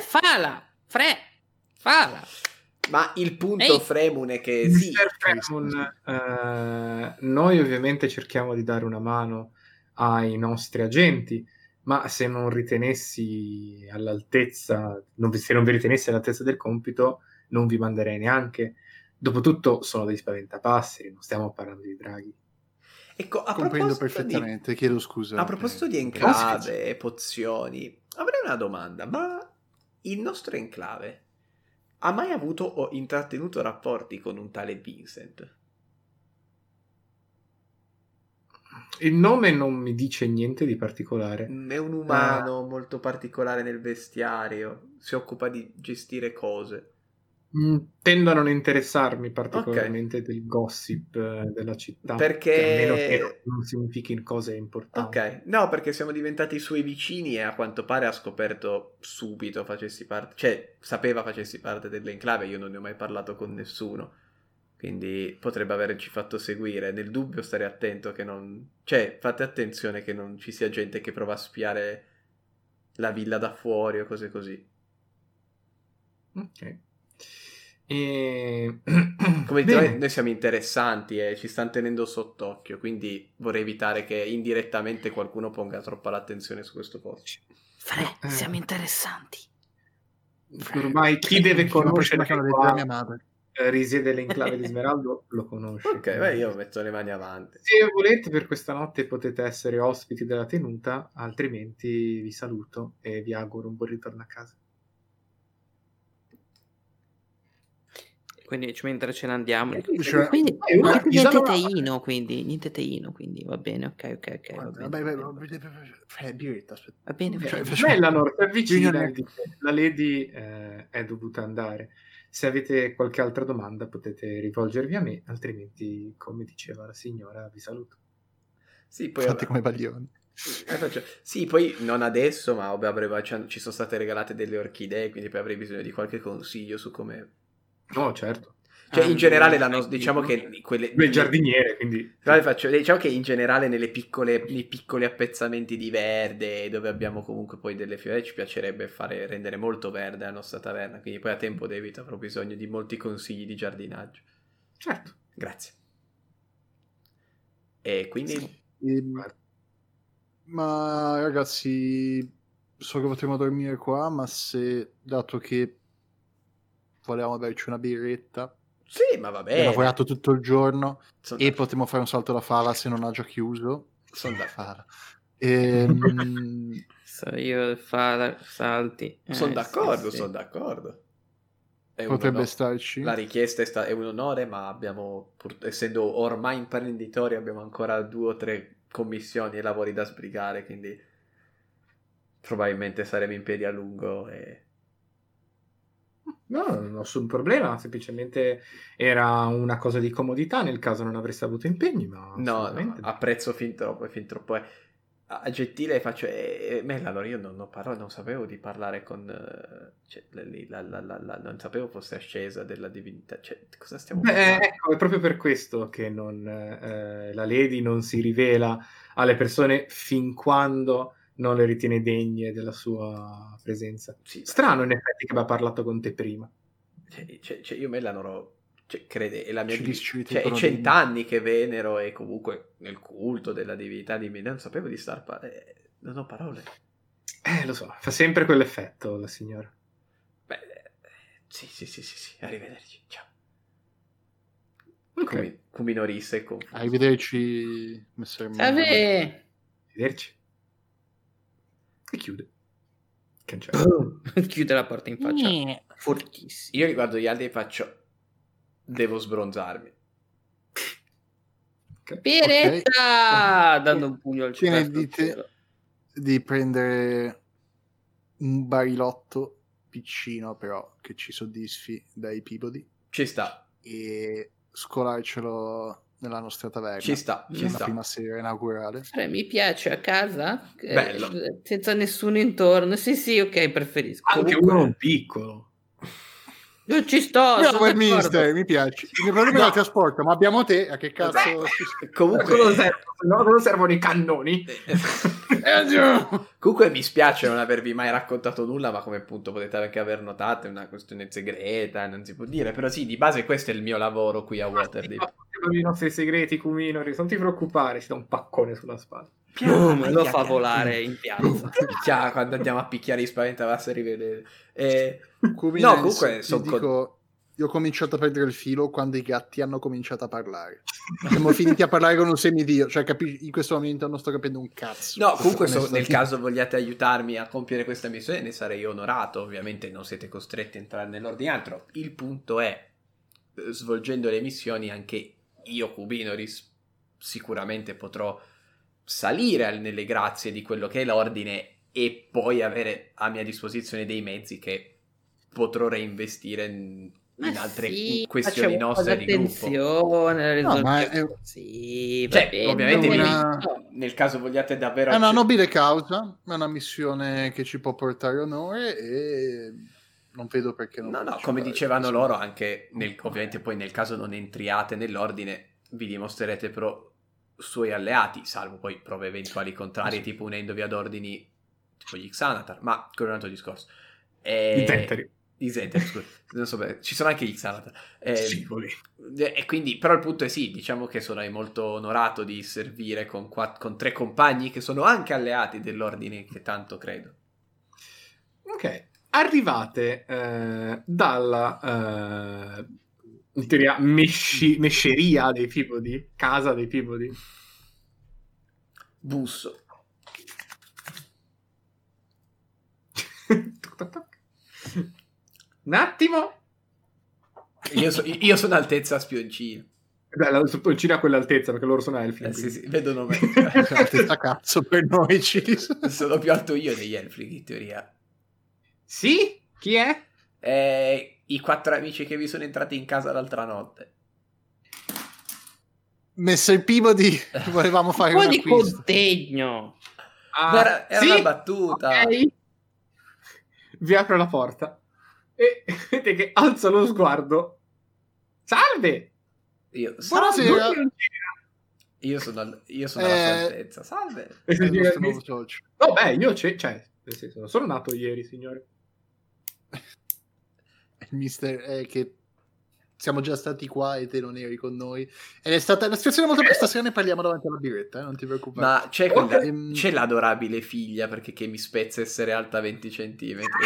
[SPEAKER 4] Fala!
[SPEAKER 1] Ma il punto,
[SPEAKER 4] Ehi!
[SPEAKER 1] Fremun, è che sì,
[SPEAKER 2] Mr. Fremon, noi ovviamente cerchiamo di dare una mano ai nostri agenti, ma se non ritenessi all'altezza, se non vi ritenessi all'altezza del compito, non vi manderei neanche. Dopotutto sono dei spaventapasseri, non stiamo parlando di draghi.
[SPEAKER 1] ecco, a
[SPEAKER 3] Comprendo
[SPEAKER 1] proposito
[SPEAKER 3] perfettamente, chiedo scusa.
[SPEAKER 1] A proposito di enclave e pozioni, avrei una domanda, ma il nostro enclave ha mai avuto o intrattenuto rapporti con un tale Vincent?
[SPEAKER 2] Il nome non mi dice niente di particolare.
[SPEAKER 1] È un umano molto particolare nel vestiario, si occupa di gestire cose.
[SPEAKER 2] Tendo a non interessarmi particolarmente del gossip della città,
[SPEAKER 1] Perché-
[SPEAKER 2] a meno che non significhi cose importanti.
[SPEAKER 1] Ok, no, perché siamo diventati suoi vicini e a quanto pare ha scoperto subito facessi parte, cioè sapeva facessi parte dell'enclave, io non ne ho mai parlato con nessuno, quindi potrebbe averci fatto seguire. Nel dubbio stare attento che non... cioè fate attenzione che non ci sia gente che prova a spiare la villa da fuori o cose così.
[SPEAKER 2] Ok. E...
[SPEAKER 1] Come
[SPEAKER 2] Bene.
[SPEAKER 1] dire, noi siamo interessanti e ci stanno tenendo sott'occhio, quindi vorrei evitare che indirettamente qualcuno ponga troppa l'attenzione su questo posto.
[SPEAKER 4] Siamo interessanti.
[SPEAKER 2] Ormai chi deve conoscere che
[SPEAKER 3] la
[SPEAKER 2] qua
[SPEAKER 3] mia madre.
[SPEAKER 2] risiede l'enclave di Smeraldo lo conosce.
[SPEAKER 1] Ok, beh, io metto le mani avanti.
[SPEAKER 2] Se volete per questa notte potete essere ospiti della tenuta, altrimenti vi saluto e vi auguro un buon ritorno a casa.
[SPEAKER 4] Quindi mentre ce ne andiamo.
[SPEAKER 3] Cioè,
[SPEAKER 4] Quindi
[SPEAKER 2] una
[SPEAKER 4] niente
[SPEAKER 2] isola-
[SPEAKER 4] teino, quindi va bene, ok, va bene.
[SPEAKER 3] Biretta, aspetta.
[SPEAKER 4] Va bene,
[SPEAKER 3] Cioè,
[SPEAKER 2] Mellanor si avvicina
[SPEAKER 3] Junior-
[SPEAKER 2] e dice: la lady è dovuta andare. Se avete qualche altra domanda potete rivolgervi a me, altrimenti, come diceva la signora, vi saluto.
[SPEAKER 1] Sì, poi
[SPEAKER 3] Fatti come baglioni.
[SPEAKER 1] Sì, poi non adesso, ma vabbè, ci sono state regalate delle orchidee, quindi poi avrei bisogno di qualche consiglio su come...
[SPEAKER 2] No, certo.
[SPEAKER 1] Cioè, in generale, diciamo
[SPEAKER 4] no?
[SPEAKER 1] che quelle...
[SPEAKER 2] Beh, giardiniere, quindi...
[SPEAKER 1] Diciamo che in generale nei piccoli appezzamenti di verde, dove abbiamo comunque poi delle fiore, ci piacerebbe rendere molto verde la nostra taverna, quindi poi a tempo debito avrò bisogno di molti consigli di giardinaggio.
[SPEAKER 2] Certo.
[SPEAKER 1] Grazie. E quindi...
[SPEAKER 3] Ma ragazzi, so che potremmo dormire qua, ma dato che volevamo berci una birretta,
[SPEAKER 1] Sì, ma va
[SPEAKER 3] abbiamo
[SPEAKER 1] bene.
[SPEAKER 3] lavorato tutto il giorno
[SPEAKER 1] Sono
[SPEAKER 3] e potremmo fare un salto alla Fala se non ha già chiuso.
[SPEAKER 1] Sono
[SPEAKER 3] Fala.
[SPEAKER 4] Io fa salti.
[SPEAKER 1] Sono d'accordo,
[SPEAKER 4] sì.
[SPEAKER 1] sono d'accordo. È un
[SPEAKER 3] Potrebbe
[SPEAKER 1] onore.
[SPEAKER 3] starci.
[SPEAKER 1] La richiesta è un onore, ma abbiamo, essendo ormai imprenditori, abbiamo ancora 2 o 3 commissioni e lavori da sbrigare, quindi probabilmente saremo in piedi a lungo e...
[SPEAKER 2] No, non ho nessun problema, semplicemente era una cosa di comodità nel caso non avreste avuto impegni, ma
[SPEAKER 1] No,
[SPEAKER 2] assolutamente.
[SPEAKER 1] apprezzo fin troppo. a Gentile faccio Mella, allora io non parlo, non sapevo di parlare con cioè, non sapevo fosse ascesa della divinità, cioè cosa stiamo parlando?
[SPEAKER 2] Ecco, è proprio per questo che la Lady non si rivela alle persone fin quando non le ritiene degne della sua presenza.
[SPEAKER 1] Sì,
[SPEAKER 2] Strano in effetti che abbia parlato con te prima.
[SPEAKER 1] cioè, io Mella non ho crede, è la mia
[SPEAKER 3] Ci
[SPEAKER 1] divinità,
[SPEAKER 3] dicono
[SPEAKER 1] è 100 anni che venero e comunque nel culto della divinità di me, non sapevo di star non ho parole.
[SPEAKER 2] Lo so, fa sempre quell'effetto la signora.
[SPEAKER 1] Beh, sì, arrivederci, ciao.
[SPEAKER 2] Ok,
[SPEAKER 1] Cumino risse e confuso.
[SPEAKER 3] Arrivederci, messer Mo.
[SPEAKER 5] Salve!
[SPEAKER 2] arrivederci. E chiude. Cancella.
[SPEAKER 5] Chiude la porta in faccia. Fortissimo.
[SPEAKER 1] Io riguardo gli altri e faccio devo sbronzarmi.
[SPEAKER 5] Piretta! Dando un pugno al
[SPEAKER 3] Che ne
[SPEAKER 5] cielo.
[SPEAKER 3] dite di prendere un barilotto piccino però che ci soddisfi dai Peabody
[SPEAKER 1] Ci sta,
[SPEAKER 3] e scolarcelo nella nostra taverna
[SPEAKER 1] ci sta.
[SPEAKER 3] la prima sera inaugurale?
[SPEAKER 5] Mi piace a casa.
[SPEAKER 1] Bello.
[SPEAKER 5] Senza nessuno intorno. Sì, ok, preferisco.
[SPEAKER 2] Anche uno piccolo.
[SPEAKER 5] Io ci sto.
[SPEAKER 3] Bravo
[SPEAKER 5] sono
[SPEAKER 3] il
[SPEAKER 5] d'accordo.
[SPEAKER 3] mister, mi piace. Il mio problema è il trasporto, ma abbiamo te, a che cazzo?
[SPEAKER 1] Comunque
[SPEAKER 2] non servono i cannoni.
[SPEAKER 1] Comunque mi spiace non avervi mai raccontato nulla, ma come appunto potete anche aver notato è una questione segreta, non si può dire, però sì, di base questo è il mio lavoro qui a Waterdeep.
[SPEAKER 2] I nostri segreti, Cumino, non ti preoccupare, ci dà un paccone sulla spalla.
[SPEAKER 5] Boom, lo fa volare in piazza.
[SPEAKER 1] Quando andiamo a picchiare i spaventavassi a rivedere.
[SPEAKER 3] Cumino,
[SPEAKER 1] No, comunque
[SPEAKER 3] ti
[SPEAKER 1] sono
[SPEAKER 3] dico, io ho cominciato a perdere il filo quando i gatti hanno cominciato a parlare. Siamo finiti a parlare con un semidio, cioè in questo momento non sto capendo un cazzo.
[SPEAKER 1] No, comunque nel caso vogliate aiutarmi a compiere questa missione ne sarei onorato, ovviamente non siete costretti a entrare nell'ordine altro. Il punto è, svolgendo le missioni anche io, Cubinoris, sicuramente potrò salire nelle grazie di quello che è l'ordine e poi avere a mia disposizione dei mezzi che potrò reinvestire in altre questioni nostre di gruppo.
[SPEAKER 3] No, ma è
[SPEAKER 5] Sì,
[SPEAKER 1] cioè,
[SPEAKER 5] bene,
[SPEAKER 1] ovviamente
[SPEAKER 3] una-
[SPEAKER 1] nel caso vogliate davvero
[SPEAKER 3] è una nobile causa, è una missione che ci può portare onore e non vedo perché non
[SPEAKER 1] No,
[SPEAKER 3] faccia
[SPEAKER 1] come
[SPEAKER 3] fare
[SPEAKER 1] dicevano
[SPEAKER 3] questo.
[SPEAKER 1] loro, anche ovviamente poi nel caso non entriate nell'ordine, vi dimostrerete però suoi alleati, salvo poi prove eventuali contrarie, tipo unendovi ad ordini tipo gli Xanatar, ma quello è un altro discorso. I Zentari, scusa, non so bene, ci sono anche gli Xanatar.
[SPEAKER 2] Sicoli.
[SPEAKER 1] E quindi, però il punto è sì, diciamo che sono molto onorato di servire con 3 compagni che sono anche alleati dell'ordine che tanto credo.
[SPEAKER 2] Ok, arrivate dalla in teoria mesceria dei Peabody, casa dei Peabody.
[SPEAKER 1] Busso.
[SPEAKER 2] Un attimo.
[SPEAKER 1] Io sono altezza spioncino.
[SPEAKER 2] Beh, la spioncina a quell'altezza perché loro sono elfi.
[SPEAKER 1] Sì, vedono me.
[SPEAKER 3] Altezza cazzo per noi
[SPEAKER 1] Sono più alto io degli elfi in teoria.
[SPEAKER 2] Sì? Chi è?
[SPEAKER 1] I 4 amici che vi sono entrati in casa l'altra notte.
[SPEAKER 3] Messer Peabody, volevamo fare
[SPEAKER 5] un po'
[SPEAKER 3] un
[SPEAKER 5] di
[SPEAKER 3] acquisto.
[SPEAKER 5] contegno.
[SPEAKER 1] Era
[SPEAKER 2] sì?
[SPEAKER 1] una battuta.
[SPEAKER 2] Ok. Vi apro la porta e vedete che alza lo sguardo. Salve!
[SPEAKER 3] Buonasera.
[SPEAKER 1] Io sono alla sua altezza. Salve.
[SPEAKER 3] È il nostro nuovo socio.
[SPEAKER 2] No, beh, io cioè, nel senso, non sono nato ieri, signore.
[SPEAKER 3] Il mister è che siamo già stati qua e te non eri con noi. Ed è stata la situazione molto bella. Stasera ne parliamo davanti alla birretta, non ti preoccupare.
[SPEAKER 1] Ma c'è l'adorabile figlia perché che mi spezza essere alta 20 centimetri.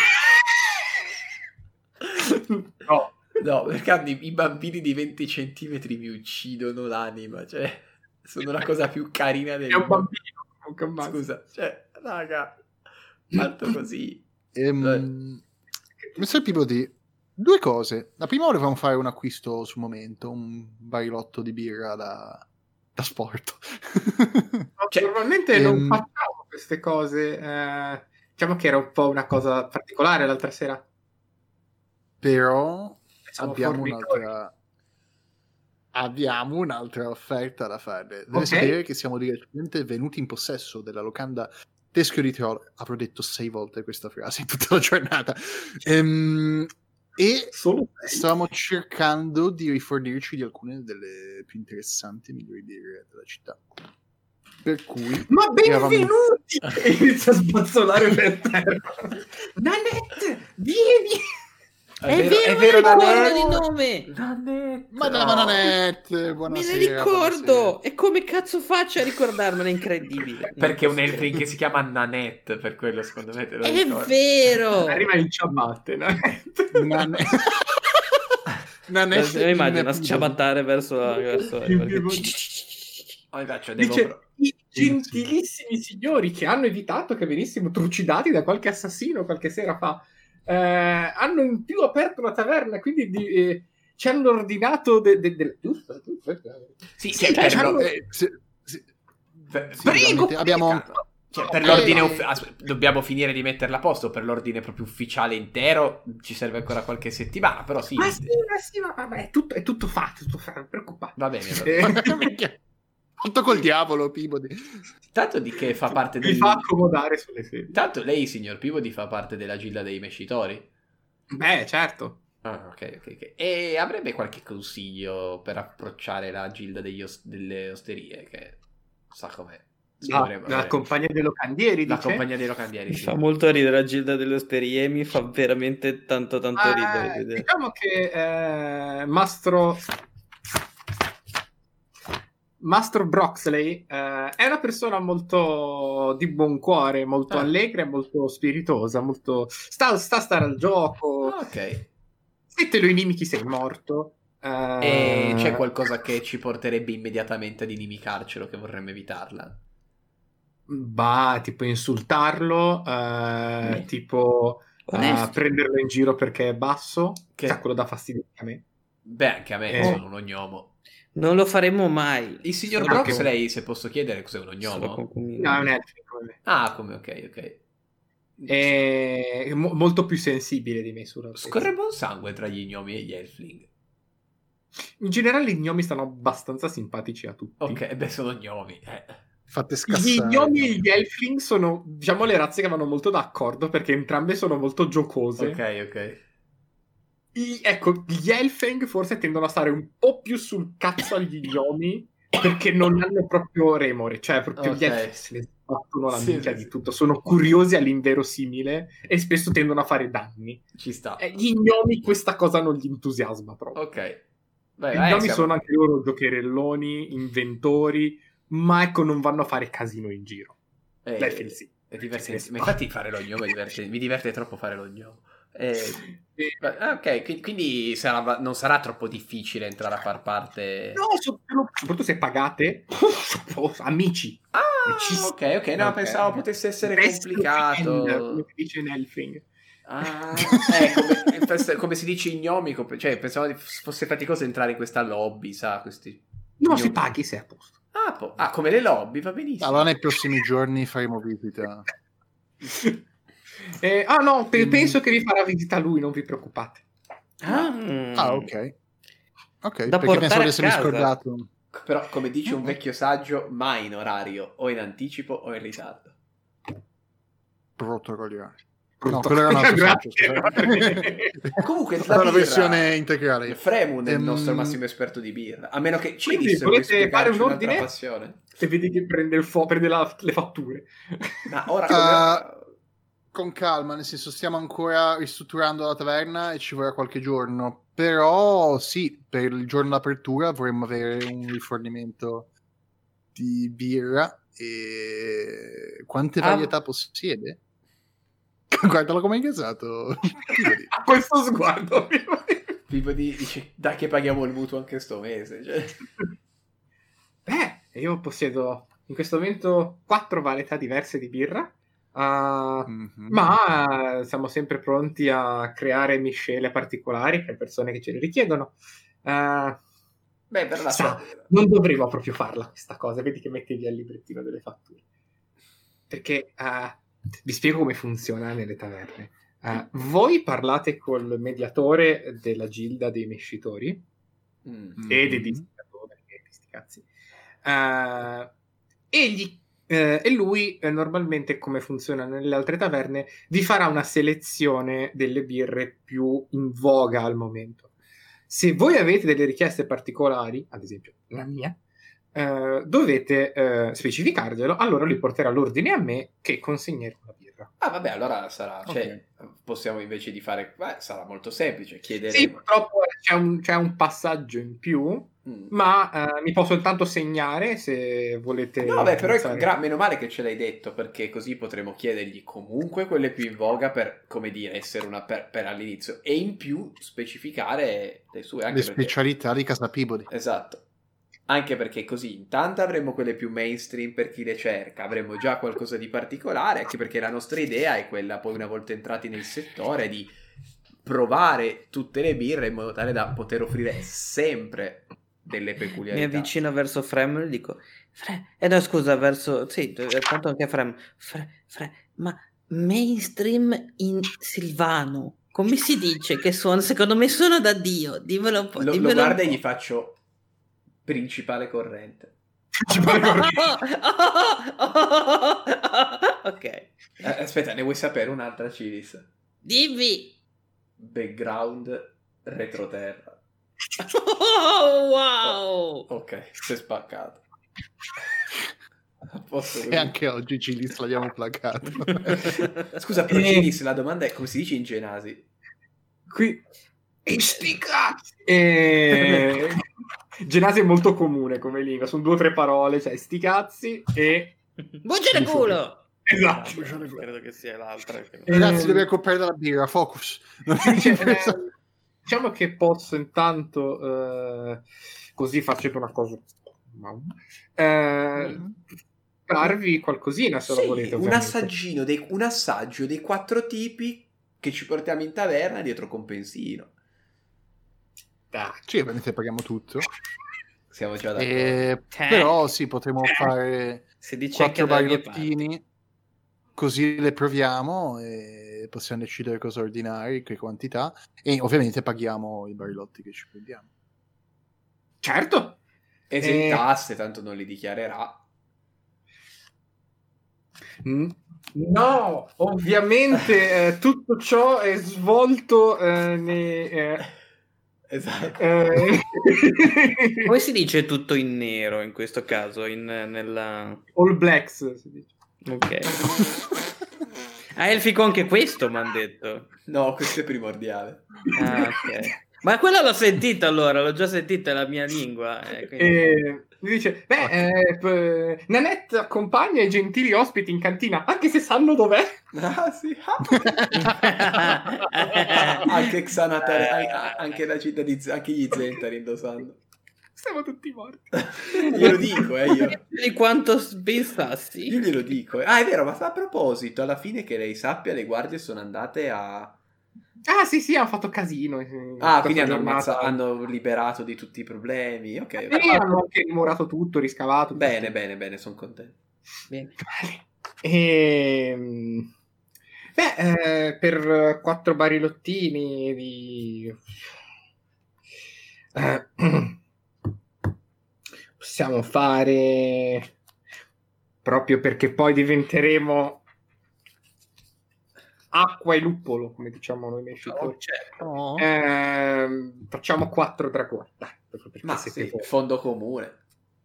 [SPEAKER 1] No, perché i bambini di 20 centimetri mi uccidono l'anima, cioè sono la cosa più carina del
[SPEAKER 2] mondo. È un
[SPEAKER 1] bambino. Scusa, cioè, raga, fatto così.
[SPEAKER 3] Messer Peabody, 2 cose. La prima, volevamo fare un acquisto sul momento, un barilotto di birra da sport.
[SPEAKER 2] Normalmente non facciamo queste cose. Diciamo che era un po' una cosa particolare l'altra sera.
[SPEAKER 3] Però abbiamo un'altra abbiamo un'altra offerta da fare. Deve sapere che siamo direttamente venuti in possesso della locanda Teschio di Troll. Avrò detto 6 volte questa frase in tutta la giornata. E stavamo cercando di rifornirci di alcune delle più interessanti e migliori birre della città. Per cui
[SPEAKER 2] ma benvenuti! Inizia a spazzolare per terra. Nanette, vieni!
[SPEAKER 5] È vero, Nanette di nome.
[SPEAKER 4] Nanette.
[SPEAKER 3] Madama Nanette, buonasera.
[SPEAKER 5] Me ne ricordo. E come cazzo faccio a ricordarmela? È incredibile.
[SPEAKER 1] Perché un Elfling che si chiama Nanette, per quello secondo me te lo
[SPEAKER 5] È
[SPEAKER 1] ricordi.
[SPEAKER 2] Arriva
[SPEAKER 5] vero.
[SPEAKER 2] in ciabatte, Nanette.
[SPEAKER 3] Nanette
[SPEAKER 4] Immagina sciabattare verso
[SPEAKER 2] Dice, i gentilissimi signori che hanno evitato che venissimo trucidati da qualche assassino qualche sera fa, hanno in più aperto una taverna, quindi ci hanno ordinato giusto?
[SPEAKER 1] Sì,
[SPEAKER 2] Prego,
[SPEAKER 3] abbiamo
[SPEAKER 1] per l'ordine dobbiamo finire di metterla a posto. Per l'ordine proprio ufficiale intero ci serve ancora qualche settimana, però sì.
[SPEAKER 2] Ma vabbè, è tutto fatto, non preoccupate.
[SPEAKER 1] Va bene.
[SPEAKER 3] Fatto col diavolo, Peabody.
[SPEAKER 1] Tanto di che fa parte
[SPEAKER 2] Mi fa accomodare sulle sedie.
[SPEAKER 1] Tanto lei, signor Peabody, fa parte della gilda dei mescitori?
[SPEAKER 2] Beh, certo.
[SPEAKER 1] Ah, ok. E avrebbe qualche consiglio per approcciare la gilda delle osterie, che sa com'è?
[SPEAKER 2] La compagnia dei locandieri,
[SPEAKER 1] La
[SPEAKER 2] dice?
[SPEAKER 1] compagnia dei locandieri,
[SPEAKER 4] Mi
[SPEAKER 1] sì.
[SPEAKER 4] fa molto ridere la gilda delle osterie, mi fa veramente tanto ridere.
[SPEAKER 2] Diciamo che Mastro Broxley è una persona molto di buon cuore, molto allegra, molto spiritosa, molto sta a stare al gioco.
[SPEAKER 1] Ok.
[SPEAKER 2] Se te lo inimichi sei morto.
[SPEAKER 1] E c'è qualcosa che ci porterebbe immediatamente ad inimicarcelo, che vorremmo evitarla?
[SPEAKER 2] Bah, tipo insultarlo, tipo prenderlo in giro perché è basso, che quello dà fastidio a me.
[SPEAKER 1] Beh, anche a me, sono un ognomo.
[SPEAKER 4] Non lo faremo mai.
[SPEAKER 1] Il signor Broxley, se posso chiedere, cos'è un ognomo?
[SPEAKER 2] No, è un elfo come me.
[SPEAKER 1] Ah, ok.
[SPEAKER 2] È molto più sensibile di me sulla
[SPEAKER 1] Scorre buon sangue tra gli gnomi e gli elfling.
[SPEAKER 2] In generale gli gnomi stanno abbastanza simpatici a tutti.
[SPEAKER 1] Ok, beh, sono gnomi.
[SPEAKER 3] Fate scassare.
[SPEAKER 2] Gli gnomi e gli elfling sono, diciamo, le razze che vanno molto d'accordo perché entrambe sono molto giocose.
[SPEAKER 1] Ok.
[SPEAKER 2] Ecco, gli elfling forse tendono a stare un po' più sul cazzo agli gnomi perché non hanno proprio remore, cioè proprio gli elfling se ne sbattono la minchia di tutto, sono curiosi all'inverosimile e spesso tendono a fare danni.
[SPEAKER 1] Ci sta.
[SPEAKER 2] Gli gnomi questa cosa non gli entusiasma proprio.
[SPEAKER 1] Ok.
[SPEAKER 2] Gli gnomi sono anche loro giocherelloni, inventori, ma ecco non vanno a fare casino in giro. L'elfing sì.
[SPEAKER 1] È divertente. Ma infatti fare lo gnomo mi diverte troppo fare lo gnomo. Ok, quindi non sarà troppo difficile entrare a far parte.
[SPEAKER 2] No, soprattutto se pagate amici.
[SPEAKER 1] Ok, no, pensavo potesse essere complicato.
[SPEAKER 2] Come si dice in Elfing.
[SPEAKER 1] Come si dice in gnomico, cioè pensavo fosse faticoso entrare in questa lobby, sa, questi.
[SPEAKER 2] No, si paghi se è a posto.
[SPEAKER 1] Come le lobby, va benissimo.
[SPEAKER 3] Allora nei prossimi giorni faremo visita.
[SPEAKER 2] Penso che vi farà visita lui, non vi preoccupate.
[SPEAKER 3] Ok.
[SPEAKER 4] Da
[SPEAKER 3] perché pensavo di
[SPEAKER 4] portare a
[SPEAKER 3] essermi
[SPEAKER 4] casa.
[SPEAKER 3] scordato.
[SPEAKER 1] Però, come dice un vecchio saggio, mai in orario, o in anticipo o in ritardo.
[SPEAKER 3] Protocolare. No, quello era un altro saggio.
[SPEAKER 1] Comunque,
[SPEAKER 3] la versione integrale.
[SPEAKER 1] Fremun è il nostro massimo esperto di birra. A meno che ci
[SPEAKER 2] volete fare un
[SPEAKER 1] un'altra
[SPEAKER 2] ordine?
[SPEAKER 1] passione.
[SPEAKER 2] Se vedi che prende le fatture.
[SPEAKER 1] Ma ora
[SPEAKER 3] con calma, nel senso stiamo ancora ristrutturando la taverna e ci vorrà qualche giorno. Però sì, per il giorno d'apertura vorremmo avere un rifornimento di birra. E quante varietà possiede? Guardalo come è ingasato.
[SPEAKER 2] A questo sguardo
[SPEAKER 1] Peabody dice dai che paghiamo il mutuo anche sto mese, cioè.
[SPEAKER 2] Io possiedo in questo momento 4 varietà diverse di birra, ma siamo sempre pronti a creare miscele particolari per persone che ce le richiedono. Non dovremmo proprio farla questa cosa, vedi che metti via il librettino delle fatture, perché vi spiego come funziona nelle taverne. Voi parlate col mediatore della gilda dei mescitori e dei distillatori ragazzi. E lui, normalmente, come funziona nelle altre taverne, vi farà una selezione delle birre più in voga al momento. Se voi avete delle richieste particolari, ad esempio la mia, dovete specificarglielo, allora lui porterà l'ordine a me che consegnerò la birra.
[SPEAKER 1] Ah, vabbè, allora sarà,
[SPEAKER 3] Ok.
[SPEAKER 1] possiamo invece di fare, sarà molto semplice, chiedere.
[SPEAKER 2] Sì, purtroppo c'è un passaggio in più, ma mi posso intanto segnare se volete.
[SPEAKER 1] No, beh, però
[SPEAKER 2] iniziare.
[SPEAKER 1] meno male che ce l'hai detto, perché così potremo chiedergli comunque quelle più in voga per, come dire, essere una per all'inizio, e in più specificare le sue, anche
[SPEAKER 3] Le specialità di Casa Peabody.
[SPEAKER 1] Esatto. Anche perché così intanto avremo quelle più mainstream per chi le cerca, avremo già qualcosa di particolare, anche perché la nostra idea è quella, poi una volta entrati nel settore, di provare tutte le birre in modo tale da poter offrire sempre delle
[SPEAKER 4] Mi
[SPEAKER 1] peculiarità.
[SPEAKER 4] avvicino verso Frem e dico no, scusa, verso sì, tanto anche Frem, ma mainstream in silvano come si dice che suona? Secondo me suona da Dio, dimmelo un po',
[SPEAKER 1] Lo
[SPEAKER 4] dimmelo
[SPEAKER 1] guarda
[SPEAKER 4] un
[SPEAKER 1] e
[SPEAKER 4] po'.
[SPEAKER 1] gli faccio principale corrente.
[SPEAKER 4] Ok,
[SPEAKER 1] Aspetta, ne vuoi sapere un'altra, Cilis?
[SPEAKER 4] dimmi.
[SPEAKER 1] Background retroterra.
[SPEAKER 4] Oh, wow.
[SPEAKER 1] Ok, si è spaccato. Posso
[SPEAKER 3] E anche oggi Cilis l'abbiamo placato.
[SPEAKER 1] Scusa, però Cilis, la domanda è come si dice in Genasi?
[SPEAKER 2] Qui. E sti cazzi! Genasi è molto comune come lingua, sono 2 o 3 parole, cioè sti cazzi e...
[SPEAKER 4] Buccia del culo.
[SPEAKER 2] Esatto.
[SPEAKER 4] Credo che sia l'altra.
[SPEAKER 3] Ragazzi, deve comprare la birra, focus.
[SPEAKER 2] Diciamo che posso intanto così facendo una cosa darvi qualcosina se lo
[SPEAKER 1] Sì,
[SPEAKER 2] volete,
[SPEAKER 1] un
[SPEAKER 2] ovviamente.
[SPEAKER 1] un assaggio dei 4 tipi che ci portiamo in taverna dietro compensino.
[SPEAKER 2] Dai.
[SPEAKER 3] Sì, ovviamente paghiamo tutto.
[SPEAKER 1] Siamo già d'accordo.
[SPEAKER 3] Però sì, potremmo fare
[SPEAKER 4] Si dice anche
[SPEAKER 3] 4
[SPEAKER 4] dalle mie parti.
[SPEAKER 3] barilottini, così le proviamo e possiamo decidere cosa ordinare, che quantità, e ovviamente paghiamo i barilotti che ci prendiamo.
[SPEAKER 2] Certo.
[SPEAKER 1] Esentasse, tanto non li dichiarerà.
[SPEAKER 2] No, ovviamente tutto ciò è svolto
[SPEAKER 1] Esatto.
[SPEAKER 4] Come si dice tutto in nero in questo caso? Nella...
[SPEAKER 2] All Blacks si dice.
[SPEAKER 4] Ok. Ah, elfico anche questo, mi hanno detto.
[SPEAKER 1] No, questo è primordiale.
[SPEAKER 4] Ah, ok. Ma quello l'ho sentito allora, l'ho già sentito, è la mia lingua.
[SPEAKER 2] Mi dice, Nanette accompagna i gentili ospiti in cantina, anche se sanno dov'è.
[SPEAKER 1] Ah, sì. Anche Xanatare, anche la città di anche gli Zentari indossando.
[SPEAKER 2] Siamo tutti morti.
[SPEAKER 1] Glielo dico, io.
[SPEAKER 4] Di quanto pensassi.
[SPEAKER 1] Io glielo dico. Ah, è vero, ma a proposito, alla fine che lei sappia, le guardie sono andate a...
[SPEAKER 2] Ah, sì, hanno fatto casino.
[SPEAKER 1] Ah, quindi hanno liberato di tutti i problemi. Ok.
[SPEAKER 2] Hanno anche rimorato tutto, riscavato.
[SPEAKER 1] Bene, bene, bene, sono contento.
[SPEAKER 4] Bene.
[SPEAKER 2] Per 4 barilottini di... possiamo fare, proprio perché poi diventeremo acqua e luppolo, come diciamo noi messicani. Facciamo 4 dragoni.
[SPEAKER 1] Ma sì, fondo comune.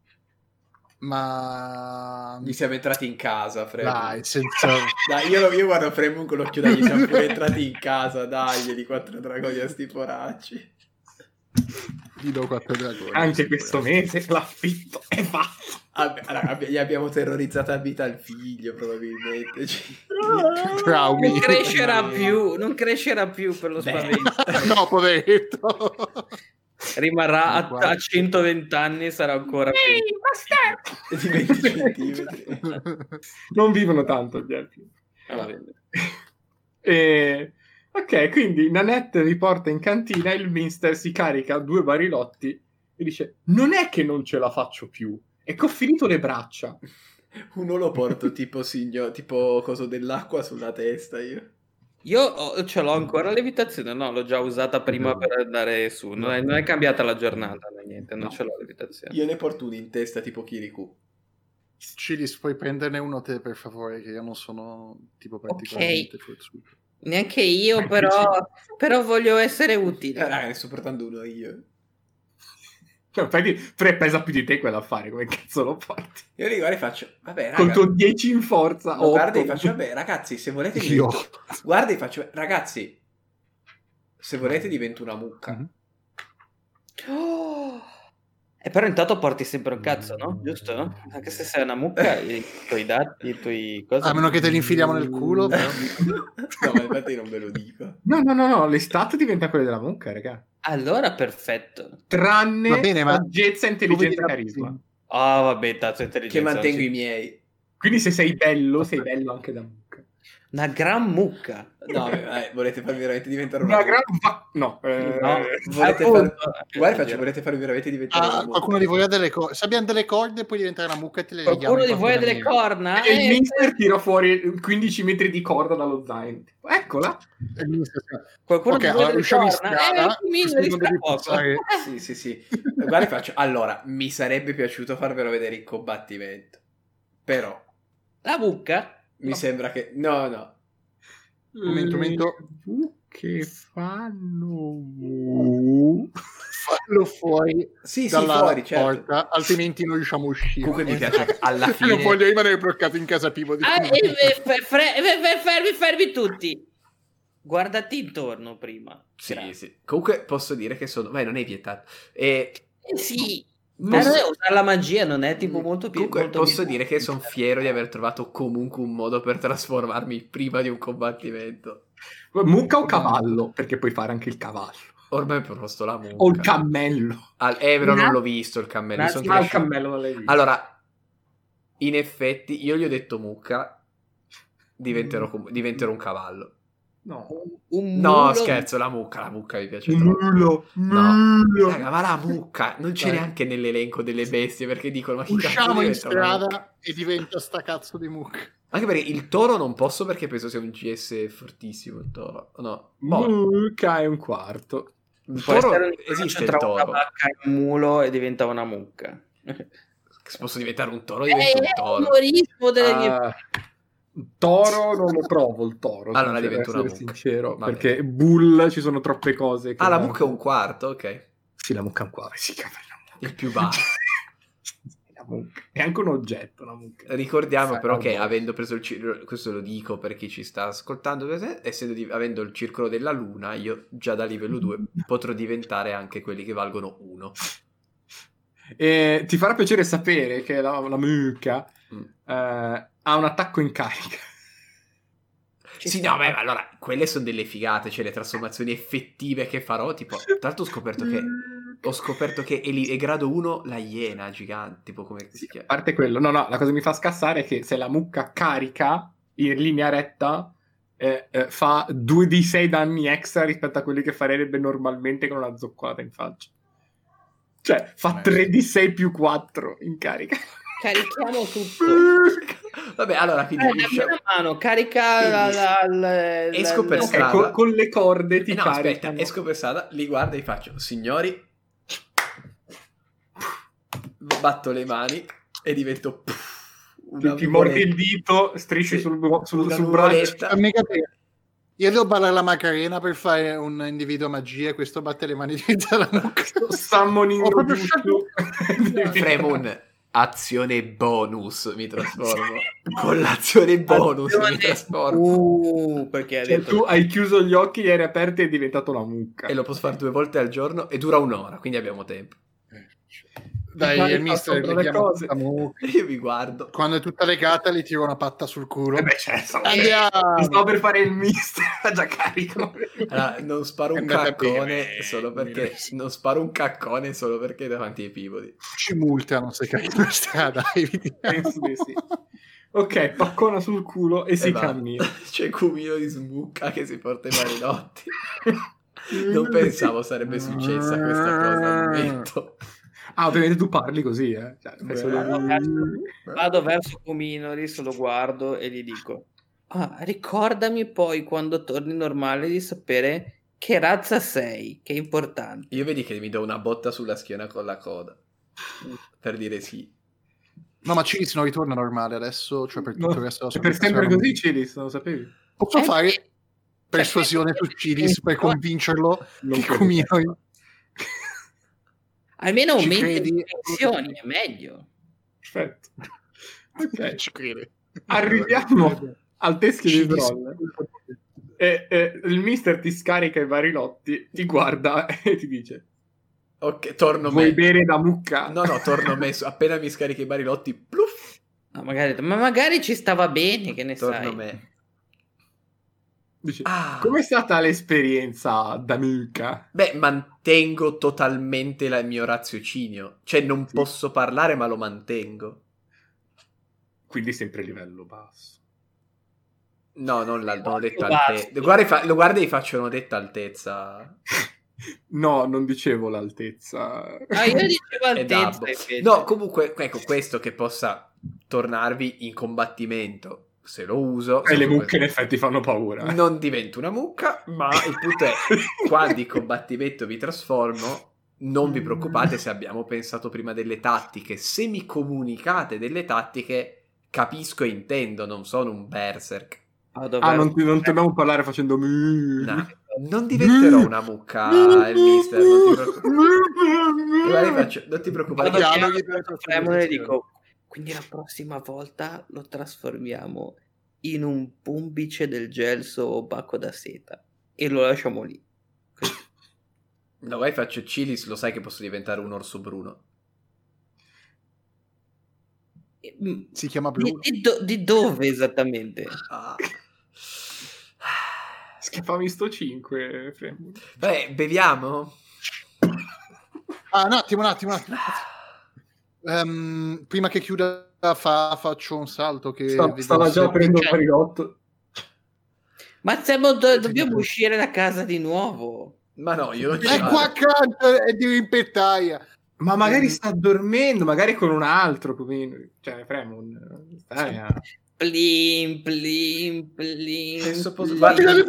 [SPEAKER 3] Ma
[SPEAKER 1] Gli siamo entrati in casa, Fremon.
[SPEAKER 3] dai, senza...
[SPEAKER 1] Dai, io guardo Fremon con l'occhio da gli siamo pure entrati in casa, dai, di 4 dragoni a sti poracci.
[SPEAKER 3] Gli do 4 dragoni.
[SPEAKER 2] Anche questo mese l'affitto è fatto.
[SPEAKER 1] Gli abbiamo terrorizzato a vita il figlio, probabilmente.
[SPEAKER 3] Traumi.
[SPEAKER 4] Non crescerà più per lo spavento.
[SPEAKER 3] No, poveretto.
[SPEAKER 4] Rimarrà a 120 anni e sarà ancora
[SPEAKER 1] Di 20 centimetri.
[SPEAKER 2] Non vivono tanto gli elfi. Ok, quindi Nanette vi porta in cantina, il Minster si carica 2 barilotti e dice: non è che non ce la faccio più, è che ho finito le braccia.
[SPEAKER 1] Uno lo porto tipo coso dell'acqua sulla testa io.
[SPEAKER 4] Io ce l'ho ancora la levitazione, no, l'ho già usata prima per andare su, non è cambiata la giornata, niente, non ce l'ho la levitazione.
[SPEAKER 1] Io ne porto uno in testa tipo Kirikou.
[SPEAKER 3] Cilis, puoi prenderne uno te per favore, che io non sono tipo particolarmente forzuto.
[SPEAKER 4] Neanche io, però voglio essere utile.
[SPEAKER 1] Raga, ne sto portando uno io.
[SPEAKER 2] Pesa più di te quell'affare, come cazzo lo porti?
[SPEAKER 1] Io li guardo e faccio, vabbè, raga.
[SPEAKER 2] Col tuo 10 in forza.
[SPEAKER 1] Guarda e faccio, vabbè, ragazzi, se volete guarda e faccio, ragazzi, se volete divento una mucca.
[SPEAKER 3] Mm-hmm.
[SPEAKER 4] Oh! E però intanto porti sempre un cazzo, no? Giusto? Anche se sei una mucca, i tuoi dati, i tuoi cose.
[SPEAKER 3] A meno che te li infiliamo nel culo, però.
[SPEAKER 1] No, ma infatti non ve lo dico.
[SPEAKER 2] No, le stat diventano quelle della mucca, raga.
[SPEAKER 4] Allora, perfetto.
[SPEAKER 2] Tranne
[SPEAKER 3] ma
[SPEAKER 2] saggezza, intelligenza e carisma.
[SPEAKER 4] Ah, vabbè, tanto intelligenza.
[SPEAKER 1] Che mantengo i miei.
[SPEAKER 2] Quindi se sei bello, sei bello anche da mucca.
[SPEAKER 4] Una gran mucca.
[SPEAKER 1] No, volete farmi veramente diventare
[SPEAKER 2] una gran
[SPEAKER 4] no.
[SPEAKER 1] Volete farmi veramente diventare una mucca.
[SPEAKER 3] Qualcuno di voi ha delle corde? Se abbiamo delle corde puoi diventare una mucca e te le leghiamo.
[SPEAKER 4] Qualcuno di voi ha delle corna?
[SPEAKER 2] E il mister tira fuori 15 metri di corda dallo zaino. Eccola.
[SPEAKER 4] Qualcuno di voi ha delle corna?
[SPEAKER 1] Sì. Guarda, faccio. Allora, mi sarebbe piaciuto farvelo vedere in combattimento. Però
[SPEAKER 4] la mucca?
[SPEAKER 1] Mi sembra che... No.
[SPEAKER 3] Momento.
[SPEAKER 2] Che fanno
[SPEAKER 3] fuori.
[SPEAKER 1] Sì, fuori, certo.
[SPEAKER 3] Porta, altrimenti non riusciamo a uscire.
[SPEAKER 1] Comunque mi piace che alla fine...
[SPEAKER 3] Non voglio rimanere bloccato in casa Peabody.
[SPEAKER 4] Fermi tutti. Guardati intorno prima.
[SPEAKER 1] Sì. Comunque posso dire che sono... non è vietato.
[SPEAKER 4] Sì. Usare la magia non è tipo molto più...
[SPEAKER 1] Comunque posso dire che sono fiero di aver trovato comunque un modo per trasformarmi prima di un combattimento.
[SPEAKER 2] Mucca o cavallo? Perché puoi fare anche il cavallo.
[SPEAKER 1] Ormai ho proposto la mucca.
[SPEAKER 2] O il cammello.
[SPEAKER 1] Però non l'ho visto il cammello.
[SPEAKER 2] Il cammello non l'hai visto.
[SPEAKER 1] Allora, in effetti, io gli ho detto mucca, diventerò un cavallo. No, scherzo, la mucca mi piace troppo. No, raga, ma la mucca non c'è neanche nell'elenco delle bestie, perché dicono ma chi
[SPEAKER 3] usciamo in strada e diventa sta cazzo di mucca.
[SPEAKER 1] Anche perché il toro non posso, perché penso sia un GS fortissimo il toro. No,
[SPEAKER 2] mucca è un quarto.
[SPEAKER 1] Il toro esiste, il toro.
[SPEAKER 4] Una vacca e un mulo e diventa una mucca.
[SPEAKER 1] Se posso diventare un toro, divento un toro.
[SPEAKER 4] Umorismo delle mie...
[SPEAKER 2] Toro non lo provo il toro.
[SPEAKER 1] Allora divento una mucca.
[SPEAKER 2] Sincero, perché bull ci sono troppe cose.
[SPEAKER 1] La mucca è un quarto, ok.
[SPEAKER 2] Sì, la mucca è un quarto. Sì,
[SPEAKER 1] il più basso.
[SPEAKER 2] La mucca è anche un oggetto. La mucca.
[SPEAKER 1] Ricordiamo però che avendo preso il circolo, questo lo dico per chi ci sta ascoltando, avendo il circolo della luna, io già da livello 2 potrò diventare anche quelli che valgono 1.
[SPEAKER 2] E ti farà piacere sapere che la mucca ha un attacco in carica.
[SPEAKER 1] Allora quelle sono delle figate, cioè le trasformazioni effettive che farò, tipo, tra l'altro ho scoperto che è grado 1 la iena gigante, tipo come si chiama.
[SPEAKER 2] A parte quello, no, la cosa che mi fa scassare è che se la mucca carica in linea retta fa 2d6 danni extra rispetto a quelli che farebbe normalmente con una zoccolata in faccia. Cioè, fa 3d6 più 4 in carica.
[SPEAKER 4] Carichiamo tutto.
[SPEAKER 1] Vabbè, allora quindi
[SPEAKER 4] una mano, carica
[SPEAKER 1] esco per strada
[SPEAKER 2] con le corde ti carica.
[SPEAKER 1] Aspetta, esco per strada, li guardo e li faccio: signori, batto le mani e divento
[SPEAKER 2] ti mordi il dito, strisci sul braccio.
[SPEAKER 3] Io devo ballare la Macarena per fare un individuo magia e questo batte le mani diventa la mucca.
[SPEAKER 2] Summoning
[SPEAKER 1] Fremon, azione bonus mi trasformo. Con l'azione bonus mi trasformo.
[SPEAKER 4] Perché
[SPEAKER 2] cioè, tu hai chiuso gli occhi, li hai riaperti e è diventato una mucca.
[SPEAKER 1] E lo posso fare 2 volte al giorno e dura 1 ora, quindi abbiamo tempo.
[SPEAKER 3] Dai, il mister le cose.
[SPEAKER 1] Io vi guardo.
[SPEAKER 3] Quando è tutta legata gli tiro una patta sul culo.
[SPEAKER 2] Andiamo. Sto per fare il mister. Già carico.
[SPEAKER 1] Allora, non sparo un caccone solo perché non sparo un caccone solo perché davanti ai Peabody.
[SPEAKER 3] Ci multano se cadi per strada.
[SPEAKER 2] Penso di sì. Ok, paccona sul culo e si cammina.
[SPEAKER 1] C'è Cumino di smucca che si porta i marinotti. Non pensavo sarebbe successa questa cosa, ammetto.
[SPEAKER 2] Ovviamente tu parli così,
[SPEAKER 4] Vado verso Cuminoris, lo guardo e gli dico:
[SPEAKER 5] ricordami poi quando torni normale di sapere che razza sei, che è importante.
[SPEAKER 1] Io vedi che mi do una botta sulla schiena con la coda per dire sì.
[SPEAKER 3] No, ma Cilis non ritorna normale adesso, cioè per tutto il resto della sua
[SPEAKER 2] per
[SPEAKER 3] vita
[SPEAKER 2] sempre
[SPEAKER 3] sarà-
[SPEAKER 2] così, Cilis, non lo sapevi?
[SPEAKER 3] Posso fare
[SPEAKER 5] Cioè,
[SPEAKER 3] persuasione su Cilis per convincerlo
[SPEAKER 2] Non
[SPEAKER 3] che
[SPEAKER 2] credo.
[SPEAKER 3] Kuminori
[SPEAKER 5] almeno
[SPEAKER 3] ci
[SPEAKER 5] aumenti
[SPEAKER 3] credi?
[SPEAKER 5] le pensioni, è meglio.
[SPEAKER 2] Perfetto. Ok.
[SPEAKER 3] ci crede.
[SPEAKER 2] Arriviamo al teschio di
[SPEAKER 3] Cilis-
[SPEAKER 2] Troll. Il mister ti scarica i vari lotti, ti guarda e ti dice:
[SPEAKER 1] Ok, torno
[SPEAKER 2] vuoi
[SPEAKER 1] me.
[SPEAKER 2] bere da mucca?
[SPEAKER 1] No, torno me. Appena mi scarichi i barilotti, pluff,
[SPEAKER 5] No, ma magari ci stava bene, che ne
[SPEAKER 1] torno
[SPEAKER 5] sai.
[SPEAKER 1] me.
[SPEAKER 2] Dice,
[SPEAKER 1] Ah.
[SPEAKER 2] com'è stata l'esperienza da mucca?
[SPEAKER 1] Beh, mantengo totalmente il mio raziocinio. Cioè, non posso parlare, ma lo mantengo.
[SPEAKER 2] Quindi sempre livello basso.
[SPEAKER 1] No, non ho detto
[SPEAKER 5] Basta.
[SPEAKER 1] altezza. Lo guarda e gli faccio una detta altezza.
[SPEAKER 2] No, non dicevo l'altezza.
[SPEAKER 5] Ah, io dicevo
[SPEAKER 1] E
[SPEAKER 5] altezza
[SPEAKER 1] dabbo.
[SPEAKER 5] invece.
[SPEAKER 1] No, comunque, ecco, questo che possa tornarvi in combattimento, se lo uso...
[SPEAKER 2] E le mucche in effetti fanno paura.
[SPEAKER 1] Non divento una mucca, ma il punto è, quando in combattimento vi trasformo, non vi preoccupate se abbiamo pensato prima delle tattiche. Se mi comunicate delle tattiche, capisco e intendo, non sono un berserk.
[SPEAKER 2] Non dobbiamo parlare facendo...
[SPEAKER 1] No, non diventerò una mucca, il mister, non ti preoccupare.
[SPEAKER 5] Vado
[SPEAKER 3] Dialoghi
[SPEAKER 5] chiaro,
[SPEAKER 3] per la
[SPEAKER 5] Fremone e dico, quindi la prossima volta lo trasformiamo in un pumbice del gelso o bacco da seta e lo lasciamo lì.
[SPEAKER 1] No, vai, faccio Cilis, lo sai che posso diventare un orso bruno.
[SPEAKER 3] si chiama Blu.
[SPEAKER 5] Di dove esattamente?
[SPEAKER 1] Ah.
[SPEAKER 2] Schifami sto 5, Fremone.
[SPEAKER 1] Beh, beviamo?
[SPEAKER 3] Un attimo. Prima che chiuda faccio un salto che
[SPEAKER 2] Stava già aprendo il barilotto.
[SPEAKER 5] Ma dobbiamo uscire da casa di nuovo.
[SPEAKER 1] Ma no, io non ci
[SPEAKER 3] è
[SPEAKER 1] vado.
[SPEAKER 3] qua accanto, è di rimpettaia.
[SPEAKER 2] Ma magari sta dormendo, magari con un altro, cioè Fremon. Stai a...
[SPEAKER 5] Plin.
[SPEAKER 1] Adesso posso
[SPEAKER 5] plin.
[SPEAKER 1] fare...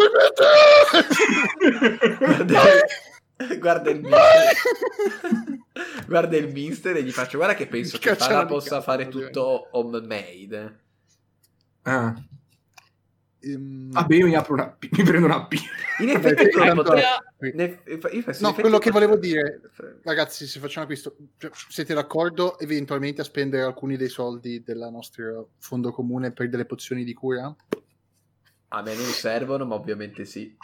[SPEAKER 1] Guarda il mister. Guarda il mister e gli faccio, guarda che penso che
[SPEAKER 3] Cacciala
[SPEAKER 1] Fara
[SPEAKER 3] di
[SPEAKER 1] possa
[SPEAKER 3] casa,
[SPEAKER 1] fare
[SPEAKER 3] ovviamente.
[SPEAKER 1] tutto homemade.
[SPEAKER 2] Vabbè, io mi prendo una birra.
[SPEAKER 1] In effetti
[SPEAKER 3] No, quello che volevo dire, ragazzi, se facciamo questo, cioè, siete d'accordo eventualmente a spendere alcuni dei soldi del nostro fondo comune per delle pozioni di cura?
[SPEAKER 1] A me non servono, ma ovviamente sì.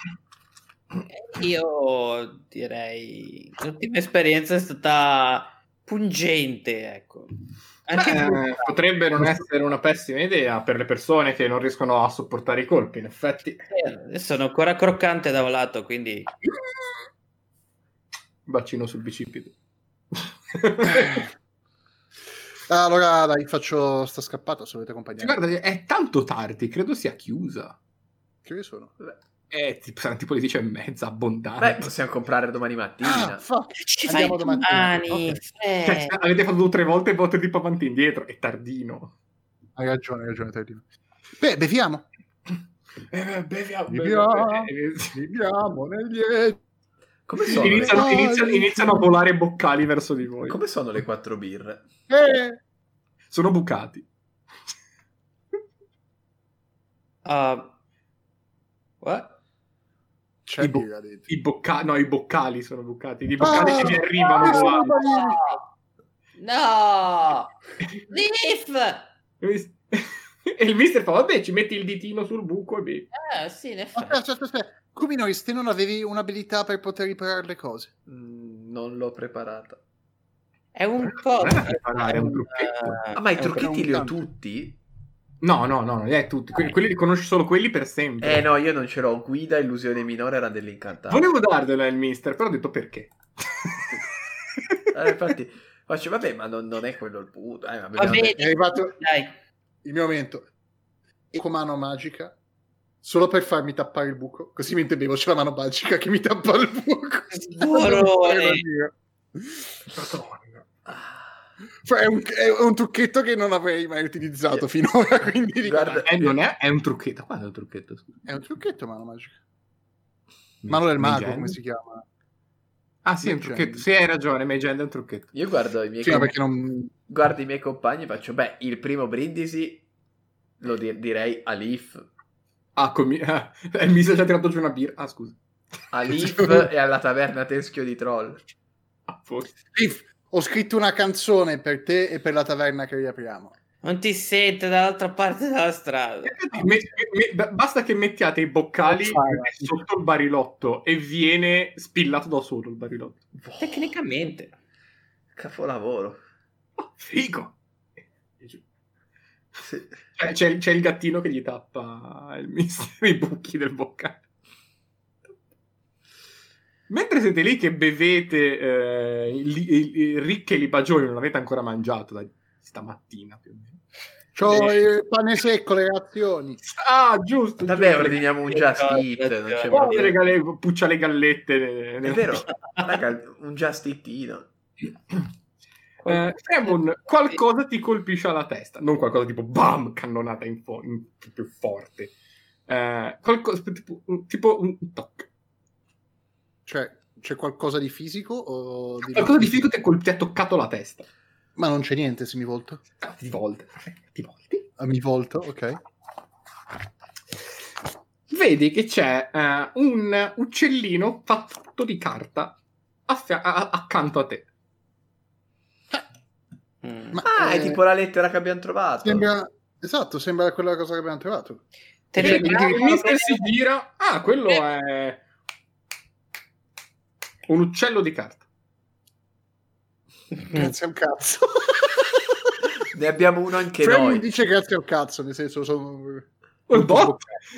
[SPEAKER 5] Io direi l'ultima esperienza è stata pungente, ecco. Anche
[SPEAKER 2] Potrebbe non essere una pessima idea per le persone che non riescono a sopportare i colpi, in effetti.
[SPEAKER 5] sono ancora croccante da un lato, quindi
[SPEAKER 2] Bacino sul bicipite.
[SPEAKER 3] Allora, dai, faccio sta scappata se volete accompagnare.
[SPEAKER 2] Guarda, è tanto tardi, credo sia chiusa.
[SPEAKER 3] Che ore sono?
[SPEAKER 2] Saranno tipo le 10:30, abbondante.
[SPEAKER 1] Beh, possiamo comprare domani mattina.
[SPEAKER 3] Fuck.
[SPEAKER 5] ci
[SPEAKER 3] Andiamo
[SPEAKER 5] fai domani.
[SPEAKER 2] Cioè, avete fatto 2 o 3 volte volte tipo avanti e indietro, è tardino.
[SPEAKER 3] Hai ragione, Tardino. Beh, beviamo. Beviamo negli...
[SPEAKER 1] Come sono,
[SPEAKER 2] Iniziano a volare boccali verso di voi.
[SPEAKER 1] come sono le 4 birre?
[SPEAKER 2] Sono bucati.
[SPEAKER 5] What?
[SPEAKER 3] C'è
[SPEAKER 2] I
[SPEAKER 3] birra dentro.
[SPEAKER 2] I boccali sono bucati. I boccali che vi arrivano volando.
[SPEAKER 5] No! Leaf!
[SPEAKER 2] E il mister fa, vabbè, ci metti il ditino sul buco e bevi.
[SPEAKER 5] Sì, in effetti.
[SPEAKER 3] Aspetta. Kuminoris, te non avevi un'abilità per poter riparare le cose?
[SPEAKER 1] Non l'ho preparata.
[SPEAKER 5] È un po'.
[SPEAKER 2] Non è preparare, è un trucchetto.
[SPEAKER 1] Ah, ma i trucchetti li ho
[SPEAKER 3] tanto.
[SPEAKER 1] tutti?
[SPEAKER 2] No, non li hai tutti. Quelli li conosci solo quelli per sempre.
[SPEAKER 1] No, io non ce l'ho. Guida, illusione minore, era dell'incantato.
[SPEAKER 2] Volevo dartela al mister, però ho detto perché.
[SPEAKER 1] Infatti, faccio, vabbè, ma non è quello il punto.
[SPEAKER 5] Vabbè,
[SPEAKER 3] È arrivato
[SPEAKER 5] dai.
[SPEAKER 3] il mio momento. Con mano magica, solo per farmi tappare il buco. Così mentre bevo c'è la mano magica che mi tappa il buco.
[SPEAKER 5] Sborone.
[SPEAKER 3] È un trucchetto che non avrei mai utilizzato finora, quindi
[SPEAKER 1] Guarda,
[SPEAKER 2] non è un trucchetto. Quando è un trucchetto? Scusa.
[SPEAKER 3] è un trucchetto mano magica. Mano del mago,
[SPEAKER 2] Mage
[SPEAKER 3] come
[SPEAKER 2] Hand?
[SPEAKER 3] si chiama?
[SPEAKER 2] Ah sì, è un
[SPEAKER 3] Mage
[SPEAKER 2] trucchetto.
[SPEAKER 3] Hand.
[SPEAKER 2] Sì, hai ragione, Mage Hand è un trucchetto.
[SPEAKER 1] io guardo i miei
[SPEAKER 3] Sì, ma perché non...
[SPEAKER 1] guardo i miei compagni e faccio, beh, il primo brindisi lo direi a Leaf.
[SPEAKER 2] Ah, il mister ci ha tirato giù una birra. Ah, scusa.
[SPEAKER 1] A Leaf e alla taverna Teschio di Troll.
[SPEAKER 2] Ah, forse.
[SPEAKER 3] Riff, ho scritto una canzone per te e per la taverna che riapriamo.
[SPEAKER 5] Non ti sente dall'altra parte della strada.
[SPEAKER 2] Basta che mettiate i boccali sotto il barilotto e viene spillato da solo il barilotto.
[SPEAKER 5] Tecnicamente.
[SPEAKER 1] Capolavoro.
[SPEAKER 2] Oh, figo.
[SPEAKER 1] Sì.
[SPEAKER 2] C'è il gattino che gli tappa il mister i buchi del boccale. Mentre siete lì che bevete il ricche libagioni, non avete ancora mangiato da stamattina più o meno.
[SPEAKER 3] C'ho il pane secco, le reazioni.
[SPEAKER 2] Ah, giusto.
[SPEAKER 1] Vabbè,
[SPEAKER 2] giusto.
[SPEAKER 1] ordiniamo un Just Eat, non c'è
[SPEAKER 2] Poi
[SPEAKER 1] problema.
[SPEAKER 2] puccia le gallette.
[SPEAKER 1] È vero, raga, un Just Eatino.
[SPEAKER 2] Fremon, qualcosa ti colpisce alla testa, non qualcosa tipo bam, cannonata più forte. Qualcosa tipo un tocco.
[SPEAKER 3] Cioè, c'è qualcosa di fisico o di...
[SPEAKER 2] Qualcosa di figo ti ha toccato la testa.
[SPEAKER 3] Ma non c'è niente se mi volto.
[SPEAKER 2] Ti volti.
[SPEAKER 3] Ah, mi volto, ok.
[SPEAKER 2] Vedi che c'è un uccellino fatto di carta accanto a te.
[SPEAKER 3] Ma,
[SPEAKER 1] È tipo la lettera che abbiamo trovato.
[SPEAKER 3] Esatto, sembra quella cosa che abbiamo trovato.
[SPEAKER 2] Il mister si gira. Ah, quello è un uccello di carta.
[SPEAKER 3] Grazie al cazzo.
[SPEAKER 1] Ne abbiamo uno anche
[SPEAKER 3] Fremon
[SPEAKER 1] noi.
[SPEAKER 3] dice grazie al cazzo, nel senso sono...
[SPEAKER 2] Un po'.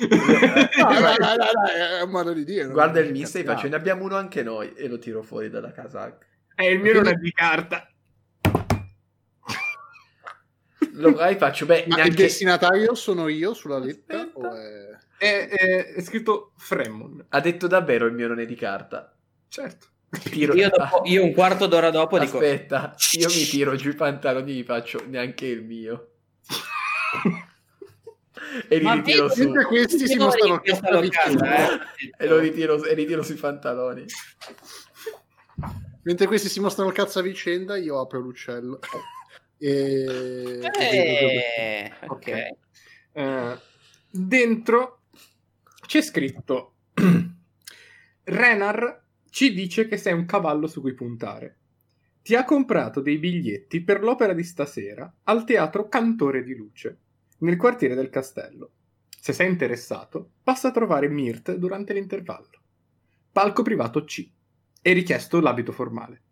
[SPEAKER 3] Dai, è un modo di dire.
[SPEAKER 1] Guarda il mister e faccio, ne abbiamo uno anche noi, e lo tiro fuori dalla casacca.
[SPEAKER 2] Il mio non è di carta.
[SPEAKER 1] Lo faccio, beh,
[SPEAKER 3] Ma il
[SPEAKER 1] neanche...
[SPEAKER 3] destinatario sono io sulla lettera?
[SPEAKER 1] Aspetta.
[SPEAKER 3] O è...
[SPEAKER 2] È scritto Fremon.
[SPEAKER 1] Ha detto davvero il mio non è di carta.
[SPEAKER 2] Certo.
[SPEAKER 1] Tiro...
[SPEAKER 5] Io un quarto d'ora dopo dico...
[SPEAKER 1] Aspetta, io mi tiro giù i pantaloni e gli faccio neanche il mio. E li
[SPEAKER 5] Ma
[SPEAKER 1] ritiro su.
[SPEAKER 3] Mentre questi si mostrano il cazzo vicino.
[SPEAKER 1] E lo ritiro sui pantaloni.
[SPEAKER 3] Mentre questi si mostrano il cazzo a vicenda, io apro l'uccello.
[SPEAKER 5] Ok.
[SPEAKER 2] Dentro c'è scritto Renar ci dice che sei un cavallo su cui puntare. Ti ha comprato dei biglietti per l'opera di stasera al teatro Cantore di Luce, nel quartiere del castello. Se sei interessato, passa a trovare Mirt durante l'intervallo. Palco privato C. È richiesto l'abito formale.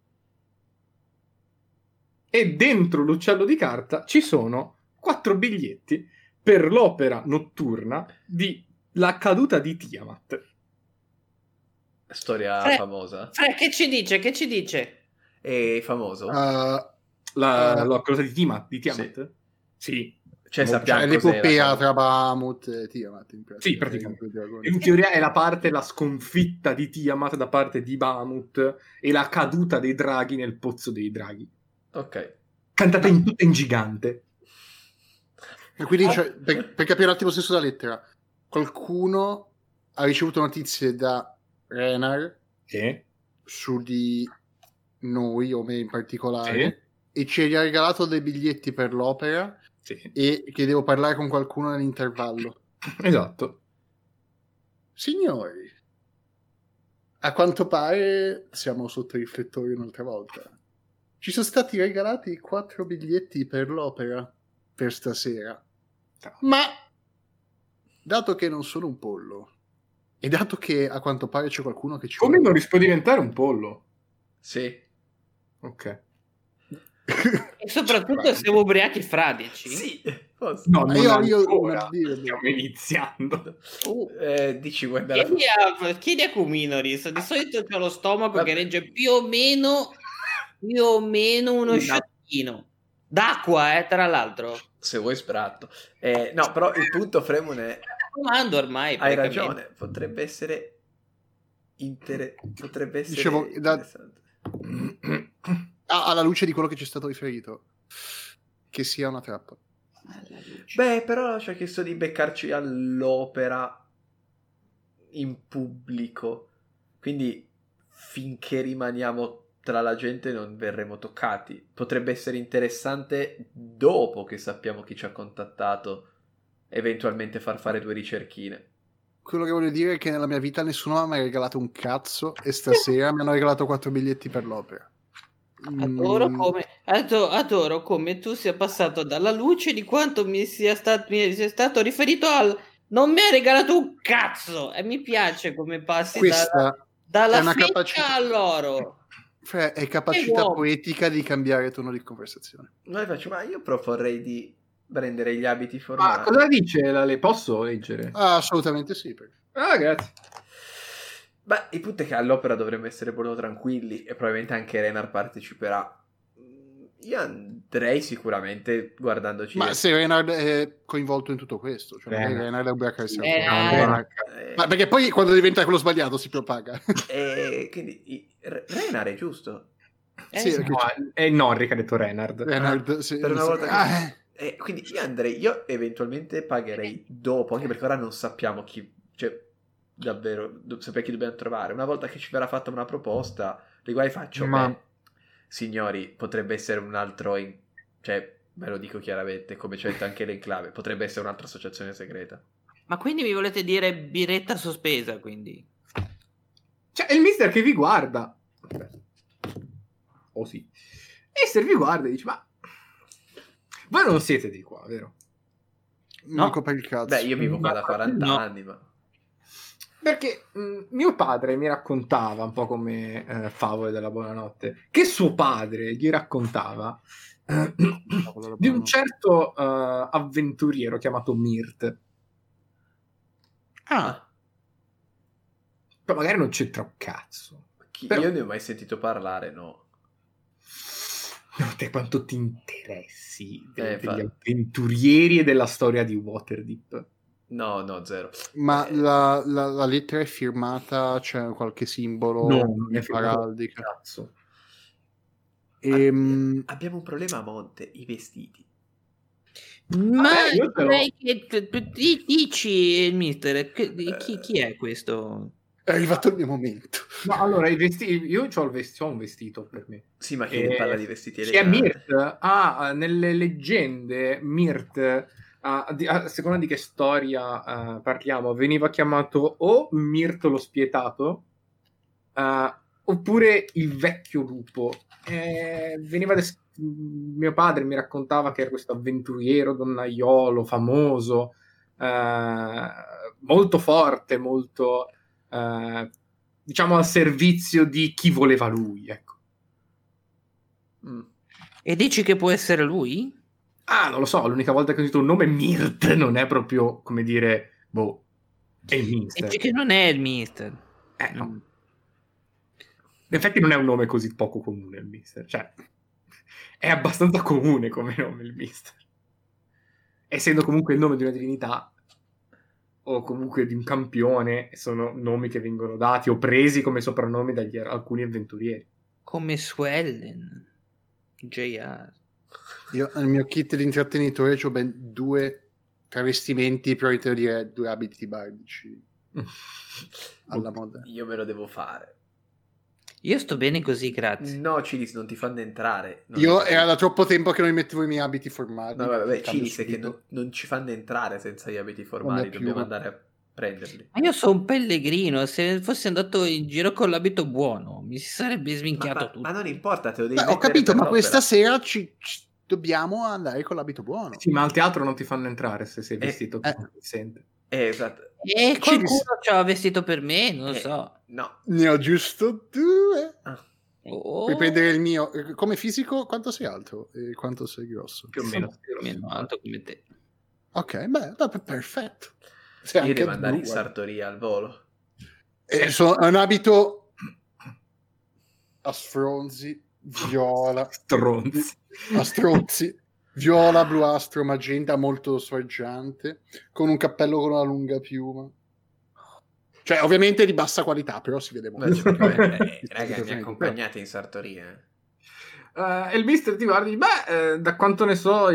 [SPEAKER 2] E dentro l'uccello di carta ci sono 4 biglietti per l'opera notturna di La caduta di Tiamat.
[SPEAKER 1] Storia famosa.
[SPEAKER 5] Che ci dice? Che ci dice?
[SPEAKER 1] È famoso.
[SPEAKER 2] La cosa di Tiamat? Sì.
[SPEAKER 1] Cioè sappiamo
[SPEAKER 3] è
[SPEAKER 1] cos'è
[SPEAKER 3] l'epopea tra Bahamut e Tiamat.
[SPEAKER 2] Sì, praticamente. In teoria è la sconfitta di Tiamat da parte di Bahamut e la caduta dei draghi nel pozzo dei draghi.
[SPEAKER 1] Ok.
[SPEAKER 2] Cantata in gigante.
[SPEAKER 3] E quindi, cioè, per capire un attimo il senso della lettera, qualcuno ha ricevuto notizie da Renar su di noi, o me in particolare, e ci ha regalato dei biglietti per l'opera e che devo parlare con qualcuno nell'intervallo.
[SPEAKER 2] Esatto.
[SPEAKER 3] Signori, a quanto pare siamo sotto i riflettori un'altra volta. Ci sono stati regalati 4 biglietti per l'opera per stasera. Ma, dato che non sono un pollo, e dato che a quanto pare c'è qualcuno che ci
[SPEAKER 2] Come non può diventare un pollo?
[SPEAKER 1] Sì.
[SPEAKER 2] Ok.
[SPEAKER 5] E soprattutto siamo ubriachi fradici.
[SPEAKER 1] Sì.
[SPEAKER 2] No,
[SPEAKER 3] io
[SPEAKER 2] stiamo iniziando.
[SPEAKER 1] Dici guarda.
[SPEAKER 5] Chiedi a Kuminoris. Di solito c'è lo stomaco che regge più o meno uno sciottino d'acqua, tra l'altro.
[SPEAKER 1] Se vuoi spratto. No, però il punto, Fremon, è...
[SPEAKER 5] Comando ormai.
[SPEAKER 1] Hai ragione, potrebbe essere
[SPEAKER 3] Dicevo,
[SPEAKER 1] interessante.
[SPEAKER 3] alla luce di quello che ci è stato riferito, che sia una trappola.
[SPEAKER 1] Beh, però ci ha chiesto di beccarci all'opera in pubblico, quindi finché rimaniamo tra la gente non verremo toccati. Potrebbe essere interessante, dopo che sappiamo chi ci ha contattato, eventualmente far fare 2 ricerchine.
[SPEAKER 3] Quello che voglio dire è che nella mia vita nessuno mi ha mai regalato un cazzo e stasera mi hanno regalato 4 biglietti per l'opera.
[SPEAKER 5] Adoro come tu sia passato dalla luce di quanto mi sia stato riferito al non mi hai regalato un cazzo, e mi piace come passi dalla
[SPEAKER 3] è una
[SPEAKER 5] feccia
[SPEAKER 3] capacità
[SPEAKER 5] all'oro.
[SPEAKER 3] è capacità
[SPEAKER 5] uomo.
[SPEAKER 3] poetica di cambiare tono di conversazione.
[SPEAKER 1] Ma io proporrei di prendere gli abiti
[SPEAKER 2] Ma
[SPEAKER 1] formali.
[SPEAKER 2] cosa dice le posso leggere?
[SPEAKER 3] Assolutamente sì.
[SPEAKER 2] Grazie.
[SPEAKER 1] Beh, il punto è che all'opera dovremmo essere molto tranquilli e probabilmente anche Renar parteciperà. Io andrei sicuramente guardandoci.
[SPEAKER 3] Ma se Renard è coinvolto in tutto questo, cioè magari Renard è ubriacarsi ma perché poi quando diventa quello sbagliato si propaga.
[SPEAKER 1] Quindi Renar è giusto.
[SPEAKER 3] Sì,
[SPEAKER 2] è Norric, ha detto Renard.
[SPEAKER 3] Renard, sì,
[SPEAKER 1] per una
[SPEAKER 3] sì.
[SPEAKER 1] volta quindi io eventualmente pagherei dopo, anche perché ora non sappiamo chi, cioè davvero sapere chi dobbiamo trovare. Una volta che ci verrà fatta una proposta, le guai faccio, beh, signori, potrebbe essere un altro cioè ve lo dico chiaramente, come c'è anche l'enclave, potrebbe essere un'altra associazione segreta.
[SPEAKER 5] Ma quindi mi volete dire biretta sospesa, quindi?
[SPEAKER 2] Cioè, è il mister che vi guarda. Oh sì. Mister vi guarda e dice, ma voi non siete di qua, vero?
[SPEAKER 3] No, per il cazzo.
[SPEAKER 1] Beh, io vivo qua da 40 anni, ma...
[SPEAKER 2] Perché mio padre mi raccontava, un po' come Favole della Buonanotte, che suo padre gli raccontava di un certo avventuriero chiamato Mirt. Però magari non c'entra un cazzo.
[SPEAKER 1] Però... Io ne ho mai sentito parlare, no.
[SPEAKER 2] No, te quanto ti interessi degli avventurieri e della storia di Waterdeep?
[SPEAKER 1] No, zero.
[SPEAKER 3] Ma la lettera è firmata? C'è qualche simbolo?
[SPEAKER 2] No, non è firmato.
[SPEAKER 3] Cazzo.
[SPEAKER 1] Abbiamo un problema a monte, i vestiti.
[SPEAKER 5] Ma direi che dici il mister, chi è questo?
[SPEAKER 3] È arrivato il mio momento.
[SPEAKER 2] No, allora i vestiti, io ho un vestito per me.
[SPEAKER 1] Sì, ma chi parla di vestiti
[SPEAKER 2] eleganti? Chi è Mirt? Nelle leggende Mirt, a seconda di che storia parliamo, veniva chiamato o Mirt lo spietato, oppure il vecchio lupo. Mio padre mi raccontava che era questo avventuriero donnaiolo famoso, molto forte, molto diciamo al servizio di chi voleva lui, ecco.
[SPEAKER 5] E dici che può essere lui?
[SPEAKER 2] Non lo so, l'unica volta che ho sentito un nome Mirt non è proprio, come dire, è il mister.
[SPEAKER 5] Dici che non è il mister.
[SPEAKER 2] No. In effetti non è un nome così poco comune il mister, cioè è abbastanza comune come nome il mister, essendo comunque il nome di una divinità o comunque di un campione, sono nomi che vengono dati o presi come soprannomi dagli alcuni avventurieri,
[SPEAKER 5] come Swellen, JR.
[SPEAKER 3] Io nel mio kit di intrattenitore ho ben 2 travestimenti, però intendo dire 2 abiti bardici alla moda.
[SPEAKER 1] Io me lo devo fare.
[SPEAKER 5] Io sto bene così, grazie.
[SPEAKER 1] No, Cilis, non ti fanno entrare.
[SPEAKER 3] Era da troppo tempo che non mi mettevo i miei abiti formali.
[SPEAKER 1] No, vabbè, Cilis è che non ci fanno entrare senza gli abiti formali, dobbiamo andare a prenderli.
[SPEAKER 5] Ma io sono un pellegrino, se fossi andato in giro con l'abito buono mi si sarebbe sminchiato tutto.
[SPEAKER 1] Ma non importa, te lo devi
[SPEAKER 3] ho capito, ma questa sera dobbiamo andare con l'abito buono.
[SPEAKER 2] Sì, ma al teatro non ti fanno entrare se sei vestito decente.
[SPEAKER 1] Esatto.
[SPEAKER 5] E qualcuno ci ha vestito per me, non so.
[SPEAKER 1] No.
[SPEAKER 3] Ne ho giusto 2. Puoi prendere il mio. Come fisico, quanto sei alto e quanto sei grosso?
[SPEAKER 2] Più o meno
[SPEAKER 5] alto come te.
[SPEAKER 3] Ok, beh, perfetto.
[SPEAKER 1] Io devo andare in sartoria al volo.
[SPEAKER 3] È un abito a sfronzi, viola. A stronzi. Viola, bluastro, magenta, molto sfreggiante, con un cappello con una lunga piuma. Cioè, ovviamente di bassa qualità, però si vede molto.
[SPEAKER 1] Raga, mi accompagnate in sartoria?
[SPEAKER 2] E il mister ti guarda e dice, da quanto ne so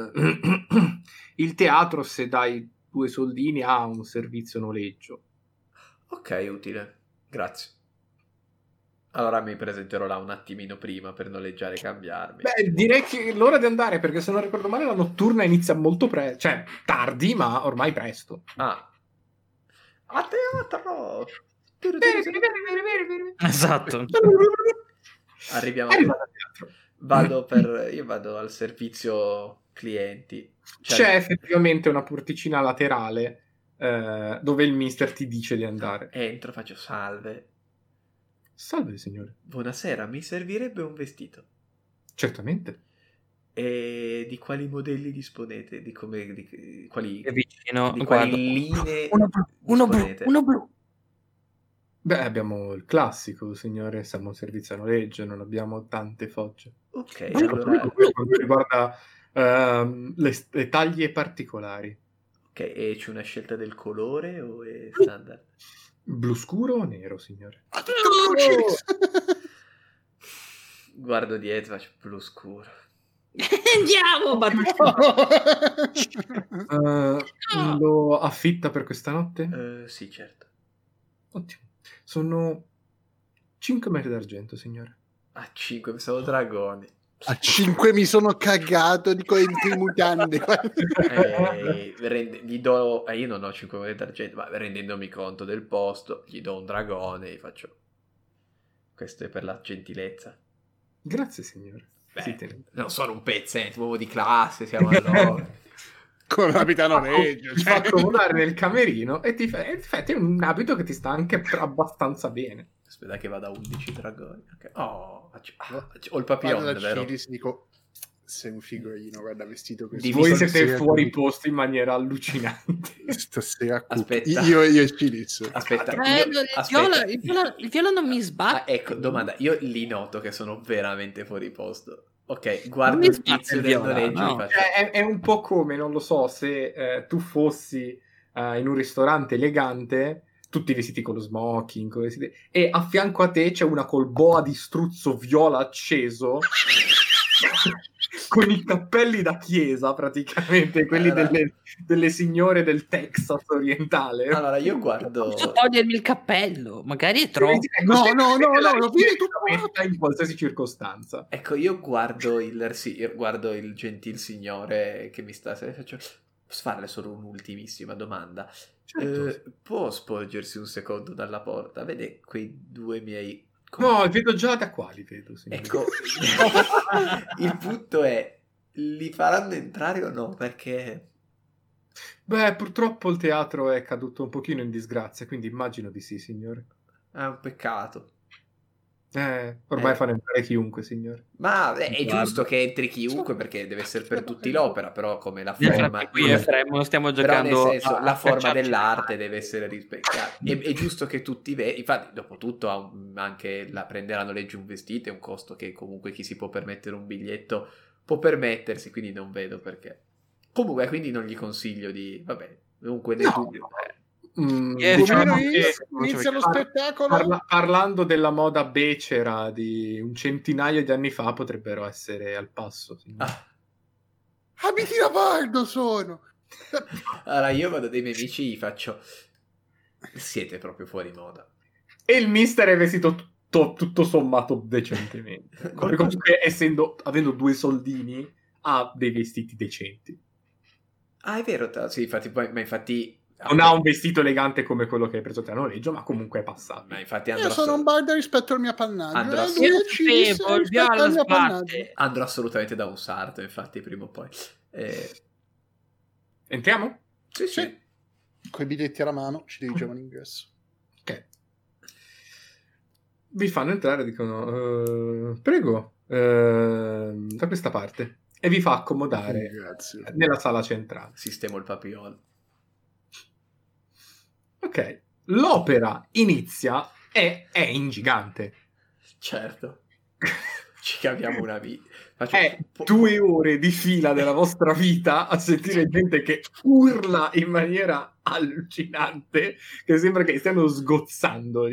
[SPEAKER 2] il teatro, se dai 2 soldini, ha un servizio noleggio.
[SPEAKER 1] Ok, utile, grazie. Allora mi presenterò là un attimino prima per noleggiare e cambiarmi.
[SPEAKER 2] Beh, direi che è l'ora di andare, perché se non ricordo male la notturna inizia molto presto, cioè tardi, ma ormai presto.
[SPEAKER 1] Ah. A teatro!
[SPEAKER 4] Esatto.
[SPEAKER 1] Arriviamo
[SPEAKER 2] Arrivate al teatro.
[SPEAKER 1] Io vado al servizio clienti.
[SPEAKER 2] C'è effettivamente una porticina laterale dove il mister ti dice di andare.
[SPEAKER 1] Entro, faccio salve.
[SPEAKER 2] Salve, signore.
[SPEAKER 1] Buonasera, mi servirebbe un vestito.
[SPEAKER 2] Certamente.
[SPEAKER 1] E di quali modelli disponete? Di quali,
[SPEAKER 4] È vicino,
[SPEAKER 1] di
[SPEAKER 4] guarda.
[SPEAKER 1] quali linee
[SPEAKER 4] Uno
[SPEAKER 1] disponete?
[SPEAKER 4] blu.
[SPEAKER 2] Beh, abbiamo il classico, signore. Siamo un servizio a noleggio, non abbiamo tante fogge.
[SPEAKER 1] Ok,
[SPEAKER 2] Per
[SPEAKER 1] allora...
[SPEAKER 2] quanto riguarda le taglie particolari.
[SPEAKER 1] Ok, e c'è una scelta del colore o è standard?
[SPEAKER 2] Blu scuro o nero, signore?
[SPEAKER 1] Guardo dietro, faccio blu scuro.
[SPEAKER 5] Andiamo,
[SPEAKER 2] Lo affitta per questa notte?
[SPEAKER 1] Sì, certo.
[SPEAKER 2] Ottimo. Sono 5 metri d'argento, signore.
[SPEAKER 1] A 5, pensavo dragoni.
[SPEAKER 3] A 5 mi sono cagato, dico entri in mutande.
[SPEAKER 1] Gli do... io non ho 5 monete d'argento, ma rendendomi conto del posto, gli do un dragone e faccio... Questo è per la gentilezza.
[SPEAKER 2] Grazie, signore.
[SPEAKER 1] Beh, non sono un pezzente, uomo di classe, siamo allora.
[SPEAKER 3] Con l'abitano
[SPEAKER 2] Ti fa accomodare nel camerino e ti fai un abito che ti sta anche abbastanza bene.
[SPEAKER 1] Aspetta che vada a 11 dragoni. Okay. Ho il papillon, vero?
[SPEAKER 3] Cilis, dico, sei un figurino, guarda, vestito così.
[SPEAKER 2] Voi siete fuori posto in maniera allucinante.
[SPEAKER 3] Stasera
[SPEAKER 1] aspetta.
[SPEAKER 3] Io e Cilis.
[SPEAKER 1] Aspetta.
[SPEAKER 5] il viola non mi sbatte.
[SPEAKER 1] Ecco, domanda. Io li noto che sono veramente fuori posto. Ok, guardo il tizio del noleggio e faccio...
[SPEAKER 2] È un po' come, non lo so, se tu fossi in un ristorante elegante, tutti vestiti con lo smoking, e a fianco a te c'è una col boa di struzzo viola acceso con i cappelli da chiesa praticamente, quelli delle signore del Texas orientale.
[SPEAKER 1] Allora io guardo...
[SPEAKER 5] Posso togliermi il cappello? Magari è troppo.
[SPEAKER 3] No, lo vedi tu
[SPEAKER 2] in qualsiasi circostanza.
[SPEAKER 1] Ecco, io guardo il gentil signore che mi sta... Faccio... Posso farle solo un'ultimissima domanda?
[SPEAKER 2] Certo.
[SPEAKER 1] Può sporgersi un secondo dalla porta? Vede quei due miei...
[SPEAKER 2] No, vedo già da quali vedo. Signore.
[SPEAKER 1] Ecco, il punto è, li faranno entrare o no? Perché...
[SPEAKER 2] Beh, purtroppo il teatro è caduto un pochino in disgrazia, quindi immagino di sì, signore.
[SPEAKER 1] È un peccato.
[SPEAKER 2] Ormai fanno entrare chiunque, signore.
[SPEAKER 1] Ma è giusto che entri chiunque perché deve essere per tutti l'opera, però come la forma...
[SPEAKER 4] Qui stiamo giocando...
[SPEAKER 1] Nel senso, la forma dell'arte deve essere rispettata. È giusto che tutti infatti, dopo tutto, anche prenderanno legge un vestito, è un costo che comunque chi si può permettere un biglietto può permettersi, quindi non vedo perché. Comunque, quindi non gli consiglio di... Vabbè, comunque...
[SPEAKER 3] Diciamo che inizia lo spettacolo.
[SPEAKER 2] Parlando della moda becera di un centinaio di anni fa, potrebbero essere al passo.
[SPEAKER 3] Abiti da pardo sono.
[SPEAKER 1] Allora io vado dai miei amici e gli faccio: siete proprio fuori moda.
[SPEAKER 2] E il mister è vestito tutto sommato decentemente. Comunque, avendo 2 soldini, ha dei vestiti decenti.
[SPEAKER 1] Ah, è vero, sì, infatti
[SPEAKER 2] non ha un vestito elegante come quello che hai preso te a noleggio, ma comunque è passato.
[SPEAKER 1] Ma infatti
[SPEAKER 3] io sono un bardo rispetto al mio appannaggio.
[SPEAKER 1] Andrò assolutamente da un sarto, infatti, prima o poi.
[SPEAKER 2] Entriamo?
[SPEAKER 1] Sì.
[SPEAKER 3] Con i biglietti alla mano ci dirigiamo all'ingresso.
[SPEAKER 2] Ok. Vi fanno entrare, dicono prego, da questa parte, e vi fa accomodare nella sala centrale.
[SPEAKER 1] Sistemo il papillon.
[SPEAKER 2] Ok, l'opera inizia e è in gigante.
[SPEAKER 1] Certo. Ci capiamo una vita.
[SPEAKER 2] È 2 ore di fila della vostra vita a sentire gente che urla in maniera allucinante, che sembra che stiano sgozzandoli.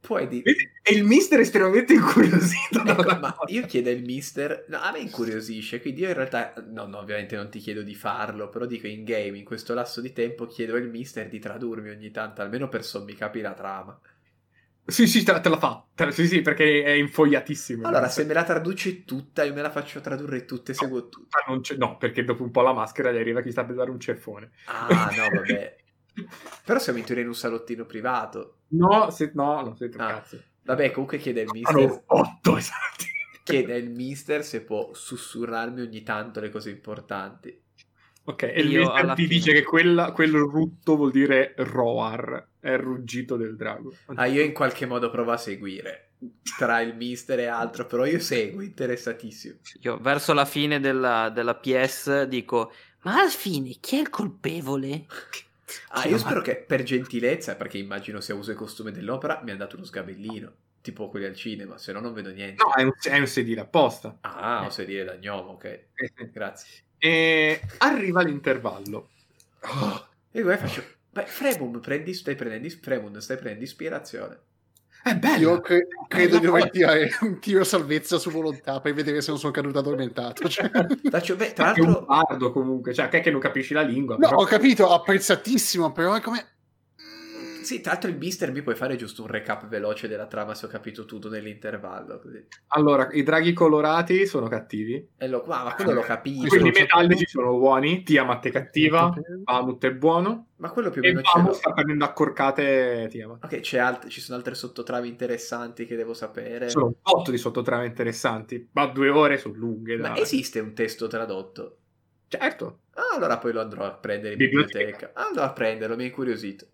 [SPEAKER 1] Puoi dire...
[SPEAKER 2] E il mister è estremamente incuriosito.
[SPEAKER 1] Ecco, ma io chiedo al mister, no, a me incuriosisce, quindi io in realtà, no, ovviamente non ti chiedo di farlo, però dico in game, in questo lasso di tempo chiedo al mister di tradurmi ogni tanto, almeno per sommi capi la trama.
[SPEAKER 2] Sì, te la fa. Sì, perché è infogliatissimo.
[SPEAKER 1] Allora, se me la traduce tutta, io me la faccio tradurre tutte e seguo tutto.
[SPEAKER 2] No, perché dopo un po' la maschera gli arriva chi sta per dare un ceffone.
[SPEAKER 1] Ah, no, vabbè. Però siamo in teoria in un salottino privato.
[SPEAKER 2] No, non sei cazzo.
[SPEAKER 1] Vabbè, comunque chiede il mister...
[SPEAKER 2] 8 esatti.
[SPEAKER 1] Chiede il mister se può sussurrarmi ogni tanto le cose importanti.
[SPEAKER 2] Ok, e il mister ti dice che quel rutto vuol dire roar, è il ruggito del drago.
[SPEAKER 1] Ah, io in qualche modo provo a seguire tra il mister e altro, però io seguo, interessatissimo.
[SPEAKER 4] Io verso la fine della PS dico, ma alla fine chi è il colpevole?
[SPEAKER 1] Ah, io spero che per gentilezza, perché immagino sia uso e costume dell'opera, mi hanno dato uno sgabellino, tipo quelli al cinema, se no non vedo niente.
[SPEAKER 2] No, è un sedile apposta.
[SPEAKER 1] Ah, un sedile da gnomo, ok. Grazie.
[SPEAKER 2] E arriva l'intervallo.
[SPEAKER 1] E poi faccio... Beh, Fremon, stai prendendo ispirazione.
[SPEAKER 2] È bello.
[SPEAKER 3] Io credo di dover tirare un tiro a salvezza su volontà per vedere se non sono caduto addormentato. Cioè.
[SPEAKER 1] Beh, tra
[SPEAKER 2] È un
[SPEAKER 1] l'altro...
[SPEAKER 2] bardo comunque, cioè che non capisci la lingua.
[SPEAKER 3] No,
[SPEAKER 2] però...
[SPEAKER 3] ho capito, apprezzatissimo, però è come...
[SPEAKER 1] Sì, tra l'altro il mister mi puoi fare giusto un recap veloce della trama se ho capito tutto nell'intervallo. Così.
[SPEAKER 2] Allora, i draghi colorati sono cattivi.
[SPEAKER 1] Ma quello l'ho capito.
[SPEAKER 2] Quelli metallici sono buoni, Tiamat è cattiva, Bahamut è buono.
[SPEAKER 1] Ma quello più o
[SPEAKER 2] E
[SPEAKER 1] meno ce
[SPEAKER 2] Bahamut
[SPEAKER 1] l'ho.
[SPEAKER 2] sta prendendo accorcate Tiamat.
[SPEAKER 1] Ok, ci sono altre sottotrame interessanti che devo sapere.
[SPEAKER 2] Sono un botto di sottotrame interessanti, ma 2 ore sono lunghe.
[SPEAKER 1] Ma
[SPEAKER 2] dai.
[SPEAKER 1] esiste un testo tradotto?
[SPEAKER 2] Certo.
[SPEAKER 1] Ah, allora poi lo andrò a prendere in biblioteca. Andrò a prenderlo, mi è incuriosito.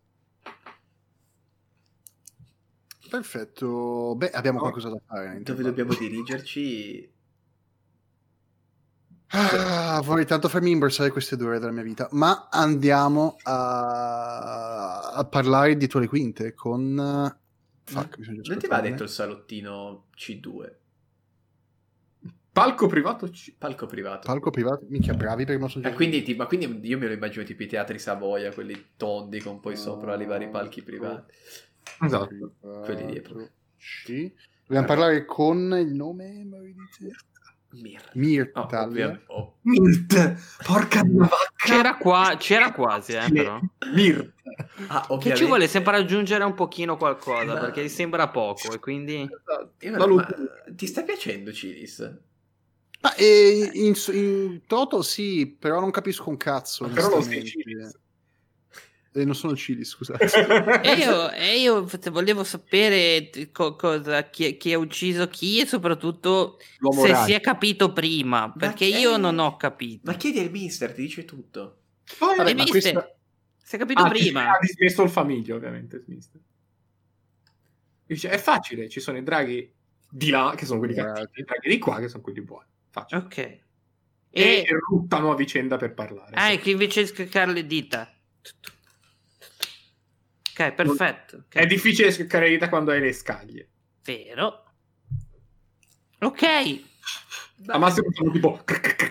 [SPEAKER 3] Perfetto, beh, abbiamo qualcosa da fare.
[SPEAKER 1] Dove dobbiamo dirigerci?
[SPEAKER 3] Vorrei tanto farmi imborsare queste 2 ore della mia vita, ma andiamo a parlare dietro le quinte con...
[SPEAKER 1] Non ti va detto il salottino C2?
[SPEAKER 2] Palco privato
[SPEAKER 1] Palco privato.
[SPEAKER 3] Palco privato? Minchia, bravi per il nostro gioco.
[SPEAKER 1] Ma quindi io me lo immagino tipo i teatri Savoia, quelli tondi con poi sopra i vari palchi privati.
[SPEAKER 2] Esatto.
[SPEAKER 1] Quelli dietro.
[SPEAKER 3] Sì. Dobbiamo parlare con il nome,
[SPEAKER 1] Mirt.
[SPEAKER 2] Mirt, porca vacca.
[SPEAKER 4] C'era quasi, però.
[SPEAKER 2] Mirt.
[SPEAKER 1] Ah,
[SPEAKER 4] Che
[SPEAKER 1] ovviamente.
[SPEAKER 4] ci vuole sempre aggiungere un pochino qualcosa, perché gli sembra poco, e quindi...
[SPEAKER 1] Ma ti sta piacendo Cilis?
[SPEAKER 3] Ma in toto sì, però non capisco un cazzo.
[SPEAKER 2] Però non sei
[SPEAKER 3] onestamente.
[SPEAKER 2] Cilis.
[SPEAKER 3] Non sono Cili, scusate.
[SPEAKER 5] E io volevo sapere chi ha ucciso chi e soprattutto
[SPEAKER 3] L'uomo
[SPEAKER 5] se
[SPEAKER 3] ragno.
[SPEAKER 5] si è capito prima, perché io non ho capito.
[SPEAKER 1] Ma chiedi al mister, ti dice tutto.
[SPEAKER 3] Vabbè,
[SPEAKER 5] Hai
[SPEAKER 3] ma
[SPEAKER 5] visto?
[SPEAKER 3] questa-
[SPEAKER 5] Si è capito prima.
[SPEAKER 2] Ha dismesso il famiglio, ovviamente, il mister. Dice, è facile, ci sono i draghi di là, che sono quelli cattivi, i draghi di qua, che sono quelli buoni. Facile.
[SPEAKER 5] Ok.
[SPEAKER 2] E ruttano a vicenda per parlare.
[SPEAKER 5] Ah, e che invece di scaccare le dita. Ok, perfetto. Ok.
[SPEAKER 2] È difficile scaccare le dita quando hai le scaglie.
[SPEAKER 5] Vero. Ok.
[SPEAKER 2] A massimo sono tipo...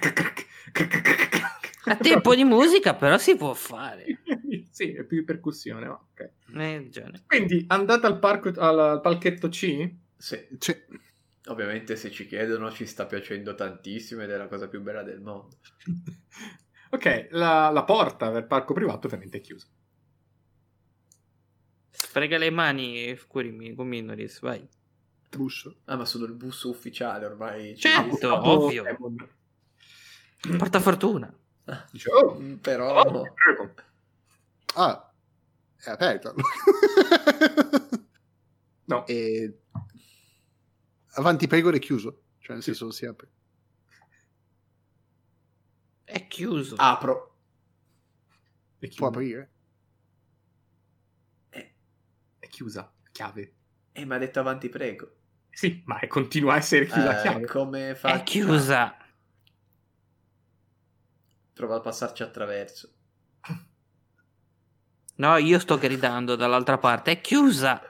[SPEAKER 5] A tempo di musica però si può fare.
[SPEAKER 2] Sì, è più percussione, ma ok.
[SPEAKER 5] Hai ragione.
[SPEAKER 2] Quindi andate al palchetto C?
[SPEAKER 1] Sì.
[SPEAKER 3] Cioè,
[SPEAKER 1] Ovviamente se ci chiedono ci sta piacendo tantissimo ed è la cosa più bella del mondo.
[SPEAKER 2] Ok, la porta del parco privato ovviamente è chiusa.
[SPEAKER 5] Sfrega le mani, curimi con Minoris, vai.
[SPEAKER 3] busso.
[SPEAKER 1] Ah, ma sono il bus ufficiale ormai.
[SPEAKER 5] Certo,
[SPEAKER 2] Ah,
[SPEAKER 5] ovvio.
[SPEAKER 2] Demon.
[SPEAKER 5] Porta fortuna.
[SPEAKER 2] Dice, oh,
[SPEAKER 1] Però...
[SPEAKER 2] prego.
[SPEAKER 3] Ah, è aperto.
[SPEAKER 2] No.
[SPEAKER 3] E... Avanti prego è chiuso. Cioè nel senso si apre.
[SPEAKER 5] È chiuso.
[SPEAKER 1] Apro.
[SPEAKER 2] È
[SPEAKER 3] Può
[SPEAKER 2] chiusa.
[SPEAKER 3] aprire.
[SPEAKER 2] È chiusa. Chiave.
[SPEAKER 1] Mi ha detto avanti prego.
[SPEAKER 2] Sì, ma continua a essere chiusa chiave.
[SPEAKER 1] Come fa?
[SPEAKER 5] È chiusa.
[SPEAKER 1] Prova a passarci attraverso.
[SPEAKER 5] No, io sto gridando dall'altra parte. È chiusa.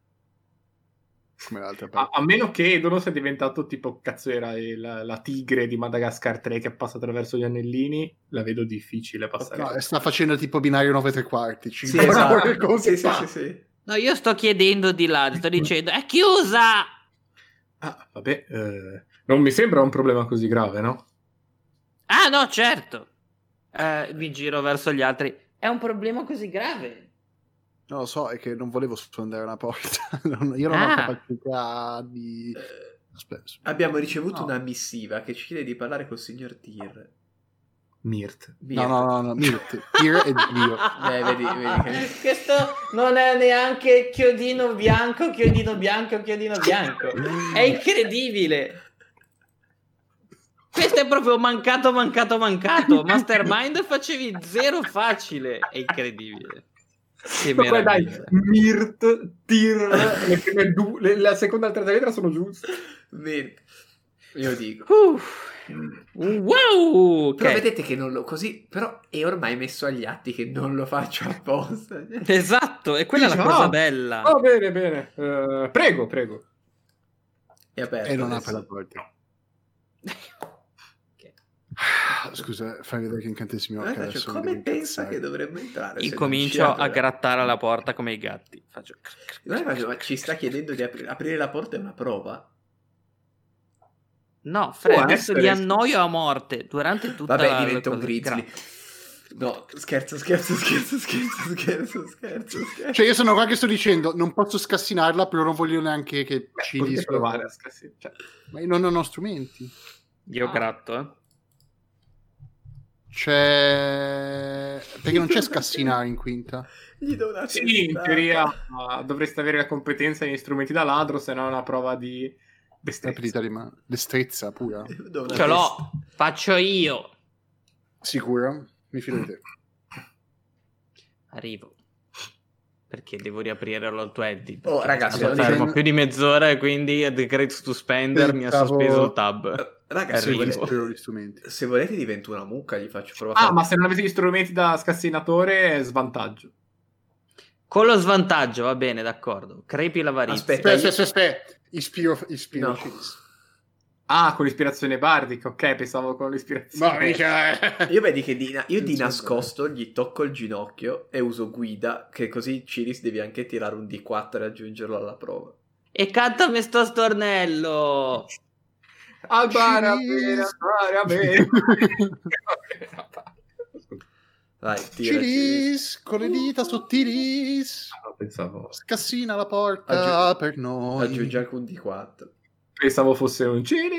[SPEAKER 3] Come l'altra parte.
[SPEAKER 2] A meno che Edono sia diventato tipo, cazzo era la tigre di Madagascar 3 che passa attraverso gli anellini, la vedo difficile passare.
[SPEAKER 3] No, sta facendo tipo binario 9 3/4.
[SPEAKER 1] Sì, esatto.
[SPEAKER 3] Cose
[SPEAKER 1] Sì.
[SPEAKER 5] No, No, io sto chiedendo di là, sto dicendo, è chiusa!
[SPEAKER 2] Ah, vabbè, non mi sembra un problema così grave, no?
[SPEAKER 5] Ah, no, certo. Mi giro verso gli altri. È un problema così grave?
[SPEAKER 3] Non lo so, è che non volevo sfondare una porta. Io non ho capacità di... Aspetta.
[SPEAKER 1] Abbiamo ricevuto
[SPEAKER 3] No.
[SPEAKER 1] una missiva che ci chiede di parlare col signor Tyr.
[SPEAKER 2] Mirt.
[SPEAKER 3] No, Mirt. Tyr è Dio.
[SPEAKER 1] Vedi che...
[SPEAKER 5] Questo non è neanche chiodino bianco. È incredibile. Questo è proprio mancato. Mastermind facevi 0 facile. È incredibile. Che
[SPEAKER 2] Poi dai,
[SPEAKER 5] meraviglia.
[SPEAKER 2] Mirt, Tyr, la seconda e la terza lettera sono giuste.
[SPEAKER 1] Mirt. Io dico.
[SPEAKER 5] Wow!
[SPEAKER 1] Però
[SPEAKER 5] Ok.
[SPEAKER 1] vedete che non lo... Così... Però è ormai messo agli atti che non lo faccio apposta.
[SPEAKER 5] Esatto, e quella è la cosa bella.
[SPEAKER 2] Oh, bene. Prego.
[SPEAKER 1] È aperto
[SPEAKER 3] E non
[SPEAKER 1] adesso.
[SPEAKER 3] apre la porta.
[SPEAKER 1] Ok.
[SPEAKER 3] Scusa, fai vedere che incantesimo ho.
[SPEAKER 1] Guarda,
[SPEAKER 3] Che adesso mi
[SPEAKER 1] come
[SPEAKER 3] devo
[SPEAKER 1] pensa
[SPEAKER 3] incazzare.
[SPEAKER 1] che dovremmo entrare? se non
[SPEAKER 5] Incomincio
[SPEAKER 1] ci apre
[SPEAKER 5] a
[SPEAKER 1] la-
[SPEAKER 5] grattare alla porta come i gatti. Faccio...
[SPEAKER 1] Ma ci sta chiedendo di aprire la porta è una prova?
[SPEAKER 5] No, Fred,
[SPEAKER 2] Può
[SPEAKER 5] adesso
[SPEAKER 2] essere,
[SPEAKER 5] li annoio a morte durante tutta
[SPEAKER 1] Vabbè,
[SPEAKER 5] la
[SPEAKER 1] diventa un
[SPEAKER 5] cosa.
[SPEAKER 1] grizzly. No, scherzo.
[SPEAKER 3] Cioè, io sono qua che sto dicendo, non posso scassinarla, però non voglio neanche che ci
[SPEAKER 2] Potete provare a scassare. Cioè,
[SPEAKER 3] Ma io non ho strumenti.
[SPEAKER 5] Io gratto,
[SPEAKER 3] C'è... Perché non c'è scassinare in quinta.
[SPEAKER 1] Gli do una
[SPEAKER 2] sì, in
[SPEAKER 1] testata.
[SPEAKER 2] teoria dovreste avere la competenza negli strumenti da ladro, se no è una prova di
[SPEAKER 3] Rapidità di mano. Destrezza pura.
[SPEAKER 1] Do una
[SPEAKER 5] Ce l'ho, faccio io.
[SPEAKER 3] Sicuro? Mi fido di te.
[SPEAKER 5] Arrivo. Perché devo riaprire lo 20.
[SPEAKER 1] Oh, ragazzi,
[SPEAKER 5] sono
[SPEAKER 1] lo
[SPEAKER 5] fermo
[SPEAKER 3] dico-
[SPEAKER 5] più di mezz'ora e quindi Decrete to Spender mi ha
[SPEAKER 3] Pensavo-
[SPEAKER 5] sospeso il tab.
[SPEAKER 1] Ragazzi,
[SPEAKER 5] Arrivo.
[SPEAKER 3] Spero gli strumenti.
[SPEAKER 1] se volete divento una mucca, gli faccio provare.
[SPEAKER 2] Ah, ma se non avete gli strumenti da scassinatore è svantaggio.
[SPEAKER 5] Con lo svantaggio, va bene, d'accordo. Crepi l'avarizia.
[SPEAKER 3] Aspetta. Ispiro.
[SPEAKER 1] No.
[SPEAKER 2] Ah, con l'ispirazione bardica, ok, pensavo con l'ispirazione.
[SPEAKER 3] Ma mica...
[SPEAKER 1] Io vedi che io di
[SPEAKER 3] Non so
[SPEAKER 1] nascosto gli tocco il ginocchio e uso guida, che così Ciris devi anche tirare un D4 e aggiungerlo alla prova.
[SPEAKER 5] E cantami sto stornello.
[SPEAKER 2] Albara, bene.
[SPEAKER 1] Vai, tira.
[SPEAKER 3] Ciris, con le dita sottilis.
[SPEAKER 2] No, pensavo
[SPEAKER 3] Scassina la porta per
[SPEAKER 1] Aggiungi
[SPEAKER 3] noi.
[SPEAKER 1] anche un D4.
[SPEAKER 2] Pensavo fosse un Gesù.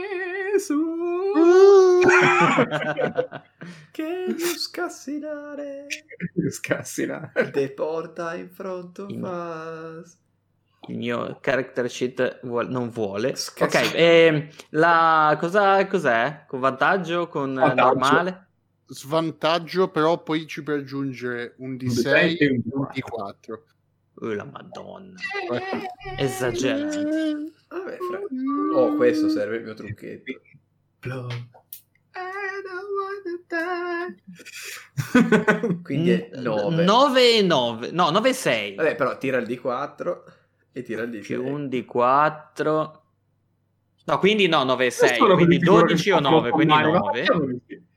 [SPEAKER 1] Che non scassinare.
[SPEAKER 2] Scassina.
[SPEAKER 1] De porta in fronte
[SPEAKER 5] In-
[SPEAKER 1] fas.
[SPEAKER 5] Il mio character sheet non vuole.
[SPEAKER 1] Scazzo.
[SPEAKER 5] Ok, cos'è? Con vantaggio? Con
[SPEAKER 2] Vantaggio.
[SPEAKER 5] normale?
[SPEAKER 3] Svantaggio, però poi ci puoi aggiungere un D6
[SPEAKER 2] D6
[SPEAKER 3] e un D4.
[SPEAKER 5] La madonna. Esagerato.
[SPEAKER 1] Vabbè, oh, questo serve il mio trucchetto. Quindi è 9.
[SPEAKER 5] 9 e 9. No, 9 e 6.
[SPEAKER 1] Vabbè, però tira il D4 e tira il D6.
[SPEAKER 5] Più un D4. No, quindi no, 9 e 6.
[SPEAKER 2] Questo lo
[SPEAKER 5] Quindi
[SPEAKER 2] vedi sicuro
[SPEAKER 5] 12 o
[SPEAKER 2] che
[SPEAKER 5] 9, quindi
[SPEAKER 2] online, ma
[SPEAKER 5] 9.
[SPEAKER 2] facciamo così.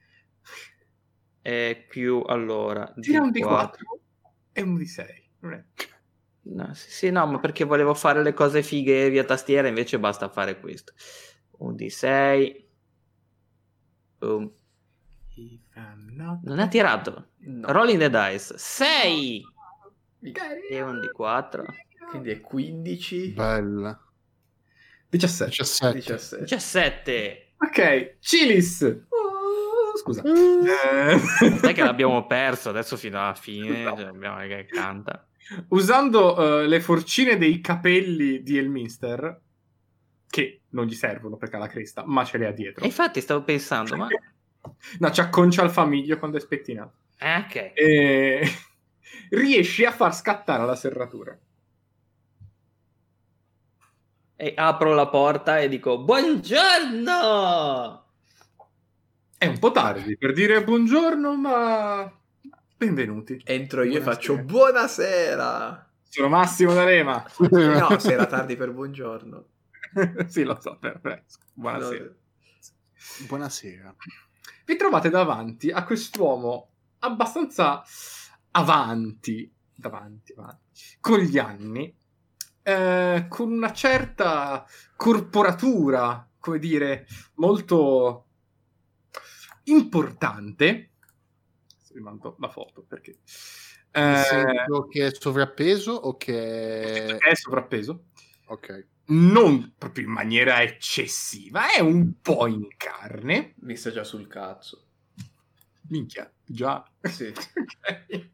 [SPEAKER 5] E più allora
[SPEAKER 2] Tira un
[SPEAKER 5] D4.
[SPEAKER 2] D4 e un D6. Non è...
[SPEAKER 5] No, sì, no, ma perché volevo fare le cose fighe via tastiera, invece basta fare questo. Un D6. Boom. Non ha tirato.
[SPEAKER 1] No.
[SPEAKER 5] Rolling the dice. 6 e un D4.
[SPEAKER 1] Quindi è 15.
[SPEAKER 3] Bella.
[SPEAKER 2] 17.
[SPEAKER 3] 17.
[SPEAKER 1] 17.
[SPEAKER 5] 17.
[SPEAKER 2] Ok, Cilis. Scusa.
[SPEAKER 5] Sai che l'abbiamo perso adesso fino alla fine. Cioè, abbiamo che canta.
[SPEAKER 2] Usando le forcine dei capelli di Elminster, che non gli servono perché ha la cresta, ma ce le ha dietro.
[SPEAKER 5] E infatti stavo pensando, ma...
[SPEAKER 2] No, ci acconcia al famiglio quando è spettinato.
[SPEAKER 5] Ok.
[SPEAKER 2] E... riesci a far scattare la serratura.
[SPEAKER 5] E apro la porta e dico buongiorno.
[SPEAKER 2] È un po' tardi per dire buongiorno, ma benvenuti.
[SPEAKER 1] Entro io e faccio
[SPEAKER 2] Buonasera.
[SPEAKER 1] buonasera.
[SPEAKER 2] Sono Massimo D'Alema.
[SPEAKER 1] No, se era tardi per buongiorno.
[SPEAKER 2] Sì, lo so, perfetto. Buonasera.
[SPEAKER 1] No,
[SPEAKER 3] Buonasera.
[SPEAKER 2] Vi trovate davanti a quest'uomo abbastanza avanti davanti, con gli anni, con una certa corporatura, come dire, molto importante. Vi mando la foto perché
[SPEAKER 3] nel senso che è sovrappeso o che
[SPEAKER 2] è sovrappeso,
[SPEAKER 3] ok,
[SPEAKER 2] non proprio in maniera eccessiva, è un po' in carne.
[SPEAKER 1] Mi sta già sul cazzo.
[SPEAKER 2] Minchia, già.
[SPEAKER 1] Sì.
[SPEAKER 2] Okay.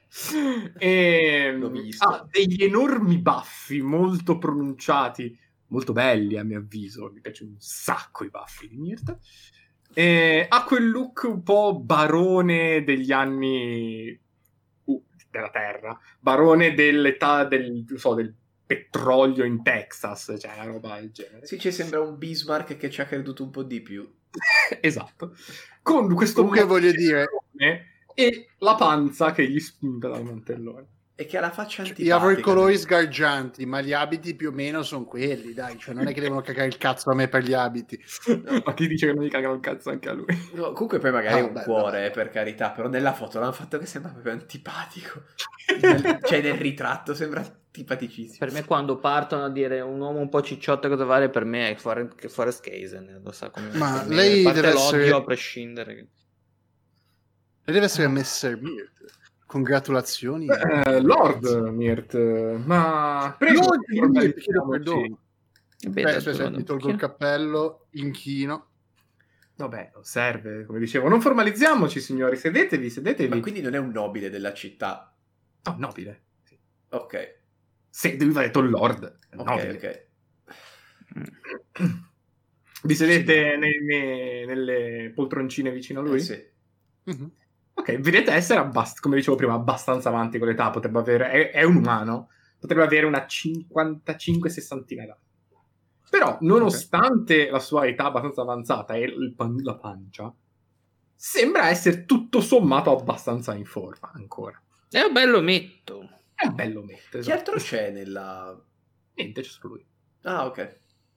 [SPEAKER 1] L'ho visto.
[SPEAKER 2] Ha degli enormi baffi molto pronunciati, molto belli a mio avviso, mi piacciono un sacco i baffi di Mirta. Ha quel look un po' barone degli anni della terra, barone dell'età del petrolio in Texas, cioè una roba del genere.
[SPEAKER 1] Sì, ci sembra un Bismarck che ci ha creduto un po' di più.
[SPEAKER 2] Esatto. Con questo
[SPEAKER 3] comunque voglio dire,
[SPEAKER 2] e la panza che gli spunta dal mantellone.
[SPEAKER 1] E che ha la faccia antipatica.
[SPEAKER 3] io avrò i colori sgargianti, ma gli abiti più o meno sono quelli, dai, cioè non è che devono cagare il cazzo a me per gli abiti.
[SPEAKER 2] Ma chi dice che non gli cagano il cazzo anche a lui?
[SPEAKER 1] No, comunque poi magari un
[SPEAKER 3] beh,
[SPEAKER 1] cuore,
[SPEAKER 3] no.
[SPEAKER 1] Per carità, però nella foto l'hanno fatto che sembra proprio antipatico. Cioè nel ritratto sembra antipaticissimo.
[SPEAKER 4] Per me quando partono a dire un uomo un po' cicciotto cosa fare, per me è Forest Gazen, lo sa come.
[SPEAKER 3] Ma
[SPEAKER 4] me,
[SPEAKER 3] lei
[SPEAKER 4] a parte
[SPEAKER 3] deve
[SPEAKER 4] l'odio
[SPEAKER 3] essere
[SPEAKER 4] a prescindere.
[SPEAKER 3] Lei deve essere Messer Mirt. Congratulazioni.
[SPEAKER 2] Lord Mirt, ma prego,
[SPEAKER 3] Lord Mirt, chiedo
[SPEAKER 2] diciamo,
[SPEAKER 3] perdono. Aspetta, mi tolgo il cappello, inchino.
[SPEAKER 2] Vabbè, non serve, come dicevo. Non formalizziamoci, signori. Sedetevi.
[SPEAKER 1] Ma quindi non è un nobile della città?
[SPEAKER 2] Oh, nobile. Sì.
[SPEAKER 1] Ok.
[SPEAKER 2] Se devi aver detto Lord. Nobile.
[SPEAKER 1] Ok.
[SPEAKER 2] Vi sedete nelle poltroncine vicino a lui?
[SPEAKER 1] Sì.
[SPEAKER 3] Mm-hmm.
[SPEAKER 2] Ok, vedete essere, come dicevo prima, abbastanza avanti con l'età. Potrebbe avere, è un umano, potrebbe avere una 55-60 d'anni. Però, nonostante la sua età abbastanza avanzata e la pancia, sembra essere tutto sommato abbastanza in forma ancora.
[SPEAKER 4] È un bello metto.
[SPEAKER 2] È un bello metto.
[SPEAKER 1] Chi altro c'è nella...
[SPEAKER 2] Niente, c'è solo lui.
[SPEAKER 1] Ah, ok.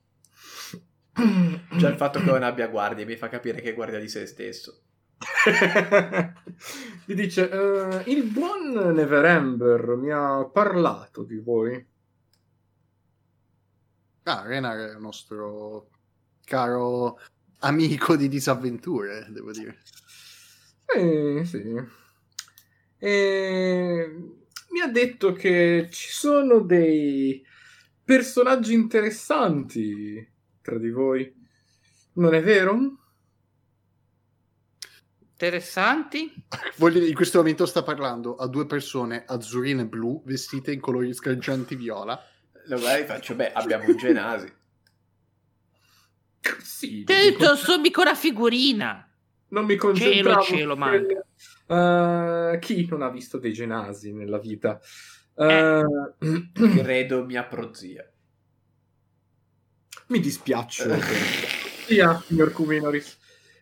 [SPEAKER 1] Già il fatto che non abbia guardie mi fa capire che è guardia di se stesso.
[SPEAKER 2] Vi dice il buon Neverember mi ha parlato di voi.
[SPEAKER 3] Renar è il nostro caro amico di disavventure, devo dire.
[SPEAKER 2] Sì. Mi ha detto che ci sono dei personaggi interessanti tra di voi. Non è vero?
[SPEAKER 4] Interessanti?
[SPEAKER 3] In questo momento sta parlando a due persone azzurrine e blu vestite in colori sgargianti viola.
[SPEAKER 1] Magari faccio, abbiamo un Genasi.
[SPEAKER 2] Sì.
[SPEAKER 4] Ti ho detto, so mica una figurina.
[SPEAKER 2] Non mi concentravo.
[SPEAKER 4] Cielo manca.
[SPEAKER 2] Chi non ha visto dei Genasi nella vita?
[SPEAKER 1] Credo mia prozia.
[SPEAKER 2] Mi dispiace. Signor Kuminoris.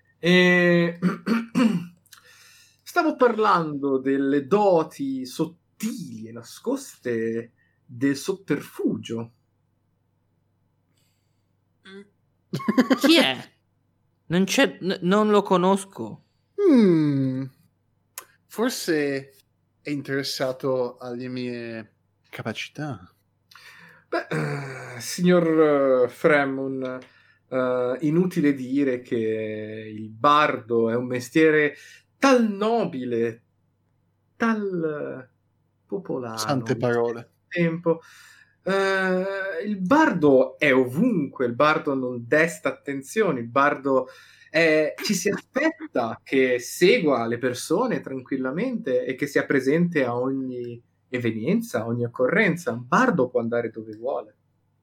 [SPEAKER 2] Stavo parlando delle doti sottili e nascoste del sotterfugio.
[SPEAKER 4] Chi è? Non lo conosco.
[SPEAKER 3] Forse è interessato alle mie capacità.
[SPEAKER 2] Beh, signor Fremon, inutile dire che il bardo è un mestiere tal nobile, tal popolare.
[SPEAKER 3] Sante parole.
[SPEAKER 2] Tempo. Il bardo è ovunque, il bardo non desta attenzione, il bardo ci si aspetta che segua le persone tranquillamente e che sia presente a ogni evenienza, a ogni occorrenza. Un bardo può andare dove vuole.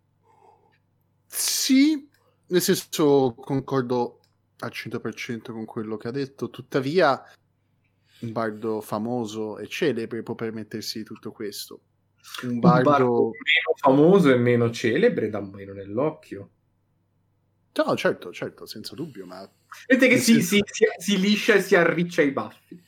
[SPEAKER 3] Sì, nel senso concordo al 100% con quello che ha detto, tuttavia un bardo famoso e celebre può permettersi tutto questo. Un bardo
[SPEAKER 2] meno famoso e meno celebre dà meno nell'occhio.
[SPEAKER 3] No, certo, senza dubbio, ma
[SPEAKER 2] vedete che si liscia e si arriccia i baffi.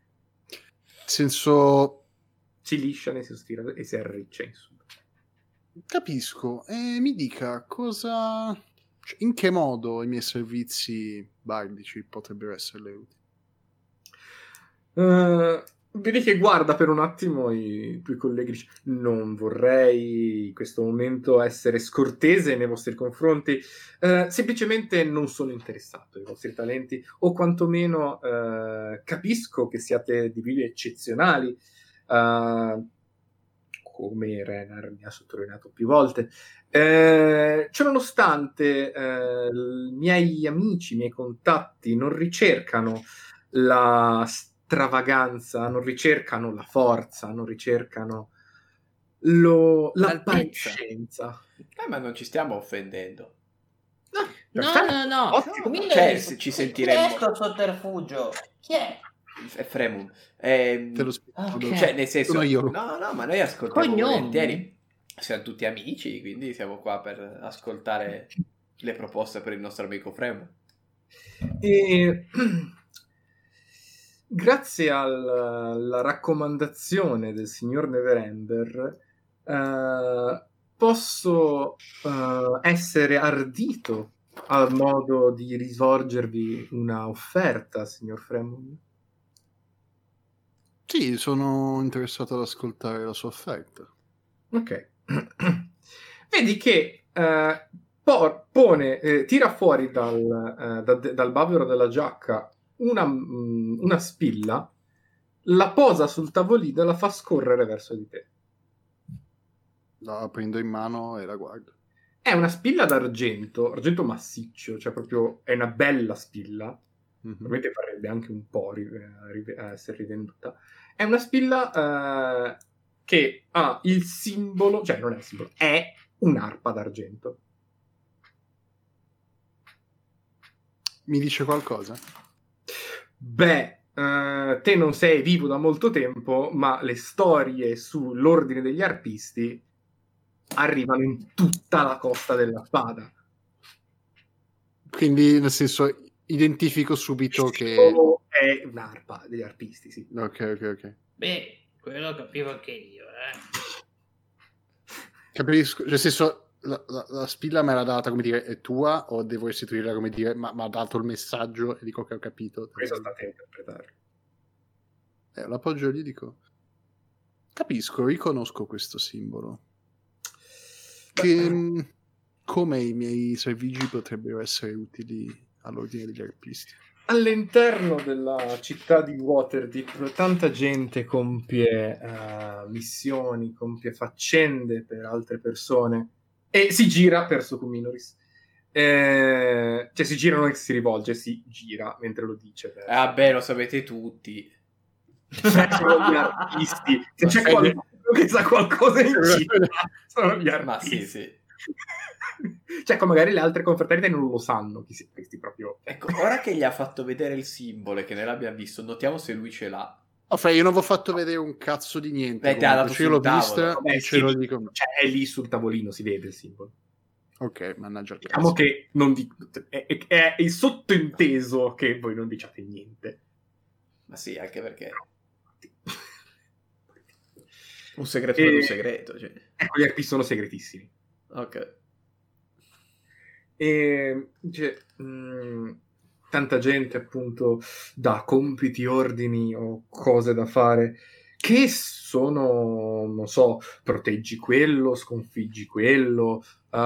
[SPEAKER 3] Senso
[SPEAKER 2] si liscia, ne si stira e si arriccia in su.
[SPEAKER 3] Capisco. E mi dica cosa, in che modo i miei servizi bardici potrebbero esserle utili?
[SPEAKER 2] Vedi che guarda per un attimo i tuoi colleghi, dice, non vorrei in questo momento essere scortese nei vostri confronti, semplicemente non sono interessato ai vostri talenti, o quantomeno capisco che siate di vili eccezionali, come Renar mi ha sottolineato più volte. Ciononostante, i miei amici, i miei contatti non ricercano la stravaganza, non ricercano la forza, non ricercano la
[SPEAKER 1] L'altezza.
[SPEAKER 2] pazienza.
[SPEAKER 1] Ma non ci stiamo offendendo.
[SPEAKER 5] No.
[SPEAKER 2] Ottimo.
[SPEAKER 1] Cioè, se ci sentiremmo...
[SPEAKER 5] Chi è sto sotterfugio? Chi è?
[SPEAKER 1] È Fremon.
[SPEAKER 3] Te lo spiego.
[SPEAKER 5] Ok.
[SPEAKER 1] Cioè, nel senso...
[SPEAKER 3] Sono io.
[SPEAKER 1] No, ma noi ascoltiamo
[SPEAKER 5] Cognomi?
[SPEAKER 1] volentieri. Siamo tutti amici, quindi siamo qua per ascoltare le proposte per il nostro amico Fremon.
[SPEAKER 2] E grazie alla raccomandazione del signor Neverender, posso essere ardito al modo di rivolgervi una offerta, signor Fremon.
[SPEAKER 3] Sì, sono interessato ad ascoltare la sua offerta.
[SPEAKER 2] Ok. Vedi che tira fuori dal bavero della giacca una spilla, la posa sul tavolino e la fa scorrere verso di te.
[SPEAKER 3] La prendo in mano e la guardo.
[SPEAKER 2] È una spilla d'argento, argento massiccio, cioè proprio è una bella spilla.
[SPEAKER 3] Mhm.
[SPEAKER 2] Probabilmente farebbe anche un po' essere rivenduta. È una spilla che ha il simbolo, cioè non è il simbolo, è un'arpa d'argento.
[SPEAKER 3] Mi dice qualcosa?
[SPEAKER 2] Beh, te non sei vivo da molto tempo, ma le storie sull'ordine degli arpisti arrivano in tutta la Costa della Spada.
[SPEAKER 3] Quindi, nel senso, identifico subito che...
[SPEAKER 2] Solo è un'arpa degli arpisti, sì.
[SPEAKER 3] Ok.
[SPEAKER 5] Beh, quello capivo anche io,
[SPEAKER 3] Capisco, nel senso, la spilla me l'ha data, come dire, è tua, o devo restituirla, come dire, ma ha dato il messaggio e dico che ho capito.
[SPEAKER 2] Questo state a interpretare.
[SPEAKER 3] L'appoggio lì, dico, capisco, riconosco questo simbolo. Che, come i miei servigi potrebbero essere utili all'ordine degli arpisti?
[SPEAKER 2] All'interno della città di Waterdeep tanta gente compie missioni, compie faccende per altre persone e si gira per Socuminoris. Cioè si gira, non è che si rivolge, si gira mentre lo dice.
[SPEAKER 1] Vabbè, lo sapete tutti.
[SPEAKER 2] Sono gli artisti. Se c'è qualcuno che sa qualcosa in città, sono gli artisti.
[SPEAKER 1] Ma sì.
[SPEAKER 2] Cioè, come magari le altre confraternite non lo sanno chi siano questi proprio.
[SPEAKER 1] Ecco, ora che gli ha fatto vedere il simbolo e che noi l'abbiamo visto, notiamo se lui ce l'ha.
[SPEAKER 3] Io non vi ho fatto vedere un cazzo di niente.
[SPEAKER 1] Beh, te l'ha dato
[SPEAKER 3] Io l'ho
[SPEAKER 1] sul tavolo.
[SPEAKER 3] vista
[SPEAKER 2] Vabbè,
[SPEAKER 3] e ce lo
[SPEAKER 2] sì,
[SPEAKER 3] dico.
[SPEAKER 2] cioè, è lì sul tavolino, si vede il simbolo.
[SPEAKER 3] Ok, mannaggia il
[SPEAKER 2] Diciamo
[SPEAKER 3] cazzo.
[SPEAKER 2] che non è il sottointeso che voi non diciate niente.
[SPEAKER 1] Ma sì, anche perché un segreto per un segreto. Cioè.
[SPEAKER 2] Ecco, gli RP sono segretissimi.
[SPEAKER 1] Ok.
[SPEAKER 2] E tanta gente appunto dà compiti, ordini o cose da fare che sono, non so, proteggi quello, sconfiggi quello,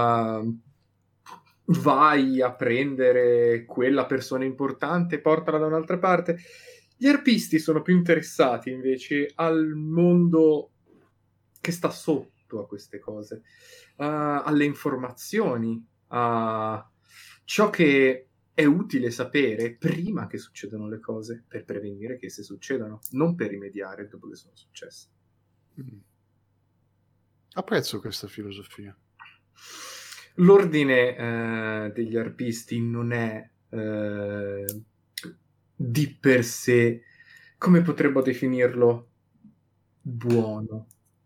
[SPEAKER 2] vai a prendere quella persona importante, portala da un'altra parte. Gli arpisti sono più interessati invece al mondo che sta sotto a queste cose, alle informazioni, a ciò che è utile sapere prima che succedano le cose, per prevenire che se succedano, non per rimediare dopo che sono successe.
[SPEAKER 3] Apprezzo questa filosofia.
[SPEAKER 2] L'ordine degli arpisti non è di per sé, come potremmo definirlo, buono.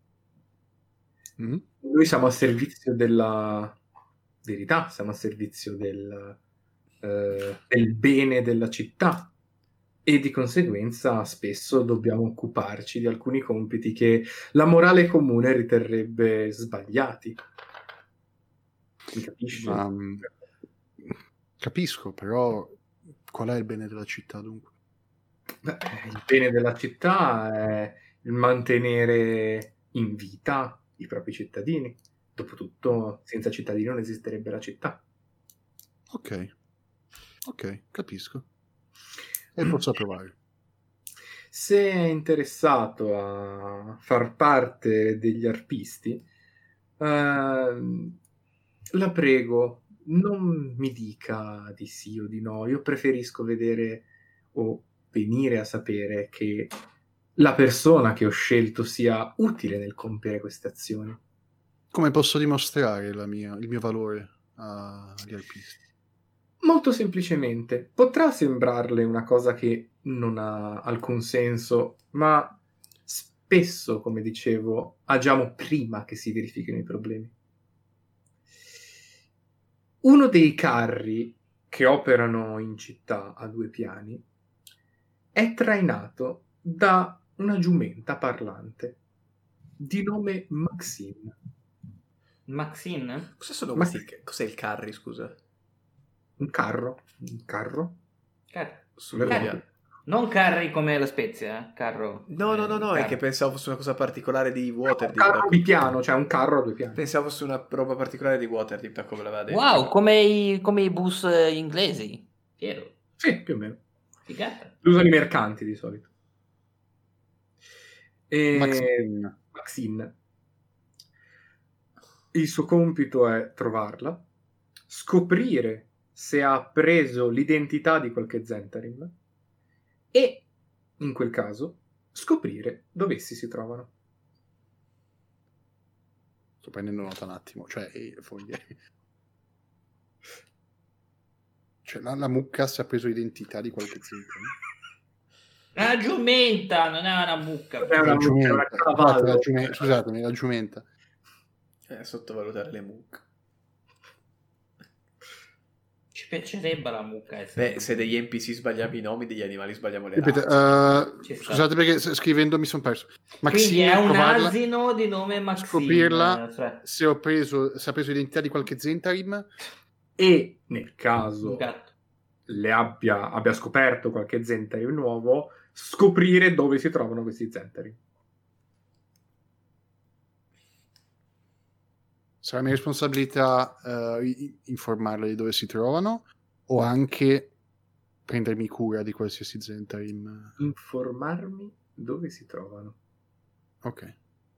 [SPEAKER 2] Noi siamo a servizio della verità, siamo a servizio del bene della città e di conseguenza spesso dobbiamo occuparci di alcuni compiti che la morale comune riterrebbe sbagliati. Mi capisci?
[SPEAKER 3] Capisco, però qual è il bene della città dunque?
[SPEAKER 2] Il bene della città è il mantenere in vita i propri cittadini. Dopotutto, senza cittadini non esisterebbe la città.
[SPEAKER 3] Ok, capisco. E posso approvare.
[SPEAKER 2] Se è interessato a far parte degli arpisti, la prego, non mi dica di sì o di no. Io preferisco vedere o venire a sapere che la persona che ho scelto sia utile nel compiere queste azioni.
[SPEAKER 3] Come posso dimostrare il mio valore agli arpisti?
[SPEAKER 2] Molto semplicemente, potrà sembrarle una cosa che non ha alcun senso, ma spesso, come dicevo, agiamo prima che si verifichino i problemi. Uno dei carri che operano in città a 2 piani è trainato da una giumenta parlante di nome Maxine.
[SPEAKER 5] Maxine?
[SPEAKER 1] Cosa sono
[SPEAKER 2] Ma-
[SPEAKER 1] questi? Cos'è il carry, scusa?
[SPEAKER 2] Un carro?
[SPEAKER 1] Sulle
[SPEAKER 2] Carri.
[SPEAKER 1] piani.
[SPEAKER 5] Non carri come la Spezia, carro.
[SPEAKER 1] No, è
[SPEAKER 5] carro.
[SPEAKER 1] che pensavo fosse una cosa particolare di
[SPEAKER 2] Un
[SPEAKER 1] Waterdeep.
[SPEAKER 2] carro di piano, cioè un carro a 2 piani.
[SPEAKER 1] Pensavo fosse una roba particolare di Waterdeep, da come l'aveva detto.
[SPEAKER 5] Wow, come i bus inglesi. Fiero.
[SPEAKER 2] Sì, più o meno.
[SPEAKER 5] Figata.
[SPEAKER 2] L'usano i mercanti di solito.
[SPEAKER 3] Maxine.
[SPEAKER 2] Maxine. Il suo compito è trovarla, scoprire se ha preso l'identità di qualche Zentarim e, in quel caso, scoprire dove essi si trovano.
[SPEAKER 3] Sto prendendo nota un attimo, cioè foglie. Cioè la mucca si è preso l'identità di qualche Zentarim.
[SPEAKER 5] La giumenta, non è una mucca.
[SPEAKER 2] È una
[SPEAKER 3] giumenta.
[SPEAKER 2] cavallo.
[SPEAKER 3] Scusatemi, la giumenta.
[SPEAKER 1] Sottovalutare le mucche.
[SPEAKER 5] Ci piacerebbe la mucca.
[SPEAKER 1] Beh, se degli NPC sbagliamo i nomi, degli animali sbagliamo le
[SPEAKER 3] Ripeto,
[SPEAKER 1] razze.
[SPEAKER 5] Ci sta.
[SPEAKER 3] scusate perché scrivendo mi sono perso.
[SPEAKER 5] Quindi
[SPEAKER 3] Maxine,
[SPEAKER 5] è un
[SPEAKER 3] trovarla,
[SPEAKER 5] asino di nome Maxine.
[SPEAKER 3] scoprirla,
[SPEAKER 5] cioè,
[SPEAKER 3] se ha preso l'identità di qualche Zentarim.
[SPEAKER 2] E, nel
[SPEAKER 5] un
[SPEAKER 2] caso
[SPEAKER 5] gatto.
[SPEAKER 2] abbia scoperto qualche Zentarim nuovo, scoprire dove si trovano questi Zentarim.
[SPEAKER 3] Sarà mia responsabilità informarle di dove si trovano o anche prendermi cura di qualsiasi Zentarim?
[SPEAKER 2] Informarmi dove si trovano.
[SPEAKER 3] Ok.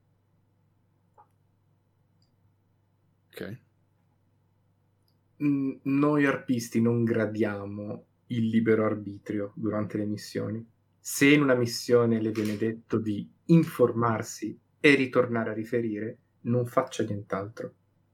[SPEAKER 2] Noi arpisti non gradiamo il libero arbitrio durante le missioni. Se in una missione le viene detto di informarsi e ritornare a riferire, non faccia nient'altro.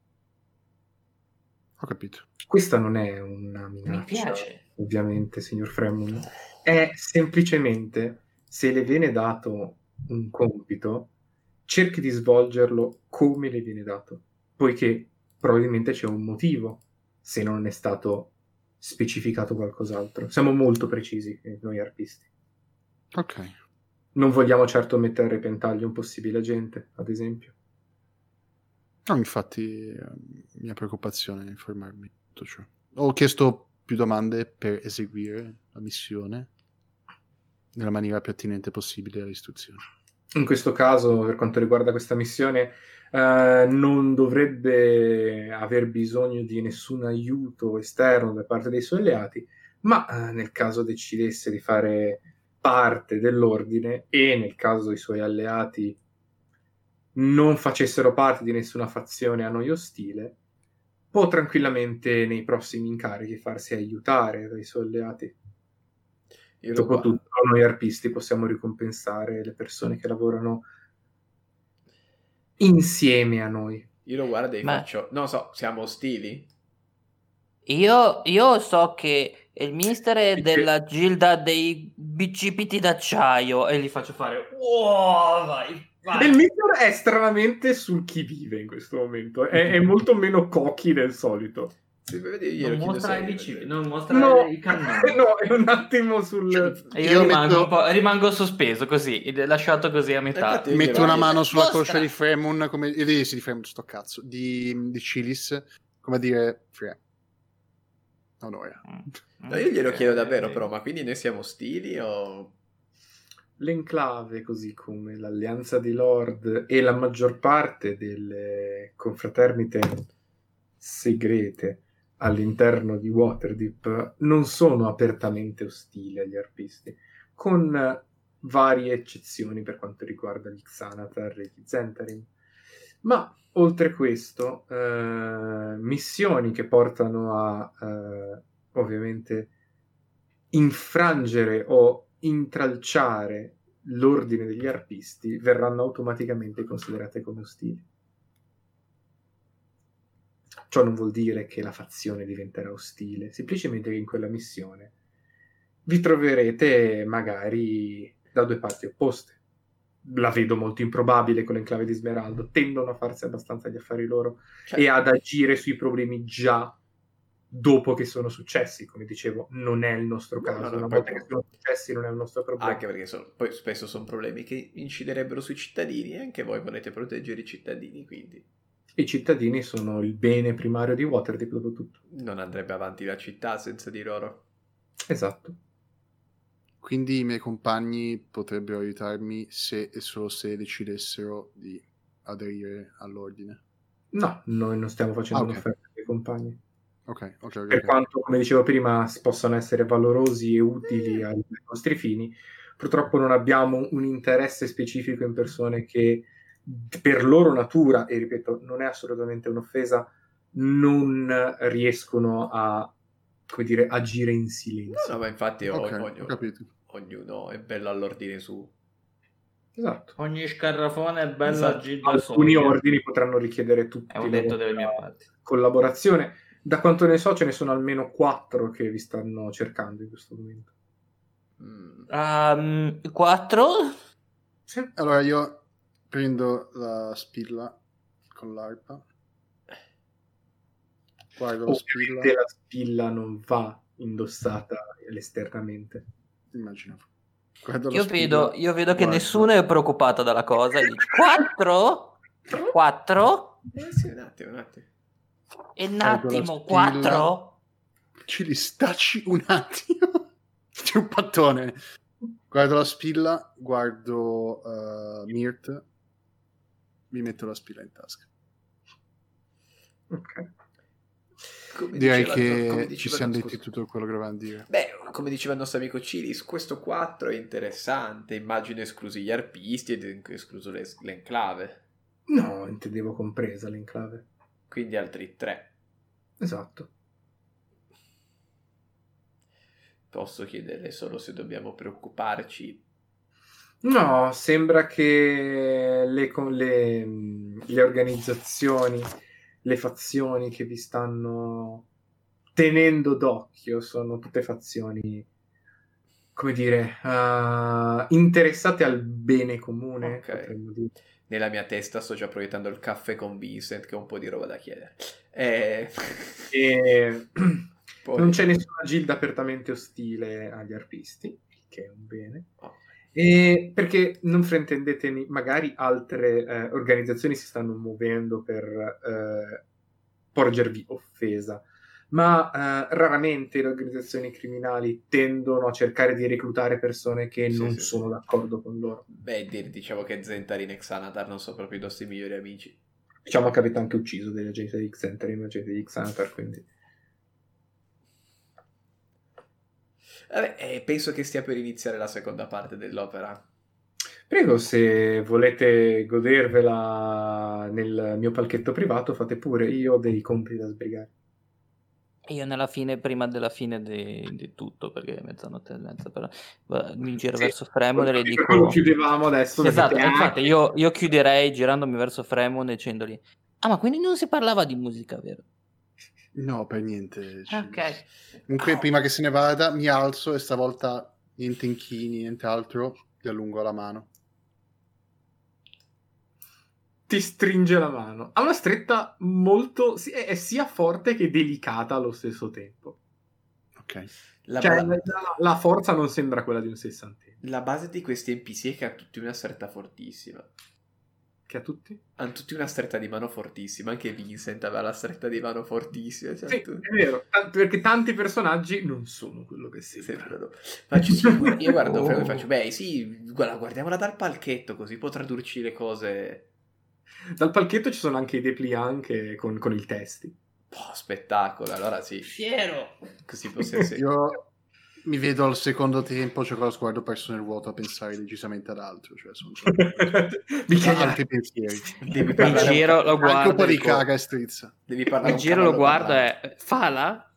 [SPEAKER 3] Ho capito.
[SPEAKER 2] Questa non è una minaccia,
[SPEAKER 5] Mi piace.
[SPEAKER 2] ovviamente, signor Fremont. È semplicemente, se le viene dato un compito, cerchi di svolgerlo come le viene dato, poiché probabilmente c'è un motivo se non è stato specificato qualcos'altro. Siamo molto precisi, noi arpisti.
[SPEAKER 3] Ok.
[SPEAKER 2] Non vogliamo certo mettere a repentaglio un possibile agente, ad esempio.
[SPEAKER 3] No, infatti, mia preoccupazione è informarmi di tutto ciò. Ho chiesto più domande per eseguire la missione nella maniera più attinente possibile alle istruzioni.
[SPEAKER 2] In questo caso, per quanto riguarda questa missione, non dovrebbe aver bisogno di nessun aiuto esterno da parte dei suoi alleati, ma nel caso decidesse di fare parte dell'ordine e nel caso i suoi alleati non facessero parte di nessuna fazione a noi ostile, può tranquillamente nei prossimi incarichi farsi aiutare dai suoi alleati. Dopotutto, noi arpisti possiamo ricompensare le persone che lavorano insieme a noi.
[SPEAKER 1] Io lo guardo e
[SPEAKER 5] Ma-
[SPEAKER 1] faccio... Non so, siamo ostili?
[SPEAKER 5] Io so che il mister è della gilda dei bicipiti d'acciaio e gli faccio fare wow, vai.
[SPEAKER 2] Il mister è stranamente sul chi vive in questo momento. È molto meno cocky del solito.
[SPEAKER 1] Se vedi, glielo
[SPEAKER 5] Non
[SPEAKER 1] chiedo
[SPEAKER 5] mostra i
[SPEAKER 1] sempre.
[SPEAKER 5] bicipiti, non mostra
[SPEAKER 2] No,
[SPEAKER 5] i cannoni.
[SPEAKER 2] no, è un attimo sul...
[SPEAKER 5] E
[SPEAKER 3] Io
[SPEAKER 5] rimango sospeso così, lasciato così a metà.
[SPEAKER 1] Infatti io
[SPEAKER 3] Metto
[SPEAKER 1] glielo
[SPEAKER 3] una
[SPEAKER 1] chiedo.
[SPEAKER 3] mano sulla
[SPEAKER 5] Mostra!
[SPEAKER 3] coscia di Fremon, come sì, di Fremon, sto cazzo, di Cilis, come a dire, Fre. Onore.
[SPEAKER 1] No, io glielo chiedo davvero,
[SPEAKER 5] Sì.
[SPEAKER 1] però, ma quindi noi siamo ostili o...
[SPEAKER 2] l'Enclave, così come l'Alleanza dei Lord e la maggior parte delle confraternite segrete all'interno di Waterdeep non sono apertamente ostili agli arpisti, con varie eccezioni per quanto riguarda gli Xanatar e gli Zentarim. Ma oltre questo, missioni che portano a ovviamente infrangere o intralciare l'ordine degli arpisti verranno automaticamente considerate come ostili. Ciò non vuol dire che la fazione diventerà ostile, semplicemente che in quella missione vi troverete magari da due parti opposte. La vedo molto improbabile con l'Enclave di Smeraldo, tendono a farsi abbastanza gli affari loro e ad agire sui problemi già dopo che sono successi. Come dicevo, non è il nostro caso. Una volta che sono successi non è il nostro problema.
[SPEAKER 1] Anche perché poi spesso sono problemi che inciderebbero sui cittadini e anche voi volete proteggere i cittadini, quindi
[SPEAKER 2] i cittadini sono il bene primario di Waterdeep, dopo tutto.
[SPEAKER 1] Non andrebbe avanti la città senza di loro.
[SPEAKER 2] Esatto.
[SPEAKER 3] Quindi i miei compagni potrebbero aiutarmi se e solo se decidessero di aderire all'ordine.
[SPEAKER 2] No, noi non stiamo facendo un'offerta ai compagni.
[SPEAKER 3] Ok.
[SPEAKER 2] Per quanto, come dicevo prima, possano essere valorosi e utili ai nostri fini, purtroppo non abbiamo un interesse specifico in persone che per loro natura, e ripeto, non è assolutamente un'offesa, non riescono a, come dire, agire in silenzio.
[SPEAKER 1] No, ma infatti
[SPEAKER 3] ho capito.
[SPEAKER 1] Ognuno è bello all'ordine su.
[SPEAKER 2] Esatto.
[SPEAKER 5] Ogni scarrafone è bello
[SPEAKER 1] Esatto.
[SPEAKER 5] agito
[SPEAKER 2] Alcuni ordini potranno richiedere tutti
[SPEAKER 5] è un detto delle mie parti.
[SPEAKER 2] Collaborazione. Da quanto ne so ce ne sono almeno 4 che vi stanno cercando in questo momento.
[SPEAKER 5] 4?
[SPEAKER 2] Sì.
[SPEAKER 3] Allora io prendo la spilla con l'arpa. Guardo la spilla.
[SPEAKER 2] La spilla non va indossata esternamente.
[SPEAKER 3] Immaginavo.
[SPEAKER 5] Io vedo che nessuno è preoccupato dalla cosa e dice 4? 4?
[SPEAKER 1] Sì, un attimo.
[SPEAKER 5] E un attimo, 4?
[SPEAKER 3] Ci ristacci un attimo. C'è un pattone. Guardo la spilla, guardo Mirt, mi metto la spilla in tasca.
[SPEAKER 2] Ok.
[SPEAKER 3] Direi che ci siamo detti tutto quello che volevamo dire.
[SPEAKER 1] Beh, come diceva il nostro amico Ciris, questo 4 è interessante. Immagino esclusi gli arpisti ed escluso l'Enclave.
[SPEAKER 2] No, intendevo compresa l'Enclave.
[SPEAKER 1] Quindi altri 3.
[SPEAKER 2] Esatto.
[SPEAKER 1] Posso chiedere solo se dobbiamo preoccuparci?
[SPEAKER 2] No, sembra che le organizzazioni, le fazioni che vi stanno tenendo d'occhio sono tutte fazioni, come dire, interessate al bene comune.
[SPEAKER 1] Ok.
[SPEAKER 2] Potremmo dire.
[SPEAKER 1] Nella mia testa sto già proiettando il caffè con Vincent, che ho un po' di roba da chiedere. Poi...
[SPEAKER 2] Non c'è nessuna gilda apertamente ostile agli arpisti, che è un bene.
[SPEAKER 1] Oh.
[SPEAKER 2] Perché non fraintendetemi, magari altre organizzazioni si stanno muovendo per porgervi offesa, ma raramente le organizzazioni criminali tendono a cercare di reclutare persone che non sono d'accordo con loro.
[SPEAKER 1] Beh, diciamo che Zentarin e Xanatar non sono proprio i nostri migliori amici.
[SPEAKER 2] Diciamo che avete anche ucciso degli agenti di Zentarin e agenti di Xanatar, quindi...
[SPEAKER 1] Vabbè, penso che stia per iniziare la seconda parte dell'opera.
[SPEAKER 2] Prego, se volete godervela nel mio palchetto privato, fate pure, io ho dei compiti da sbrigare.
[SPEAKER 5] Io nella fine, prima della fine di tutto, perché è mezzanotte e mezza, però mi giro verso Fremon e le dico...
[SPEAKER 2] Quello chiudevamo adesso.
[SPEAKER 5] Esatto, infatti io chiuderei girandomi verso Fremon e dicendogli ma quindi non si parlava di musica, vero?
[SPEAKER 3] No, per niente.
[SPEAKER 5] Ok.
[SPEAKER 3] Comunque, prima che se ne vada, mi alzo e stavolta niente inchini, niente altro, ti allungo la mano.
[SPEAKER 2] Ti stringe la mano. Ha una stretta molto... è sia forte che delicata allo stesso tempo.
[SPEAKER 3] Ok.
[SPEAKER 2] La forza non sembra quella di un sessantenne.
[SPEAKER 1] La base di questi NPC è che ha tutti una stretta fortissima.
[SPEAKER 2] Che a tutti?
[SPEAKER 1] Hanno tutti una stretta di mano fortissima, anche Vincent aveva la stretta di mano fortissima. Cioè
[SPEAKER 2] Sì, è vero, perché tanti personaggi non sono quello che
[SPEAKER 1] sembrano. Faccio, sì, io guardo Fremo e faccio, beh sì, guardiamola dal palchetto, così può tradurci le cose.
[SPEAKER 2] Dal palchetto ci sono anche i dépliant con il testi.
[SPEAKER 1] Spettacolo, allora sì.
[SPEAKER 5] Fiero!
[SPEAKER 1] Così possiamo
[SPEAKER 3] Io mi vedo al secondo tempo, c'ho lo sguardo perso nel vuoto a pensare decisamente ad altro, cioè sono altri pensieri.
[SPEAKER 1] Devi
[SPEAKER 4] Il giro lo guardo.
[SPEAKER 3] Anche un po' di caga e strizza.
[SPEAKER 1] Devi parlare
[SPEAKER 4] Il giro lo guardo e Fala?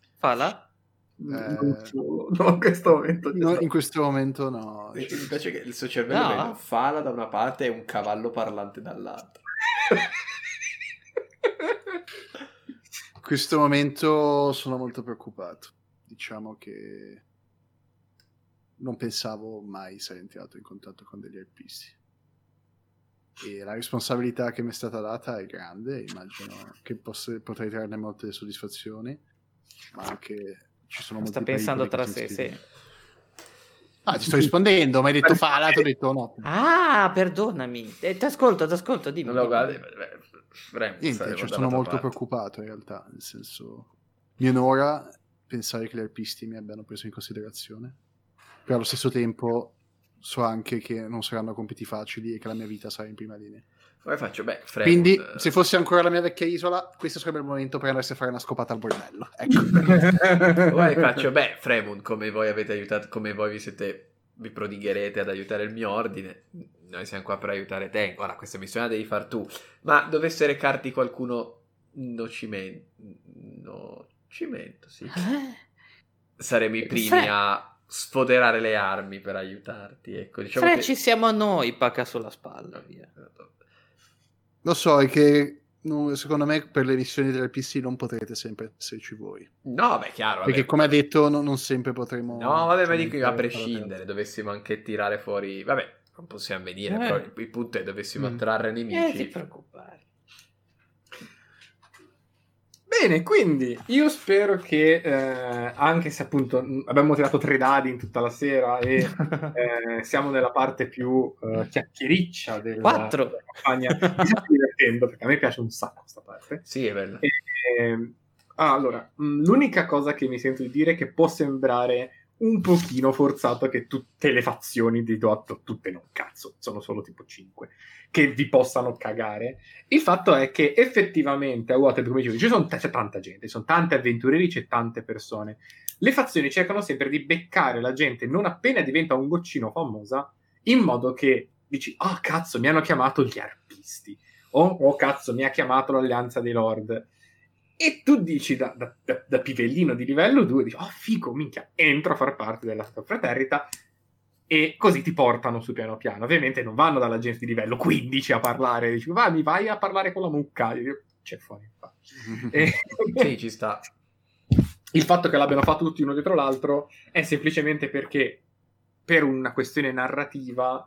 [SPEAKER 2] No, in questo momento.
[SPEAKER 3] No, in questo momento no.
[SPEAKER 1] Mi piace che il suo cervello vede Fala da una parte e un cavallo parlante dall'altra.
[SPEAKER 3] In questo momento sono molto preoccupato. Diciamo che non pensavo mai sarei entrato in contatto con degli arpisti. E la responsabilità che mi è stata data è grande, immagino che potrei trarne molte soddisfazioni, ma anche ci sono molti
[SPEAKER 4] sta pensando tra
[SPEAKER 3] pericoli
[SPEAKER 4] sé,
[SPEAKER 3] che
[SPEAKER 4] sì.
[SPEAKER 3] Ah, ti sto rispondendo, mi hai detto Fala, ti ho detto no.
[SPEAKER 4] Ah, perdonami. Ti ascolto, dimmi.
[SPEAKER 1] No, guarda,
[SPEAKER 3] niente, cioè, sono molto preoccupato in realtà, nel senso mi onora pensare che gli arpisti mi abbiano preso in considerazione, però allo stesso tempo so anche che non saranno compiti facili e che la mia vita sarà in prima linea.
[SPEAKER 1] Come faccio?
[SPEAKER 3] Quindi se fosse ancora la mia vecchia isola, questo sarebbe il momento per andarsi a fare una scopata al bordello, ecco.
[SPEAKER 1] Poi faccio, Fremund, come voi avete aiutato, come voi vi prodigherete ad aiutare il mio ordine, noi siamo qua per aiutare te. Ora questa missione la devi far tu, ma dovesse recarti qualcuno cimento, sì. Saremo i primi a sfoderare le armi per aiutarti, ecco, diciamo che
[SPEAKER 4] ci siamo noi, pacca sulla spalla, via.
[SPEAKER 3] Lo so, è che secondo me per le missioni delle PC non potrete sempre esserci voi.
[SPEAKER 1] No, beh, chiaro.
[SPEAKER 3] Perché come ha detto non sempre potremo...
[SPEAKER 1] No, vabbè, ma dico io, a prescindere, dovessimo anche tirare fuori... Vabbè, non possiamo venire, però il punto è dovessimo attrarre nemici.
[SPEAKER 5] Ti preoccupare.
[SPEAKER 2] Bene, quindi io spero che anche se appunto abbiamo tirato 3 dadi in tutta la sera e siamo nella parte più chiacchiericcia della
[SPEAKER 4] 4
[SPEAKER 2] campagna, mi sto divertendo perché a me piace un sacco questa parte.
[SPEAKER 1] Sì, è bello.
[SPEAKER 2] Allora, l'unica cosa che mi sento di dire è che può sembrare un pochino forzato che tutte le fazioni di Dotto, tutte non cazzo, sono solo tipo 5, che vi possano cagare. Il fatto è che effettivamente a Waterdeep, come dicevo, c'è tanta gente, sono tante avventurieri, c'è tante persone. Le fazioni cercano sempre di beccare la gente non appena diventa un goccino famosa, in modo che dici, oh cazzo, mi hanno chiamato gli arpisti, oh cazzo, mi ha chiamato l'Alleanza dei Lord. E tu dici da pivellino di livello 2, dici, oh figo, minchia, entro a far parte della tua fraternità, e così ti portano su piano piano. Ovviamente non vanno dalla gente di livello 15 a parlare, dici, mi vai a parlare con la mucca, c'è fuori.
[SPEAKER 1] Sì, ci sta.
[SPEAKER 2] Il fatto che l'abbiano fatto tutti uno dietro l'altro è semplicemente perché per una questione narrativa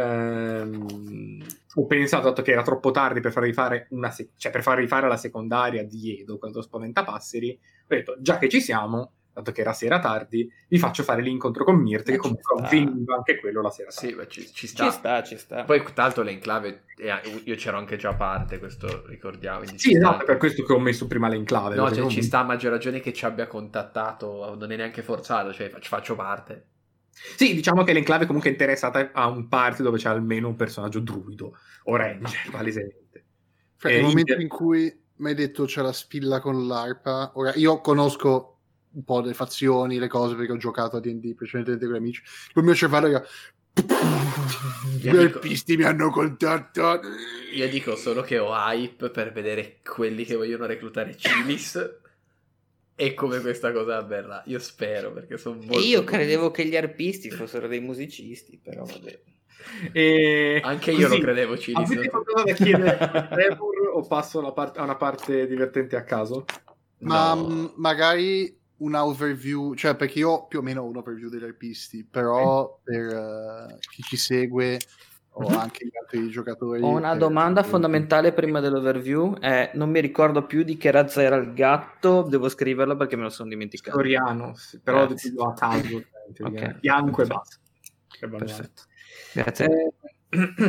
[SPEAKER 2] ho pensato, dato che era troppo tardi per farvi fare per farvi fare la secondaria di Edo contro Spaventapasseri, ho detto, già che ci siamo, dato che era sera tardi, vi faccio fare l'incontro con Mirth, che comunque veniva anche quello la sera tardi.
[SPEAKER 1] Sì, ci sta.
[SPEAKER 4] Ci sta.
[SPEAKER 1] Poi tanto l'enclave, io c'ero anche già a parte, questo ricordiamo.
[SPEAKER 2] Sì, esatto, per questo che ho messo prima l'enclave.
[SPEAKER 1] No, ci sta a maggior ragione che ci abbia contattato, non è neanche forzato, cioè faccio parte.
[SPEAKER 2] Sì, diciamo che l'enclave comunque è interessata a un party dove c'è almeno un personaggio druido o ranger, palesemente.
[SPEAKER 3] Nel momento in cui mi hai detto c'è la spilla con l'arpa, ora io conosco un po' le fazioni, le cose, perché ho giocato a D&D precedentemente con gli amici, il mio cervello era gli arpisti mi hanno contattato.
[SPEAKER 1] Io dico solo che ho hype per vedere quelli che vogliono reclutare Cilis e come questa cosa avverrà. Io spero, perché sono molto...
[SPEAKER 4] E io credevo che gli arpisti fossero dei musicisti, però vabbè.
[SPEAKER 1] Anche io lo credevo Cilis.
[SPEAKER 2] Avete qualcosa da chiedere a Trevor o passo a una parte divertente a caso?
[SPEAKER 3] Ma magari una overview, cioè perché io più o meno ho un overview degli arpisti, però per chi ci segue o anche gli altri giocatori.
[SPEAKER 4] Ho una domanda fondamentale prima dell'overview, non mi ricordo più di che razza era il gatto, devo scriverlo perché me lo sono dimenticato.
[SPEAKER 2] Soriano, sì, però dico a caso,
[SPEAKER 4] okay.
[SPEAKER 2] Bianco e basta.
[SPEAKER 4] Perfetto. Grazie.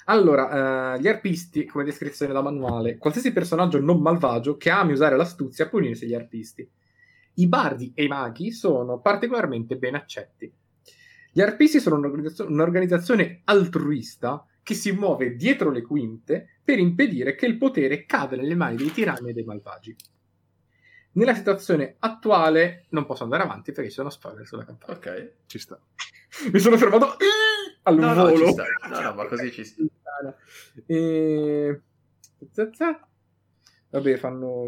[SPEAKER 2] Allora, gli arpisti, come descrizione da manuale, qualsiasi personaggio non malvagio che ami usare l'astuzia può unirsi agli arpisti. I bardi e i maghi sono particolarmente ben accetti. Gli arpisti sono un'organizzazione altruista che si muove dietro le quinte per impedire che il potere cada nelle mani dei tiranni e dei malvagi. Nella situazione attuale non posso andare avanti perché ci sono spoiler sulla campagna.
[SPEAKER 1] Ok.
[SPEAKER 3] Ci sta.
[SPEAKER 2] Mi sono fermato al volo.
[SPEAKER 1] Ci sta. No, ma così ci sta.
[SPEAKER 2] Vabbè, fanno...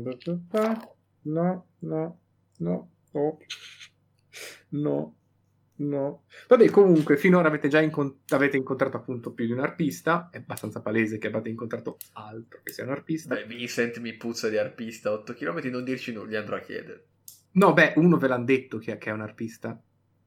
[SPEAKER 2] No. Vabbè, comunque, finora avete già avete incontrato appunto più di un arpista. È abbastanza palese che abbiate incontrato altro che sia un arpista.
[SPEAKER 1] Beh, Vincent mi puzza di arpista 8 km, non dirci nulla, gli andrò a chiedere.
[SPEAKER 2] No, beh, uno ve l'hanno detto che è un arpista.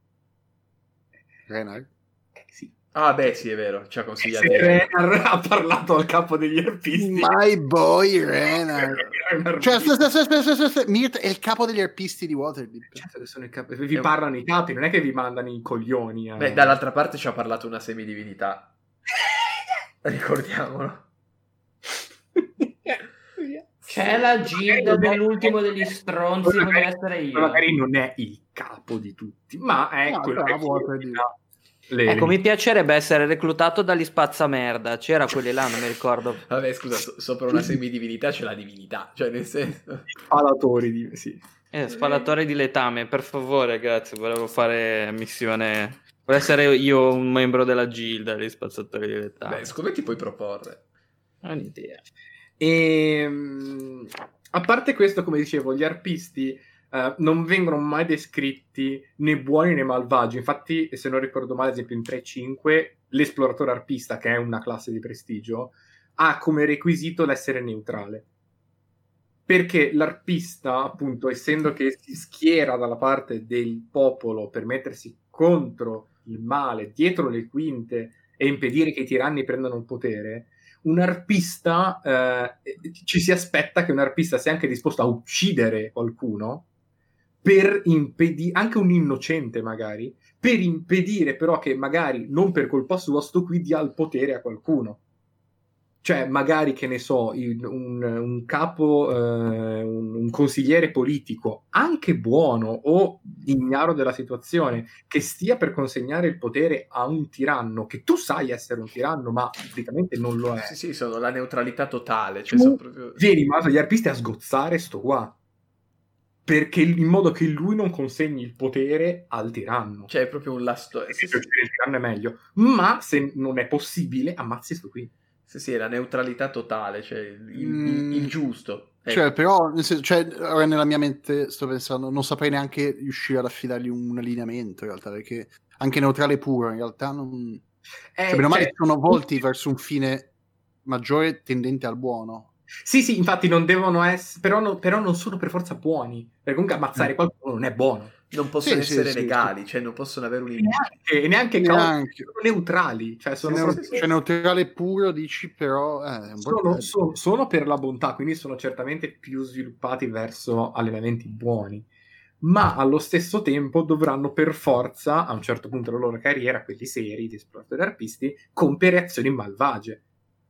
[SPEAKER 3] Renar?
[SPEAKER 2] Sì.
[SPEAKER 1] Ah, beh, sì, è vero, ci ha consigliato.
[SPEAKER 2] Renar ha parlato al capo degli arpisti.
[SPEAKER 3] My boy Renar. Cioè, aspetta, Mirt è il capo degli arpisti di Waterdeep.
[SPEAKER 2] Certo che sono vi parlano i capi, non è che vi mandano i coglioni.
[SPEAKER 1] Beh, dall'altra parte ci ha parlato una semidivinità. Ricordiamolo.
[SPEAKER 5] C'è la Gilda dell'ultimo degli stronzi, come essere io.
[SPEAKER 2] Magari non è il capo di tutti, ma è quello che
[SPEAKER 4] Ecco, mi piacerebbe essere reclutato dagli spazzamerda. C'era quelli là, non mi ricordo.
[SPEAKER 1] Vabbè, scusa, sopra una semidivinità c'è la divinità, cioè nel senso...
[SPEAKER 2] Spalatori, sì.
[SPEAKER 4] Spalatore di letame, per favore, grazie. Volevo fare missione... Volevo essere io un membro della Gilda degli spazzatori di letame.
[SPEAKER 1] Beh, come ti puoi proporre?
[SPEAKER 4] Non ho un'idea.
[SPEAKER 2] A parte questo, come dicevo, gli arpisti non vengono mai descritti né buoni né malvagi. Infatti, se non ricordo male, ad esempio in 3.5 l'esploratore arpista, che è una classe di prestigio, ha come requisito l'essere neutrale, perché l'arpista, appunto, essendo che si schiera dalla parte del popolo per mettersi contro il male, dietro le quinte, e impedire che i tiranni prendano il potere, un arpista ci si aspetta che un arpista sia anche disposto a uccidere qualcuno per impedire, anche un innocente magari, per impedire però che magari non per colpa sua sto qui dia il potere a qualcuno. Cioè magari, che ne so, un capo, un consigliere politico, anche buono o ignaro della situazione, che stia per consegnare il potere a un tiranno, che tu sai essere un tiranno, ma praticamente non lo è.
[SPEAKER 1] Sì, sono la neutralità totale. Cioè sono proprio...
[SPEAKER 2] Vieni in mano agli arpisti a sgozzare sto qua, perché in modo che lui non consegni il potere al tiranno.
[SPEAKER 1] Cioè è proprio un lasto...
[SPEAKER 2] Se il tiranno è meglio. Ma se non è possibile, ammazzi sto qui.
[SPEAKER 1] Sì, è la neutralità totale, cioè il giusto.
[SPEAKER 3] Cioè, però, ora nella mia mente sto pensando, non saprei neanche riuscire ad affidargli un allineamento, in realtà, perché anche neutrale puro, in realtà non... Cioè, meno male sono volti verso un fine maggiore tendente al buono.
[SPEAKER 2] Sì, infatti non devono essere, però non sono per forza buoni, perché comunque ammazzare qualcuno non è buono.
[SPEAKER 1] Non possono essere legali, cioè non possono avere un
[SPEAKER 2] neanche sono neutrali, cioè sono
[SPEAKER 3] neutrale puro, dici, però
[SPEAKER 2] sono per la bontà, quindi sono certamente più sviluppati verso allenamenti buoni, ma allo stesso tempo dovranno per forza a un certo punto della loro carriera, quelli seri di esploratori arpisti, compiere azioni malvagie.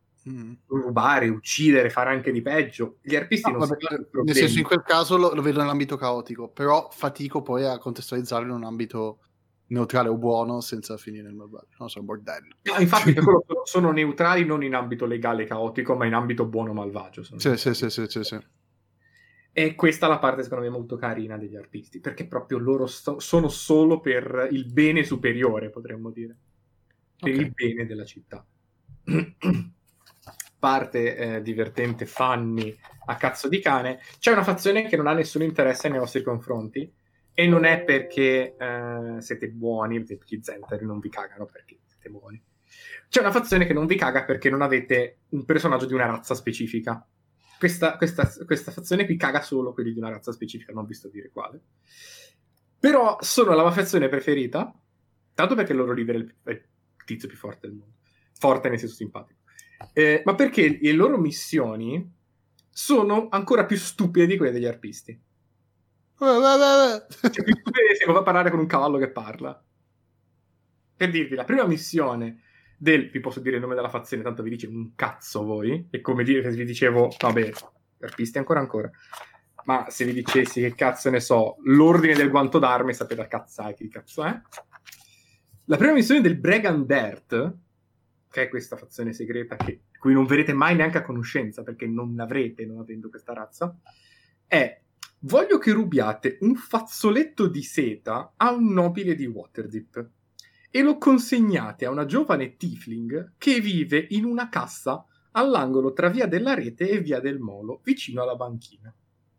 [SPEAKER 2] Rubare, uccidere, fare anche di peggio. Gli arpisti non sono
[SPEAKER 3] nel senso, in quel caso lo vedo nell'ambito caotico, però fatico poi a contestualizzarlo in un ambito neutrale o buono senza finire nel malvagio. Non so, un bordello.
[SPEAKER 2] No, infatti per quello sono neutrali non in ambito legale caotico, ma in ambito buono malvagio.
[SPEAKER 3] Sì.
[SPEAKER 2] E questa è la parte secondo me molto carina degli arpisti, perché proprio loro sono solo per il bene superiore, potremmo dire, per il bene della città. Parte divertente, funny, a cazzo di cane. C'è una fazione che non ha nessun interesse nei vostri confronti, e non è perché siete buoni, perché gli Zentari non vi cagano perché siete buoni. C'è una fazione che non vi caga perché non avete un personaggio di una razza specifica. Questa fazione qui caga solo quelli di una razza specifica, non vi sto a dire quale. Però sono la mia fazione preferita, tanto perché il loro leader è il tizio più forte del mondo. Forte nel senso simpatico. Ma perché le loro missioni sono ancora più stupide di quelle degli arpisti. Cioè, più stupide se va a parlare con un cavallo che parla. Per dirvi, la prima missione vi posso dire il nome della fazione, tanto vi dice un cazzo voi, e come dire, vi dicevo, vabbè, arpisti ancora, ma se vi dicessi che cazzo ne so, l'ordine del guanto d'arme, sapete a cazzare che cazzo è? La prima missione del Brigand Earth, che è questa fazione segreta cui non verrete mai neanche a conoscenza, perché non l'avrete non avendo questa razza, è: voglio che rubiate un fazzoletto di seta a un nobile di Waterdeep e lo consegnate a una giovane tiefling che vive in una cassa all'angolo tra via della Rete e via del Molo, vicino alla banchina.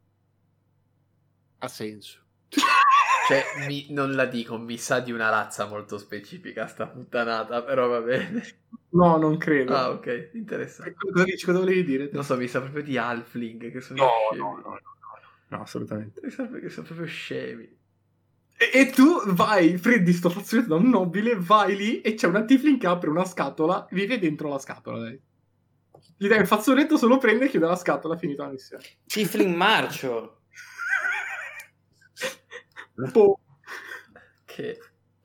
[SPEAKER 3] Ha senso.
[SPEAKER 1] Cioè, non la dico, mi sa di una razza molto specifica sta puttanata, però va bene.
[SPEAKER 2] No, non credo.
[SPEAKER 1] Ah, ok, interessante.
[SPEAKER 2] Cosa dici? Cosa volevi dire?
[SPEAKER 1] Non so, mi sa proprio di halfling, che sono scemi.
[SPEAKER 2] No, assolutamente.
[SPEAKER 1] Mi sa che sono proprio scemi.
[SPEAKER 2] E tu prendi sto fazzoletto da un nobile, vai lì e c'è una tiefling che apre una scatola, vive dentro la scatola lei. Gli dai il fazzoletto, se lo prende e chiude la scatola, finita la missione.
[SPEAKER 5] Tiefling marcio.
[SPEAKER 1] Che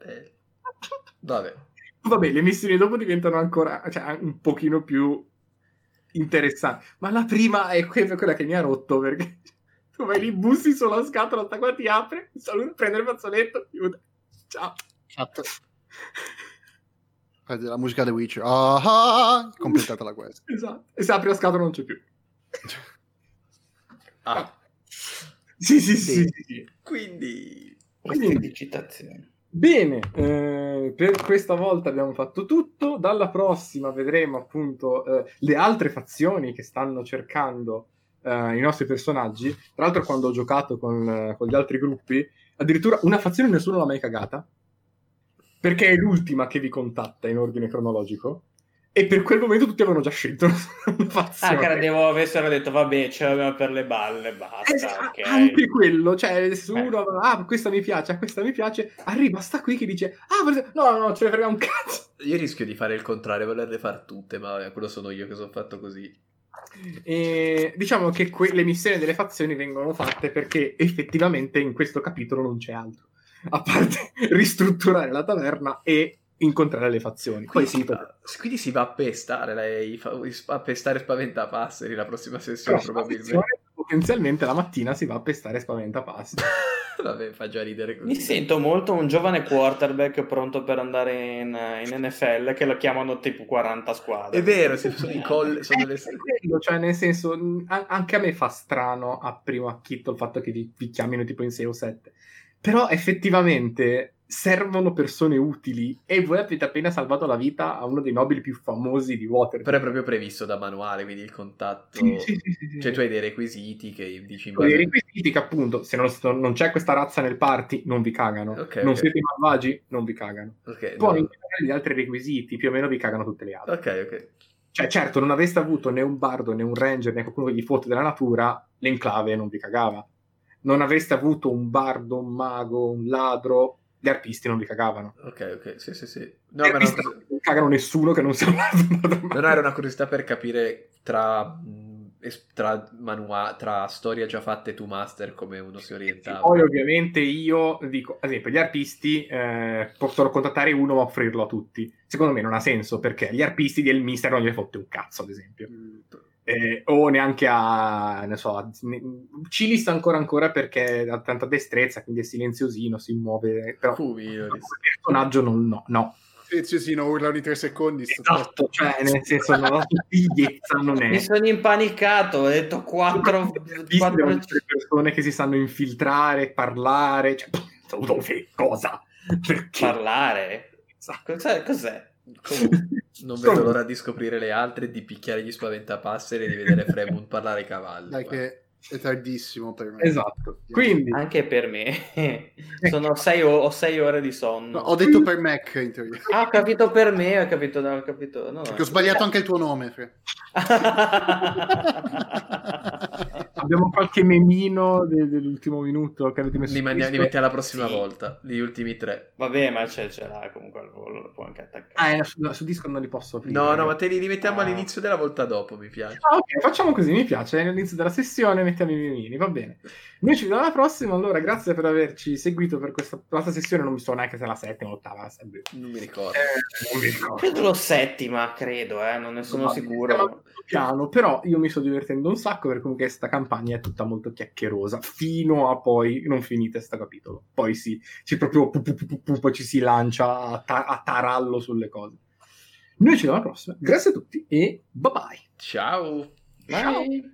[SPEAKER 1] vabbè,
[SPEAKER 2] le missioni dopo diventano ancora, cioè, un pochino più interessanti, ma la prima è quella che mi ha rotto, perché tu vai lì, bussi sulla scatola, sta qua, ti apre, saluta, prende il fazzoletto, chiude, ciao.
[SPEAKER 3] Prende la musica The Witcher, completata la quest.
[SPEAKER 2] Esatto, e se apri la scatola non c'è più. Sì.
[SPEAKER 1] Quindi
[SPEAKER 5] Citazione.
[SPEAKER 2] Bene, per questa volta abbiamo fatto tutto. Dalla prossima vedremo appunto le altre fazioni che stanno cercando i nostri personaggi. Tra l'altro, quando ho giocato con gli altri gruppi, addirittura una fazione nessuno l'ha mai cagata, perché è l'ultima che vi contatta in ordine cronologico. E per quel momento tutti avevano già scelto una fazione.
[SPEAKER 5] Credevo avessero detto vabbè, ce l'aveva per le balle, basta. Okay.
[SPEAKER 2] Anche quello, cioè se uno questa mi piace, questa mi piace, arriva sta qui che dice no, ce ne frega un cazzo.
[SPEAKER 1] Io rischio di fare il contrario, volerle fare tutte, ma vabbè, quello sono io che sono fatto così.
[SPEAKER 2] E diciamo che le missioni delle fazioni vengono fatte perché effettivamente in questo capitolo non c'è altro, a parte ristrutturare la taverna e incontrare le fazioni. Poi
[SPEAKER 1] quindi si va a pestare a pestare Spaventapasseri la prossima sessione, probabilmente.
[SPEAKER 2] Potenzialmente la mattina si va a pestare Spaventapasseri.
[SPEAKER 1] Vabbè, fa già ridere così.
[SPEAKER 5] Mi sento molto un giovane quarterback pronto per andare in NFL, che lo chiamano tipo 40 squadre.
[SPEAKER 1] È vero, sono i sono le...
[SPEAKER 2] cioè nel senso, anche a me fa strano a primo acchito il fatto che vi chiamino tipo in 6 o 7, però effettivamente servono persone utili e voi avete appena salvato la vita a uno dei nobili più famosi di Waterdeep.
[SPEAKER 1] Però è proprio previsto da manuale, quindi il contatto...
[SPEAKER 2] Sì.
[SPEAKER 1] Cioè tu hai dei requisiti che dici in
[SPEAKER 2] base... Dei requisiti che appunto, se non c'è questa razza nel party, non vi cagano. Non siete malvagi, non vi cagano. Poi gli altri requisiti più o meno vi cagano tutte le altre.
[SPEAKER 1] Ok.
[SPEAKER 2] Cioè certo, non avreste avuto né un bardo, né un ranger, né qualcuno che gli fotte della natura, l'enclave non vi cagava. Non avreste avuto un bardo, un mago, un ladro... Gli arpisti non vi cagavano.
[SPEAKER 1] Ok, sì.
[SPEAKER 2] No, ma non cagano nessuno che non sia un ladro.
[SPEAKER 1] Non era una curiosità per capire tra storie già fatte e tu master come uno si orientava.
[SPEAKER 2] Poi ovviamente io dico, ad esempio, gli arpisti possono contattare uno ma offrirlo a tutti. Secondo me non ha senso, perché gli arpisti del mister non gli fotte un cazzo, ad esempio. O neanche Cilis ancora perché ha tanta destrezza, quindi è silenziosino, si muove, però il personaggio no.
[SPEAKER 3] Silenziosino, urla ogni 3 secondi.
[SPEAKER 2] Esatto, cioè nel senso la sottigliezza non è.
[SPEAKER 5] Mi sono impanicato, ho detto 4
[SPEAKER 2] persone che si sanno infiltrare, parlare, cioè cosa? Perché?
[SPEAKER 5] Parlare? Cos'è?
[SPEAKER 1] Non vedo l'ora di scoprire le altre, di picchiare gli Spaventapasseri e di vedere Fremont parlare ai cavalli.
[SPEAKER 3] Dai, che è tardissimo per me.
[SPEAKER 2] Esatto. Quindi
[SPEAKER 5] anche per me sono 6 ore di sonno.
[SPEAKER 3] No, ho detto per Mac in teoria.
[SPEAKER 5] Ho capito per me, ho capito. No.
[SPEAKER 3] Perché ho sbagliato anche il tuo nome.
[SPEAKER 2] Abbiamo qualche memino dell'ultimo minuto che avete messo.
[SPEAKER 1] Li mettiamo la prossima volta, gli ultimi 3.
[SPEAKER 5] Vabbè, ma ce l'ha comunque al volo, lo può anche attaccare.
[SPEAKER 2] Su Discord non li posso aprire.
[SPEAKER 1] No, ma te li rimettiamo all'inizio della volta dopo, mi piace.
[SPEAKER 2] Ok, facciamo così, mi piace. All'inizio della sessione mettiamo i memini, va bene. Noi ci vediamo alla prossima, allora grazie per averci seguito per questa sessione, non mi so neanche se è la settima o l'ottava.
[SPEAKER 1] Non mi ricordo.
[SPEAKER 5] Credo lo settima, credo, non ne sono sicuro.
[SPEAKER 2] Piano, però io mi sto divertendo un sacco perché comunque questa campagna è tutta molto chiacchierosa fino a poi non finite sto capitolo, poi sì, poi ci si lancia a tarallo sulle cose. Noi ci vediamo alla prossima, grazie a tutti e bye bye.
[SPEAKER 1] Ciao.
[SPEAKER 5] Bye.